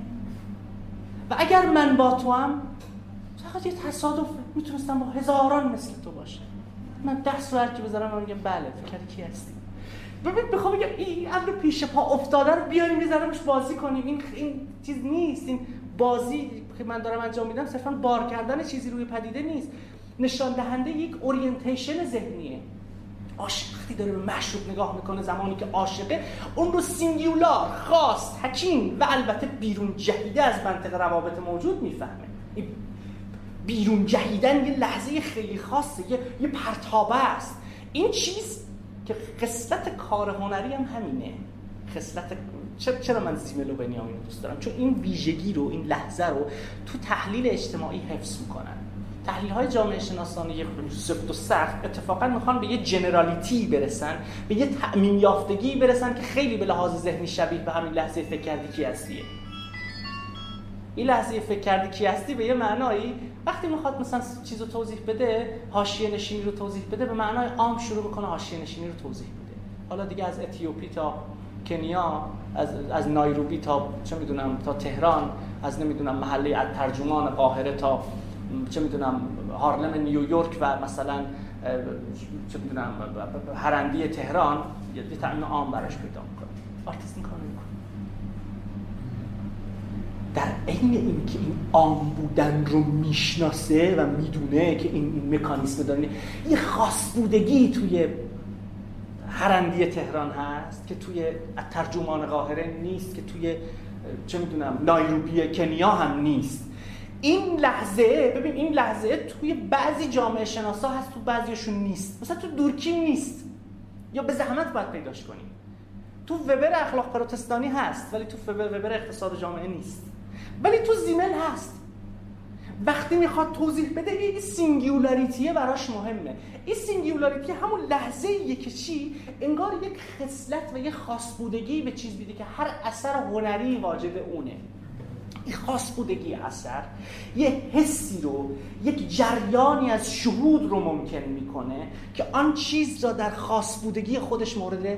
و اگر من با تو هم فقط یه تصادف میتونستم با هزاران مثل تو باشه. من 10 ساعت که بذارم من میگم بله فکر کردی کی هستی. ببین بخوام بگم این امر پیش پا افتاده رو بیاریم بذارمش بازی کنیم، این چیز نیست. این بازی که من دارم انجام میدم صرفا بار کردن چیزی روی پدیده نیست، نشان دهنده یک اورینتیشن ذهنیه. عاشق وقتی داره به معشوق نگاه میکنه، زمانی که عاشقه، اون رو سینگولار، خاص، حکیم و البته بیرون جهیده از منطق روابط موجود میفهمه. این بیرون جهیدن یه لحظه خیلی خاصه، یه پرتابه است. این چیز که خصلت کار هنری هم همینه. خصلت چرا من زیمل و بنیامین رو دوست دارم؟ چون این ویژگی رو، این لحظه رو تو تحلیل اجتماعی حفظ میکنن. تحلیل‌های جامعه شناسانه سفت و سخت اتفاقا میخوان به یه جنرالیتی برسن، به یه تعمیم یافتگی برسن که خیلی به لحاظ ذهنی شبیه به همین لحظه فکر کردی کی هستیه. این لحظه فکر کردی کی هستی به یه معنایی وقتی میخواد مثلا چیزو توضیح بده، حاشیه نشینی رو توضیح بده، به معنای عام شروع میکنه حاشیه نشینی رو توضیح بده. حالا دیگه از اتیوپی تا کنیا، از نایروبی تا چه میدونم تا تهران، از نمیدونم محله ترجمان قاهره تا چه میدونم هارلم نیویورک و مثلا چه میدونم هرندی تهران، یه تعمیم عام براش پیدا میکنه. آرتیست این کارو میکنه. در عین این که این عام بودن رو میشناسه و میدونه که این مکانیسم داره، یه خاص بودگی توی هرندی تهران هست که توی ترجمان قاهره نیست، که توی چه میدونم نایروبی کنیا هم نیست. این لحظه، ببین این لحظه توی بعضی جامعه شناسا هست، تو بعضیشون نیست. مثلا تو دورکیم نیست، یا به زحمت باید پیداش کنیم. تو وبر اخلاق پروتستانی هست ولی تو وبر اقتصاد جامعه نیست، ولی تو زیمل هست. وقتی میخواد توضیح بده این سینگیولاریتیه براش مهمه. این سینگیولاریتی همون لحظه‌ایه که چی؟ انگار یک خصلت و یک خاص بودگی به چیز بیده که هر اثر هنری واجد اونه. این خاص بودگی اثر یه حسی رو، یک جریانی از شهود رو ممکن میکنه که آن چیز را در خاص بودگی خودش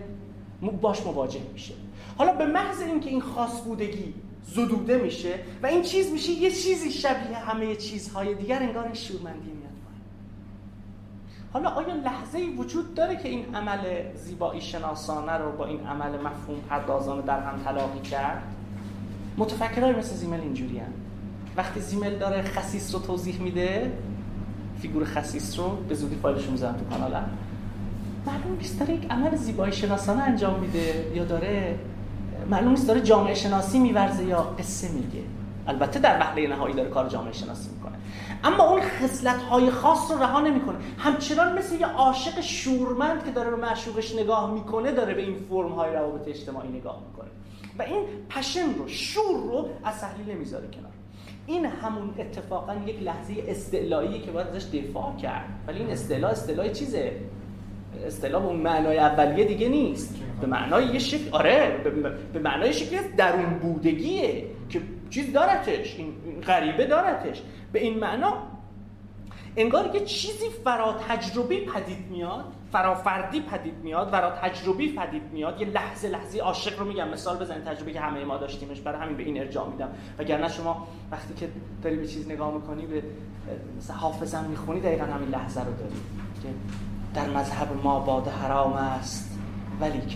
باش مواجه میشه. حالا به محض اینکه این خاص بودگی زدوده میشه و این چیز میشه یه چیزی شبیه همه چیزهای دیگر، انگار این شورمندی میاد پایین. حالا آیا لحظه‌ای وجود داره که این عمل زیبایی شناسانه رو با این عمل مفهوم پردازانه در هم تلاقی کرد؟ متفکرای مثل زیمل اینجوری هستن. وقتی زیمل داره خسیس رو توضیح میده، فیگور خسیس رو به زودی فایلش رو میذارم تو کانالم، معلوم نیست داره یک عمل زیبایی شناسانه انجام میده یا داره معلوم نیست داره جامعه شناسی میورزه یا قصه میگه. البته در وهله نهایی داره کار جامعه شناسی میکنه، اما اون خصلت‌های خاص رو رها نمیکنه. همچنان مثل یه عاشق شورمند که داره به معشوقش نگاه میکنه، داره به این فرم‌های روابط اجتماعی نگاه میکنه و این پشن رو، شور رو از تحلیل نمیذاره کنار. این همون اتفاقا یک لحظه استعلاییه که باید ازش دفاع کرد، ولی این استعلای چیزه؟ استعلا به اون معنای اولیه دیگه نیست، به معنای یه شکل، به معنای شکلی درون بودگیه که چیز دارتش، این غریبه دارتش. به این معنا انگار یه چیزی فرا تجربی پدید میاد، فرافردی پدید میاد، فرا تجربی پدید میاد. یه لحظه عاشق رو میگم مثال بزنید، تجربه که همه ما داشتیمش، برای همین به این ارجاع میدم. وگرنه شما وقتی که داری به چیز نگاه میکنی، به مثلا حافظم میخونی، دقیقاً همین لحظه رو داری که در مذهب ما باده حرام است، ولی که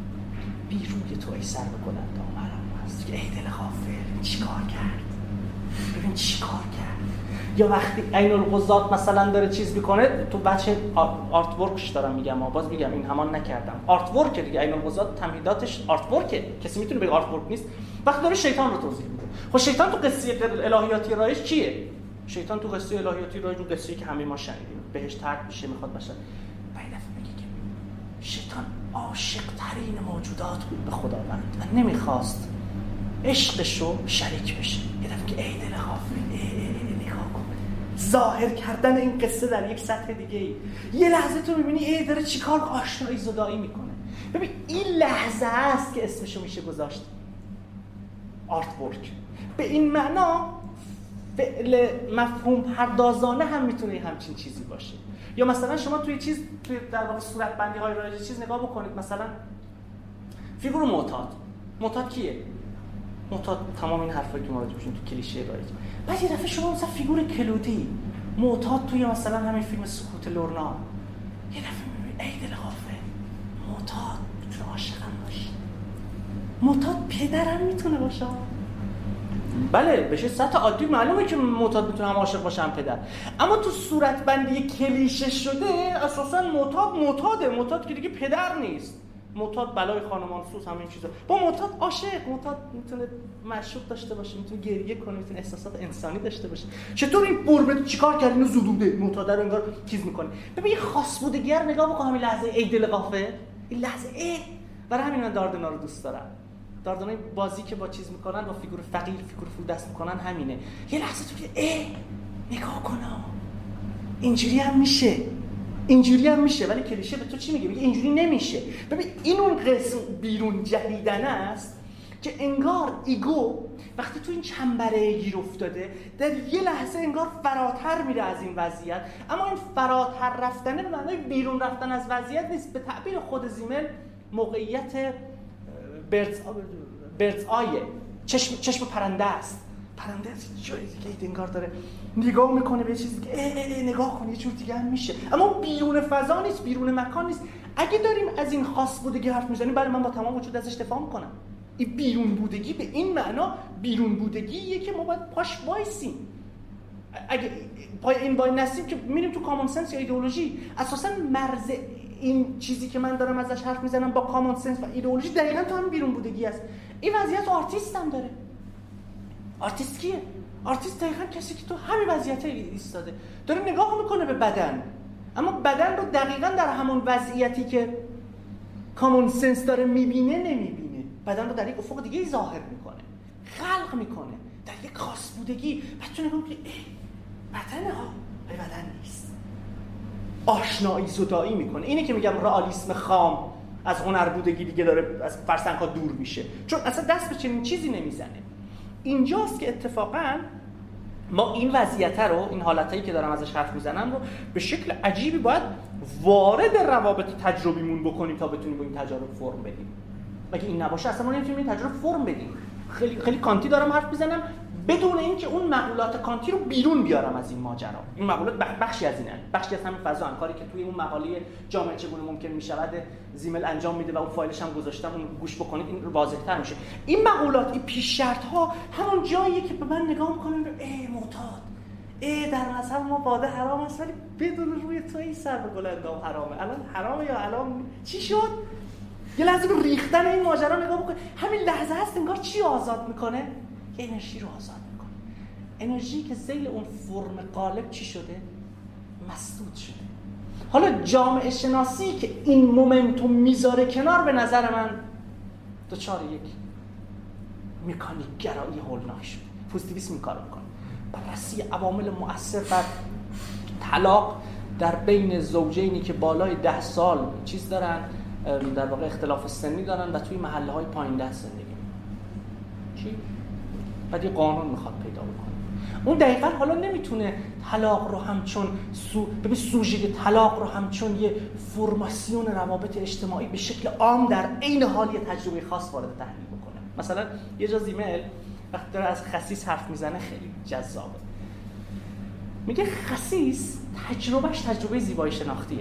بی روی تو ای سر به گلندام حرام است. که ای دل غافل چی کار کرد؟ ببین چی کار کرد. یا وقتی عین القضات مثلا داره چیز میکنه، تو بچه آرت ورکش دارم میگم، باز میگم این همان نکردم، آرت ورک دیگه. عین القضات تمهیداتش آرت ورکه، کسی میتونه بگه آرت ورک نیست. وقتی داره شیطان رو توضیح میده، خب شیطان تو قصه الهیاتی رایش چیه؟ شیطان تو قصه الهیاتی رایش، اون قصه‌ای که همه ما شنیدیم، بهش ترک میشه، میخواد باشه. بعد میگه که شیطان عاشق ترین موجودات بود به خداوند و نمیخواست عشقشو شریک بشه. یه دفعه که ای دل غافل، نگاه کن، ظاهر کردن این قصه در یک سطح دیگه ای. یه لحظه تو میبینی ای داره چیکار آشنایی زدایی میکنه. ببین این لحظه است که اسمشو میشه گذاشت آرت ورک. به این معنا فعل مفهوم پردازانه هم میتونه همچین چیزی باشه. یا مثلا شما توی در واقع صورت بندی های رایج چیز نگاه بکنید، مثلا فیگور معتاد کیه؟ معتاد تمام این حرفایی که ما راجع بهشون تو کلیشه رایج. بعد یه دفعه شما مثلا فیگور کلودی معتاد توی مثلا همین فیلم سکوت لورنا، یه دفعه میبینید ای دل غافل، معتاد میتونه عاشقم باشه، معتاد پدرم میتونه باشه. بله بشه سطح عادی معلومه که معتاد میتونه هم عاشق باشه هم پدر، اما تو صورت بندی کلیشه شده اساسا معتاد که دیگه پدر نیست. معتاد بلای خانمان سوز همین چیزا. با معتاد عاشق، معتاد میتونه معشوق داشته باشه، میتونه گریه کنه، میتونه احساسات انسانی داشته باشه. چطور این بربه چیکار کرد اینو زدوده معتاد رو انگار چیز میکنه. ببین یه خاص بودگی رو نگاه بکن، همین لحظه ای دل غافل، این لحظه برای همین من داردنا رو دوست دارم. داردنای بازی که با چیز میکنن، با فیگور فقیر، فیگور فول دست میکنن، همینه. یه لحظه تو نگاه کن، اینجوری هم میشه، ولی کلیشه به تو چی میگه؟ میگه اینجوری نمیشه. ببین این اون قسم بیرون جهیدن است که انگار ایگو وقتی تو این چنبره گیر افتاده، در یه لحظه انگار فراتر میره از این وضعیت. اما این فراتر رفتن به معنای بیرون رفتن از وضعیت نیست. به تعبیر خود زیمل موقعیت بردز آیه، چشم پرنده است. پرنده جایی دیگه انگار داره نگاه میکنه به چیزی که نگاه کن یه جور دیگه هم میشه، اما بیرون فضا نیست، بیرون مکان نیست. اگه داریم از این خاص بودگی حرف میزنیم، برای من با تمام وجود ازش دفاع میکنم. این بیرون بودگی به این معنا بیرون بودگیه که ما باید پاش وایسیم. اگه پای این وای نسیم که میریم تو کامون سنس یا ایدئولوژی. اساسا مرز این چیزی که من دارم ازش حرف میزنم با کامون سنس و ایدئولوژی دقیقاً تو همین بیرون بودگی است. این وضعیت آرتیست هم داره. آرتیست کیه؟ آرتیست دقیقاً کسی که تو همین وضعیت ایستاده، داره نگاه میکنه به بدن، اما بدن رو دقیقاً در همون وضعیتی که کامون سنس داره میبینه نمیبینه. بدن رو در یک افق دیگه ظاهر میکنه، خلق میکنه در یک خاص بودگی. بعد تو نگاه میکنی بدنه ها، ولی بدن نیست. آشنایی زدایی میکنه. اینه که میگم رئالیسم خام از هنر بودگی دیگه داره از فرسنگ‌ها دور میشه، چون اصلا دست به چنین چیزی نمیزنه. اینجاست که اتفاقاً ما این وضعیت رو، این حالتایی که دارم ازش حرف میزنم رو به شکل عجیبی باید وارد روابط تجربیمون بکنیم تا بتونیم با این تجارب فرم بدیم. اگه این نباشه اصلا ما نمیتونیم این تجربه فرم بدیم. خیلی کانتی دارم حرف میزنم بدون اینکه اون مقولات کانتی رو بیرون بیارم از این ماجرا. این مقولات بخشی از اینن، بخشی از همین فضا، کاری که توی اون مقاله جامعه چگونه ممکن میشود زیمل انجام میده و اون فایلش هم گذاشتم، اون گوش بکنید این واضح‌تر میشه. این مقولات، این پیش شرط ها همون جاییه که به من نگاه میکنن معتاد، در نظر ما باده حرام است ولی بدون روی توی سر به گل اندام حرامه. الان حرامه یا الان چی شد؟ یه لحظه به ریختن این ماجرا نگاه بکن. همین لحظه هست انگار چی آزاد میکنه؟ یه انرژی رو آزاد میکنه. انرژی که ذیل اون فرم قالب چی شده؟ مسدود شده. حالا جامعه شناسی که این مومنتوم میذاره کنار، به نظر من دوچار یک مکانیک گرایی هولناک شده. پوزیتیویسم این کارو میکنه. بررسی عوامل مؤثر بر طلاق در بین زوجینی که بالای 10 سال چیز دارن، در واقع اختلاف سنی دارن و توی محله‌های پایین ده زندگی چی؟ بعد یه قانون میخواد پیدا بکنه. اون دقیقاً حالا نمیتونه طلاق رو همچون ببین سوژه طلاق رو همچون یه فرماسیون روابط اجتماعی به شکل عام در عین حال یه تجربه خاص وارد تحلیل بکنه. مثلا یه جا زیمل وقتی داره از خسیس حرف میزنه خیلی جذابه. میگه خسیس تجربهش تجربه زیبایی شناختیه.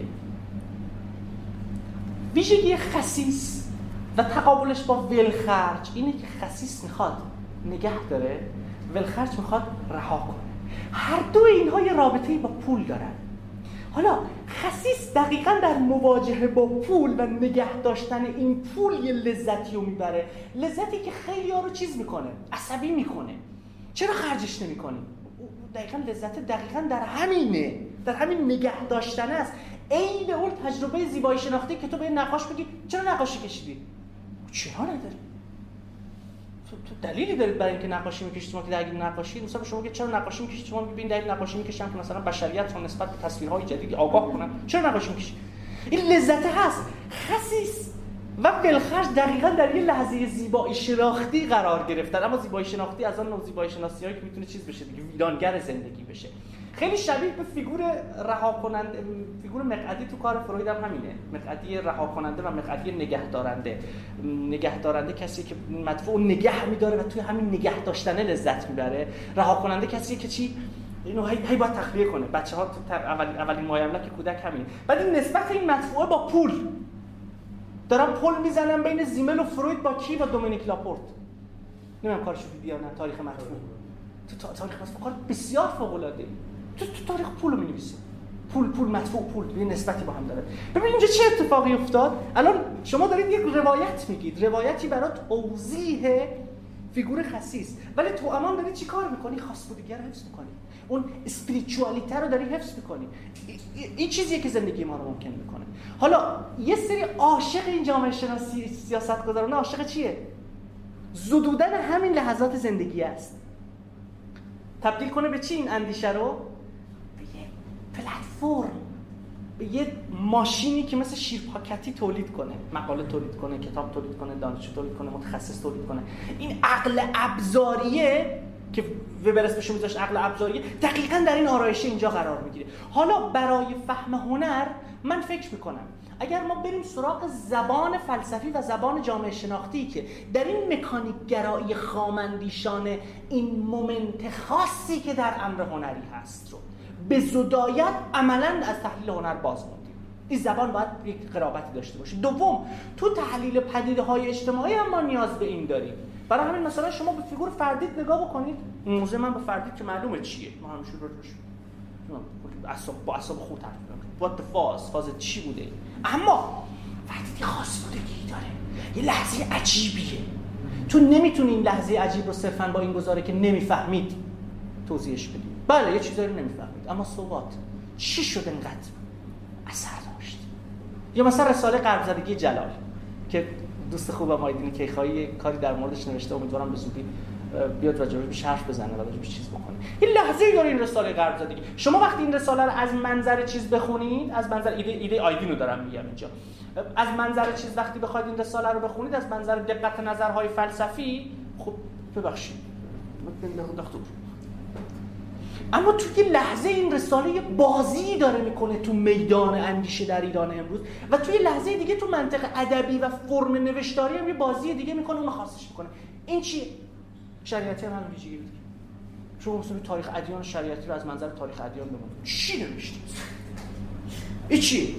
ویژگی خسیس و تقابلش با ولخرج اینه که خسیس میخواد نگه داره، ولخرج میخواد رها کنه. هر دو اینها یه رابطه‌ای با پول دارن. حالا خسیس دقیقاً در مواجهه با پول و نگه داشتن این پول یه لذتی رو میبره، لذتی که خیلی ها رو چیز میکنه، عصبی میکنه. چرا خرجش نمیکنی؟ دقیقاً لذت دقیقاً در همینه، در همین نگه داشتن است. عین اون تجربه زیبایی شناختی که تو به نقاش بگی چرا نقاشی کشیدی؟ چرا نداری؟ تو دلیلی دارید برای اینکه نقاشی میکشید؟ شما که درگیر نقاشی، مثلا شما که چرا نقاشی میکشید؟ شما میگین دلیل نقاشی میکشم که مثلا بشریت رو نسبت به تصویرهای جدید آگاه کنم. چرا نقاشی میکشید؟ این لذت هست. خسیس و ولخرج دقیقاً در یه لحظه زیبایی شناختی قرار گرفتن، اما زیبایی شناختی از آن نوع زیبایی شناسی‌هایی که میتونه چیز بشه دیگه، ویرانگر زندگی بشه. خیلی شبیه به فیگور رها کننده، فیگور مقعدی تو کار فروید هم همینه. مقعدی رها کننده و مقعدی نگه دارنده کسی که مدفوع نگه می‌داره و توی همین نگه داشتن لذت می‌بره. رها کننده کسی که چی اینو هی باید تخلیه کنه. بچه‌ها تو اولین مایملک کودک همین. بعد این نسبت این مدفوعه با پول، دارم پل میزنم بین زیمل و فروید با کی؟ با دومینیک لاپورت. نمیدونم کارشو دیدی یا نه. تاریخ مدفوع، تو تاریخ مدفوع کار بسیار فوق‌العاده ای. تو تاریخ پول رو می‌نویسی. پول مدفوع، پول یه نسبتی با هم داره. ببین اینجا چه اتفاقی افتاد. الان شما دارید یک روایت میگید، روایتی برای توضیح فیگور خسیس، ولی تو امان داری چی کار میکنی؟ خاص بودگی رو حفظ میکنی، اون اسپریچوالیته رو داری حفظ میکنی. این چیزیه که زندگی ما رو ممکن میکنه. حالا یه سری عاشق این جامعه شناسی سیاستگذارانه عاشق چیه؟ زدودن همین لحظات زندگی است. تبدیل کنه به چی این اندیشه رو؟ به یه پلتفرم، به یه ماشینی که مثل شیرپاکتی تولید کنه، مقاله تولید کنه، کتاب تولید کنه، دانشجو تولید کنه، متخصص تولید کنه. این عقل ابزاریه که وبر اسمشو میذاشت عقل ابزاریه، دقیقاً در این آرایشه اینجا قرار میگیره. حالا برای فهم هنر من فکر میکنم اگر ما بریم سراغ زبان فلسفی و زبان جامعه شناختی که در این مکانیک گرایی خامندیشانه این مومنت خاصی که در امر هنری هست رو به زدایت عملاً از تحلیل هنر باز موندیم، این زبان باید یک قرابتی داشته باشه. دوم، تو تحلیل پدیده‌های اجتماعی هم ما نیاز به این داریم. برای همین مثلا شما به فیگور فردید نگاه بکنید، موزه من به فردید که معلومه چیه، ما همیشه روش با اعصاب خود حرف می‌زنیم. What the فاز چی بوده؟ اما وقتی خاص بودگی داره، یه لحظه عجیبیه، تو نمیتونی این لحظه عجیب رو صرفاً با این گزاره که نمیفهمید توضیحش بدی. بله یه چیزایی رو نمیفهمید، اما صحبت چی شد انقدر اثر داشت؟ یا مثلا رساله غرب‌زدگی جلال که دوست خوبم آیدین کیخایی کاری در موردش نوشته، امیدوارم به زودی بیاد راجعش حرف بزنه و راجعش چیز بکنه. این لحظه‌ای داره این رساله غرب‌زدگی. شما وقتی این رساله رو از منظر چیز بخونید، از منظر ایده آیدین رو دارم میگم اینجا، از منظر چیز وقتی بخواید این رساله رو بخونید، از منظر دقت نظرهای فلسفی، خب ببخشید دکتر، اما توی لحظه این رساله یه بازی داره میکنه تو میدان اندیشه در ایران امروز، و توی لحظه دیگه تو منطق ادبی و فرم نوشتاری هم یه بازی دیگه میکنه، اون خاصش میکنه. این چیه؟ شریعتی هم همین ویژگی داره. شما مثلا تاریخ ادیان شریعتی رو از منظر تاریخ ادیان ببینید، چی نوشته؟ این چیه؟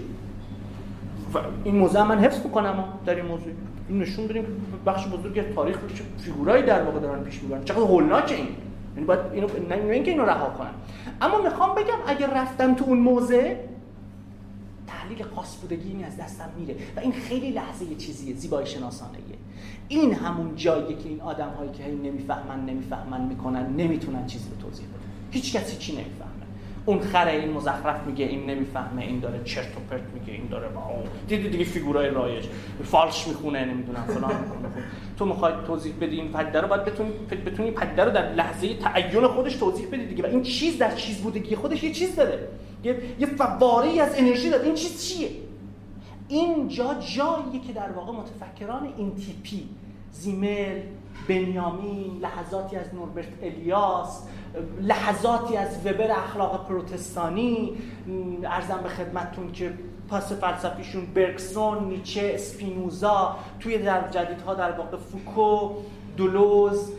این موضوع من حفظ میکنم در این موضوع، این نشون بدیم که بخش بزرگی از تاریخ رو چه فیگورایی در واقع دارن پیش میبرن، چقدر هولناکه این. یعنی باید اینو رها کنم. اما میخوام بگم اگه رفتم تو اون موضع، تحلیل خاص بودگی این از دستم میره و این خیلی لحظه یه چیزیه، زیبایی شناسانه‌ایه. این همون جاییه که این آدم‌هایی که نمیفهمن میکنن، نمیتونن چیزی رو توضیح بدن. هیچ کسی چی نمیفهمه. اون خره این مزخرف میگه این نمیفهمه، این داره چرت و پرت میگه، این داره دیگه فیگورای رایج فالش میخونه، نمیدونم فلان میکنه. تو میخوای توضیح بدی این پدیده رو، باید بتونی پدیده رو در لحظه تعین خودش توضیح بدی دیگه، و این چیز در چیز بودگی خودش یه چیز داره، یه فواره‌ای از انرژی داره. این چیز چیه؟ این جاییه که در واقع متفکران این تیپی، زیمل، بنیامین، لحظاتی از نوربرت الیاس، لحظاتی از وبر اخلاق پروتستانی، عرضم به خدمتتون که پاس فلسفیشون برگسون، نیچه، اسپینوزا، توی در جدیدها در واقع فوکو، دولوز،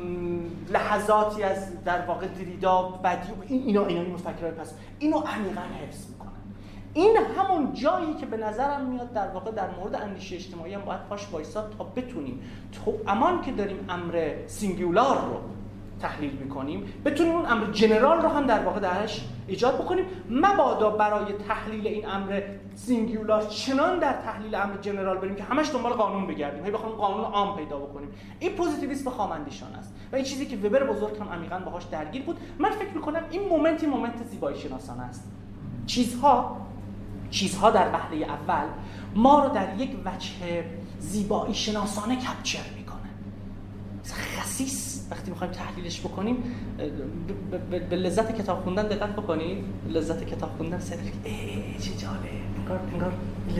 لحظاتی از در واقع دریدا، بدی، اینا مفکرای پس اینو عمیقاً حفظ میکنن. این همون جایی که به نظرم میاد در واقع در مورد اندیشه اجتماعی هم باید پاش وایساد تا بتونیم تو امان که داریم امر سینگولار رو تحلیل میکنیم، بتونیم اون امر جنرال رو هم در واقع درش ایجاد بکنیم. مبادا برای تحلیل این امر سینگولار چنان در تحلیل امر جنرال بریم که همش دنبال قانون بگردیم، هی بخوایم قانون عام پیدا بکنیم. این پوزیتیویسم خامندیشان است و این چیزی که وبر بزرگ هم عمیقاً باهاش درگیر بود. من فکر میکنم این مومنت زیبایی شناسانه است. چیزها در وهله اول ما رو در یک وجه زیبایی شناسانه کپچر میکنه. خسیس وقتی میخوایم تحلیلش بکنیم، به لذت کتاب خوندن دقت بکنید. لذت کتاب خوندن چه جالب، انگار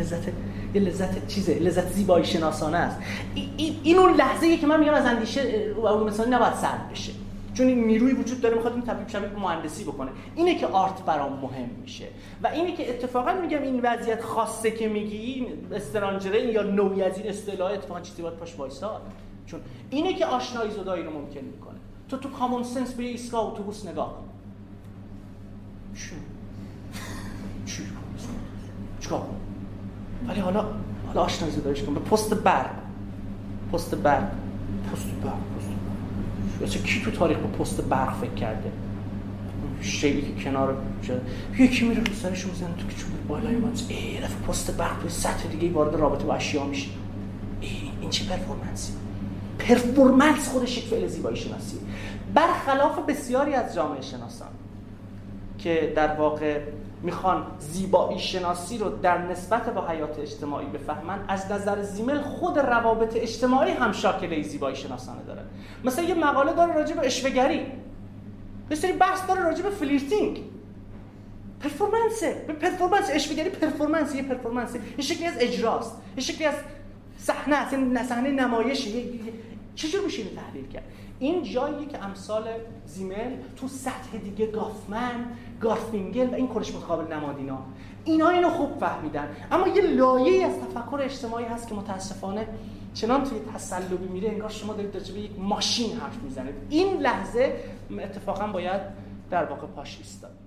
لذت زیبایی شناسانه است. این اون لحظه‌ایه که من میگم از اندیشه علوم انسانی نباید سلب بشه، چون این نیروی وجود داره میخواد این تبدیل شبیه به مهندسی بکنه. اینه که آرت برام مهم میشه و اینه که اتفاقا میگم این وضعیت خاصه که میگی استرانجره یا نوعی از این اصطلاح اتفاقا چیزی باید پاش وایساد، چون اینه که آشنایی زدایی رو ممکن میکنه. تو کامون سنس به ایستگاه اتوبوس نگاه کن، چیکار کن؟ ولی حالا آشنایی زداییش کن به پست برق. اصلا کی تو تاریخ با پست برق فکر کرده؟ شیعی که کنار یکی میره رو سرش میزنه تو که چوب بالای ماست، دفعه پست برق توی سطح دیگه وارد رابطه با اشیا میشه. این چه پرفورمنس خودش یک فعل زیبایی شناسیه. برخلاف بسیاری از جامعه شناسان که در واقع میخوان زیبایی شناسی رو در نسبت با حیات اجتماعی بفهمن، از نظر زیمل خود روابط اجتماعی هم شاکله زیبایی شناسانه داره. مثلا یه مقاله داره راجع به اشوه‌گری، یه سری بحث داره راجع به فلیرتینگ. پرفورمنس اشوه‌گری پرفورمنسه، یه شکلی از اجراست، یه شکلی از صحنه است، صحنه نمایشه. چجور میشه اینو تحلیل کرد؟ این جاییه که امثال زیمل تو سطح دیگه گافمن، گارفینگل و این کنش متقابل نمادینا اینو خوب فهمیدن. اما یه لایه‌ای از تفکر اجتماعی هست که متاسفانه چنان توی تسلبی میره انگار شما دارید راجع به یک ماشین حرف میزنید. این لحظه اتفاقا باید در واقع پاش ایستاد.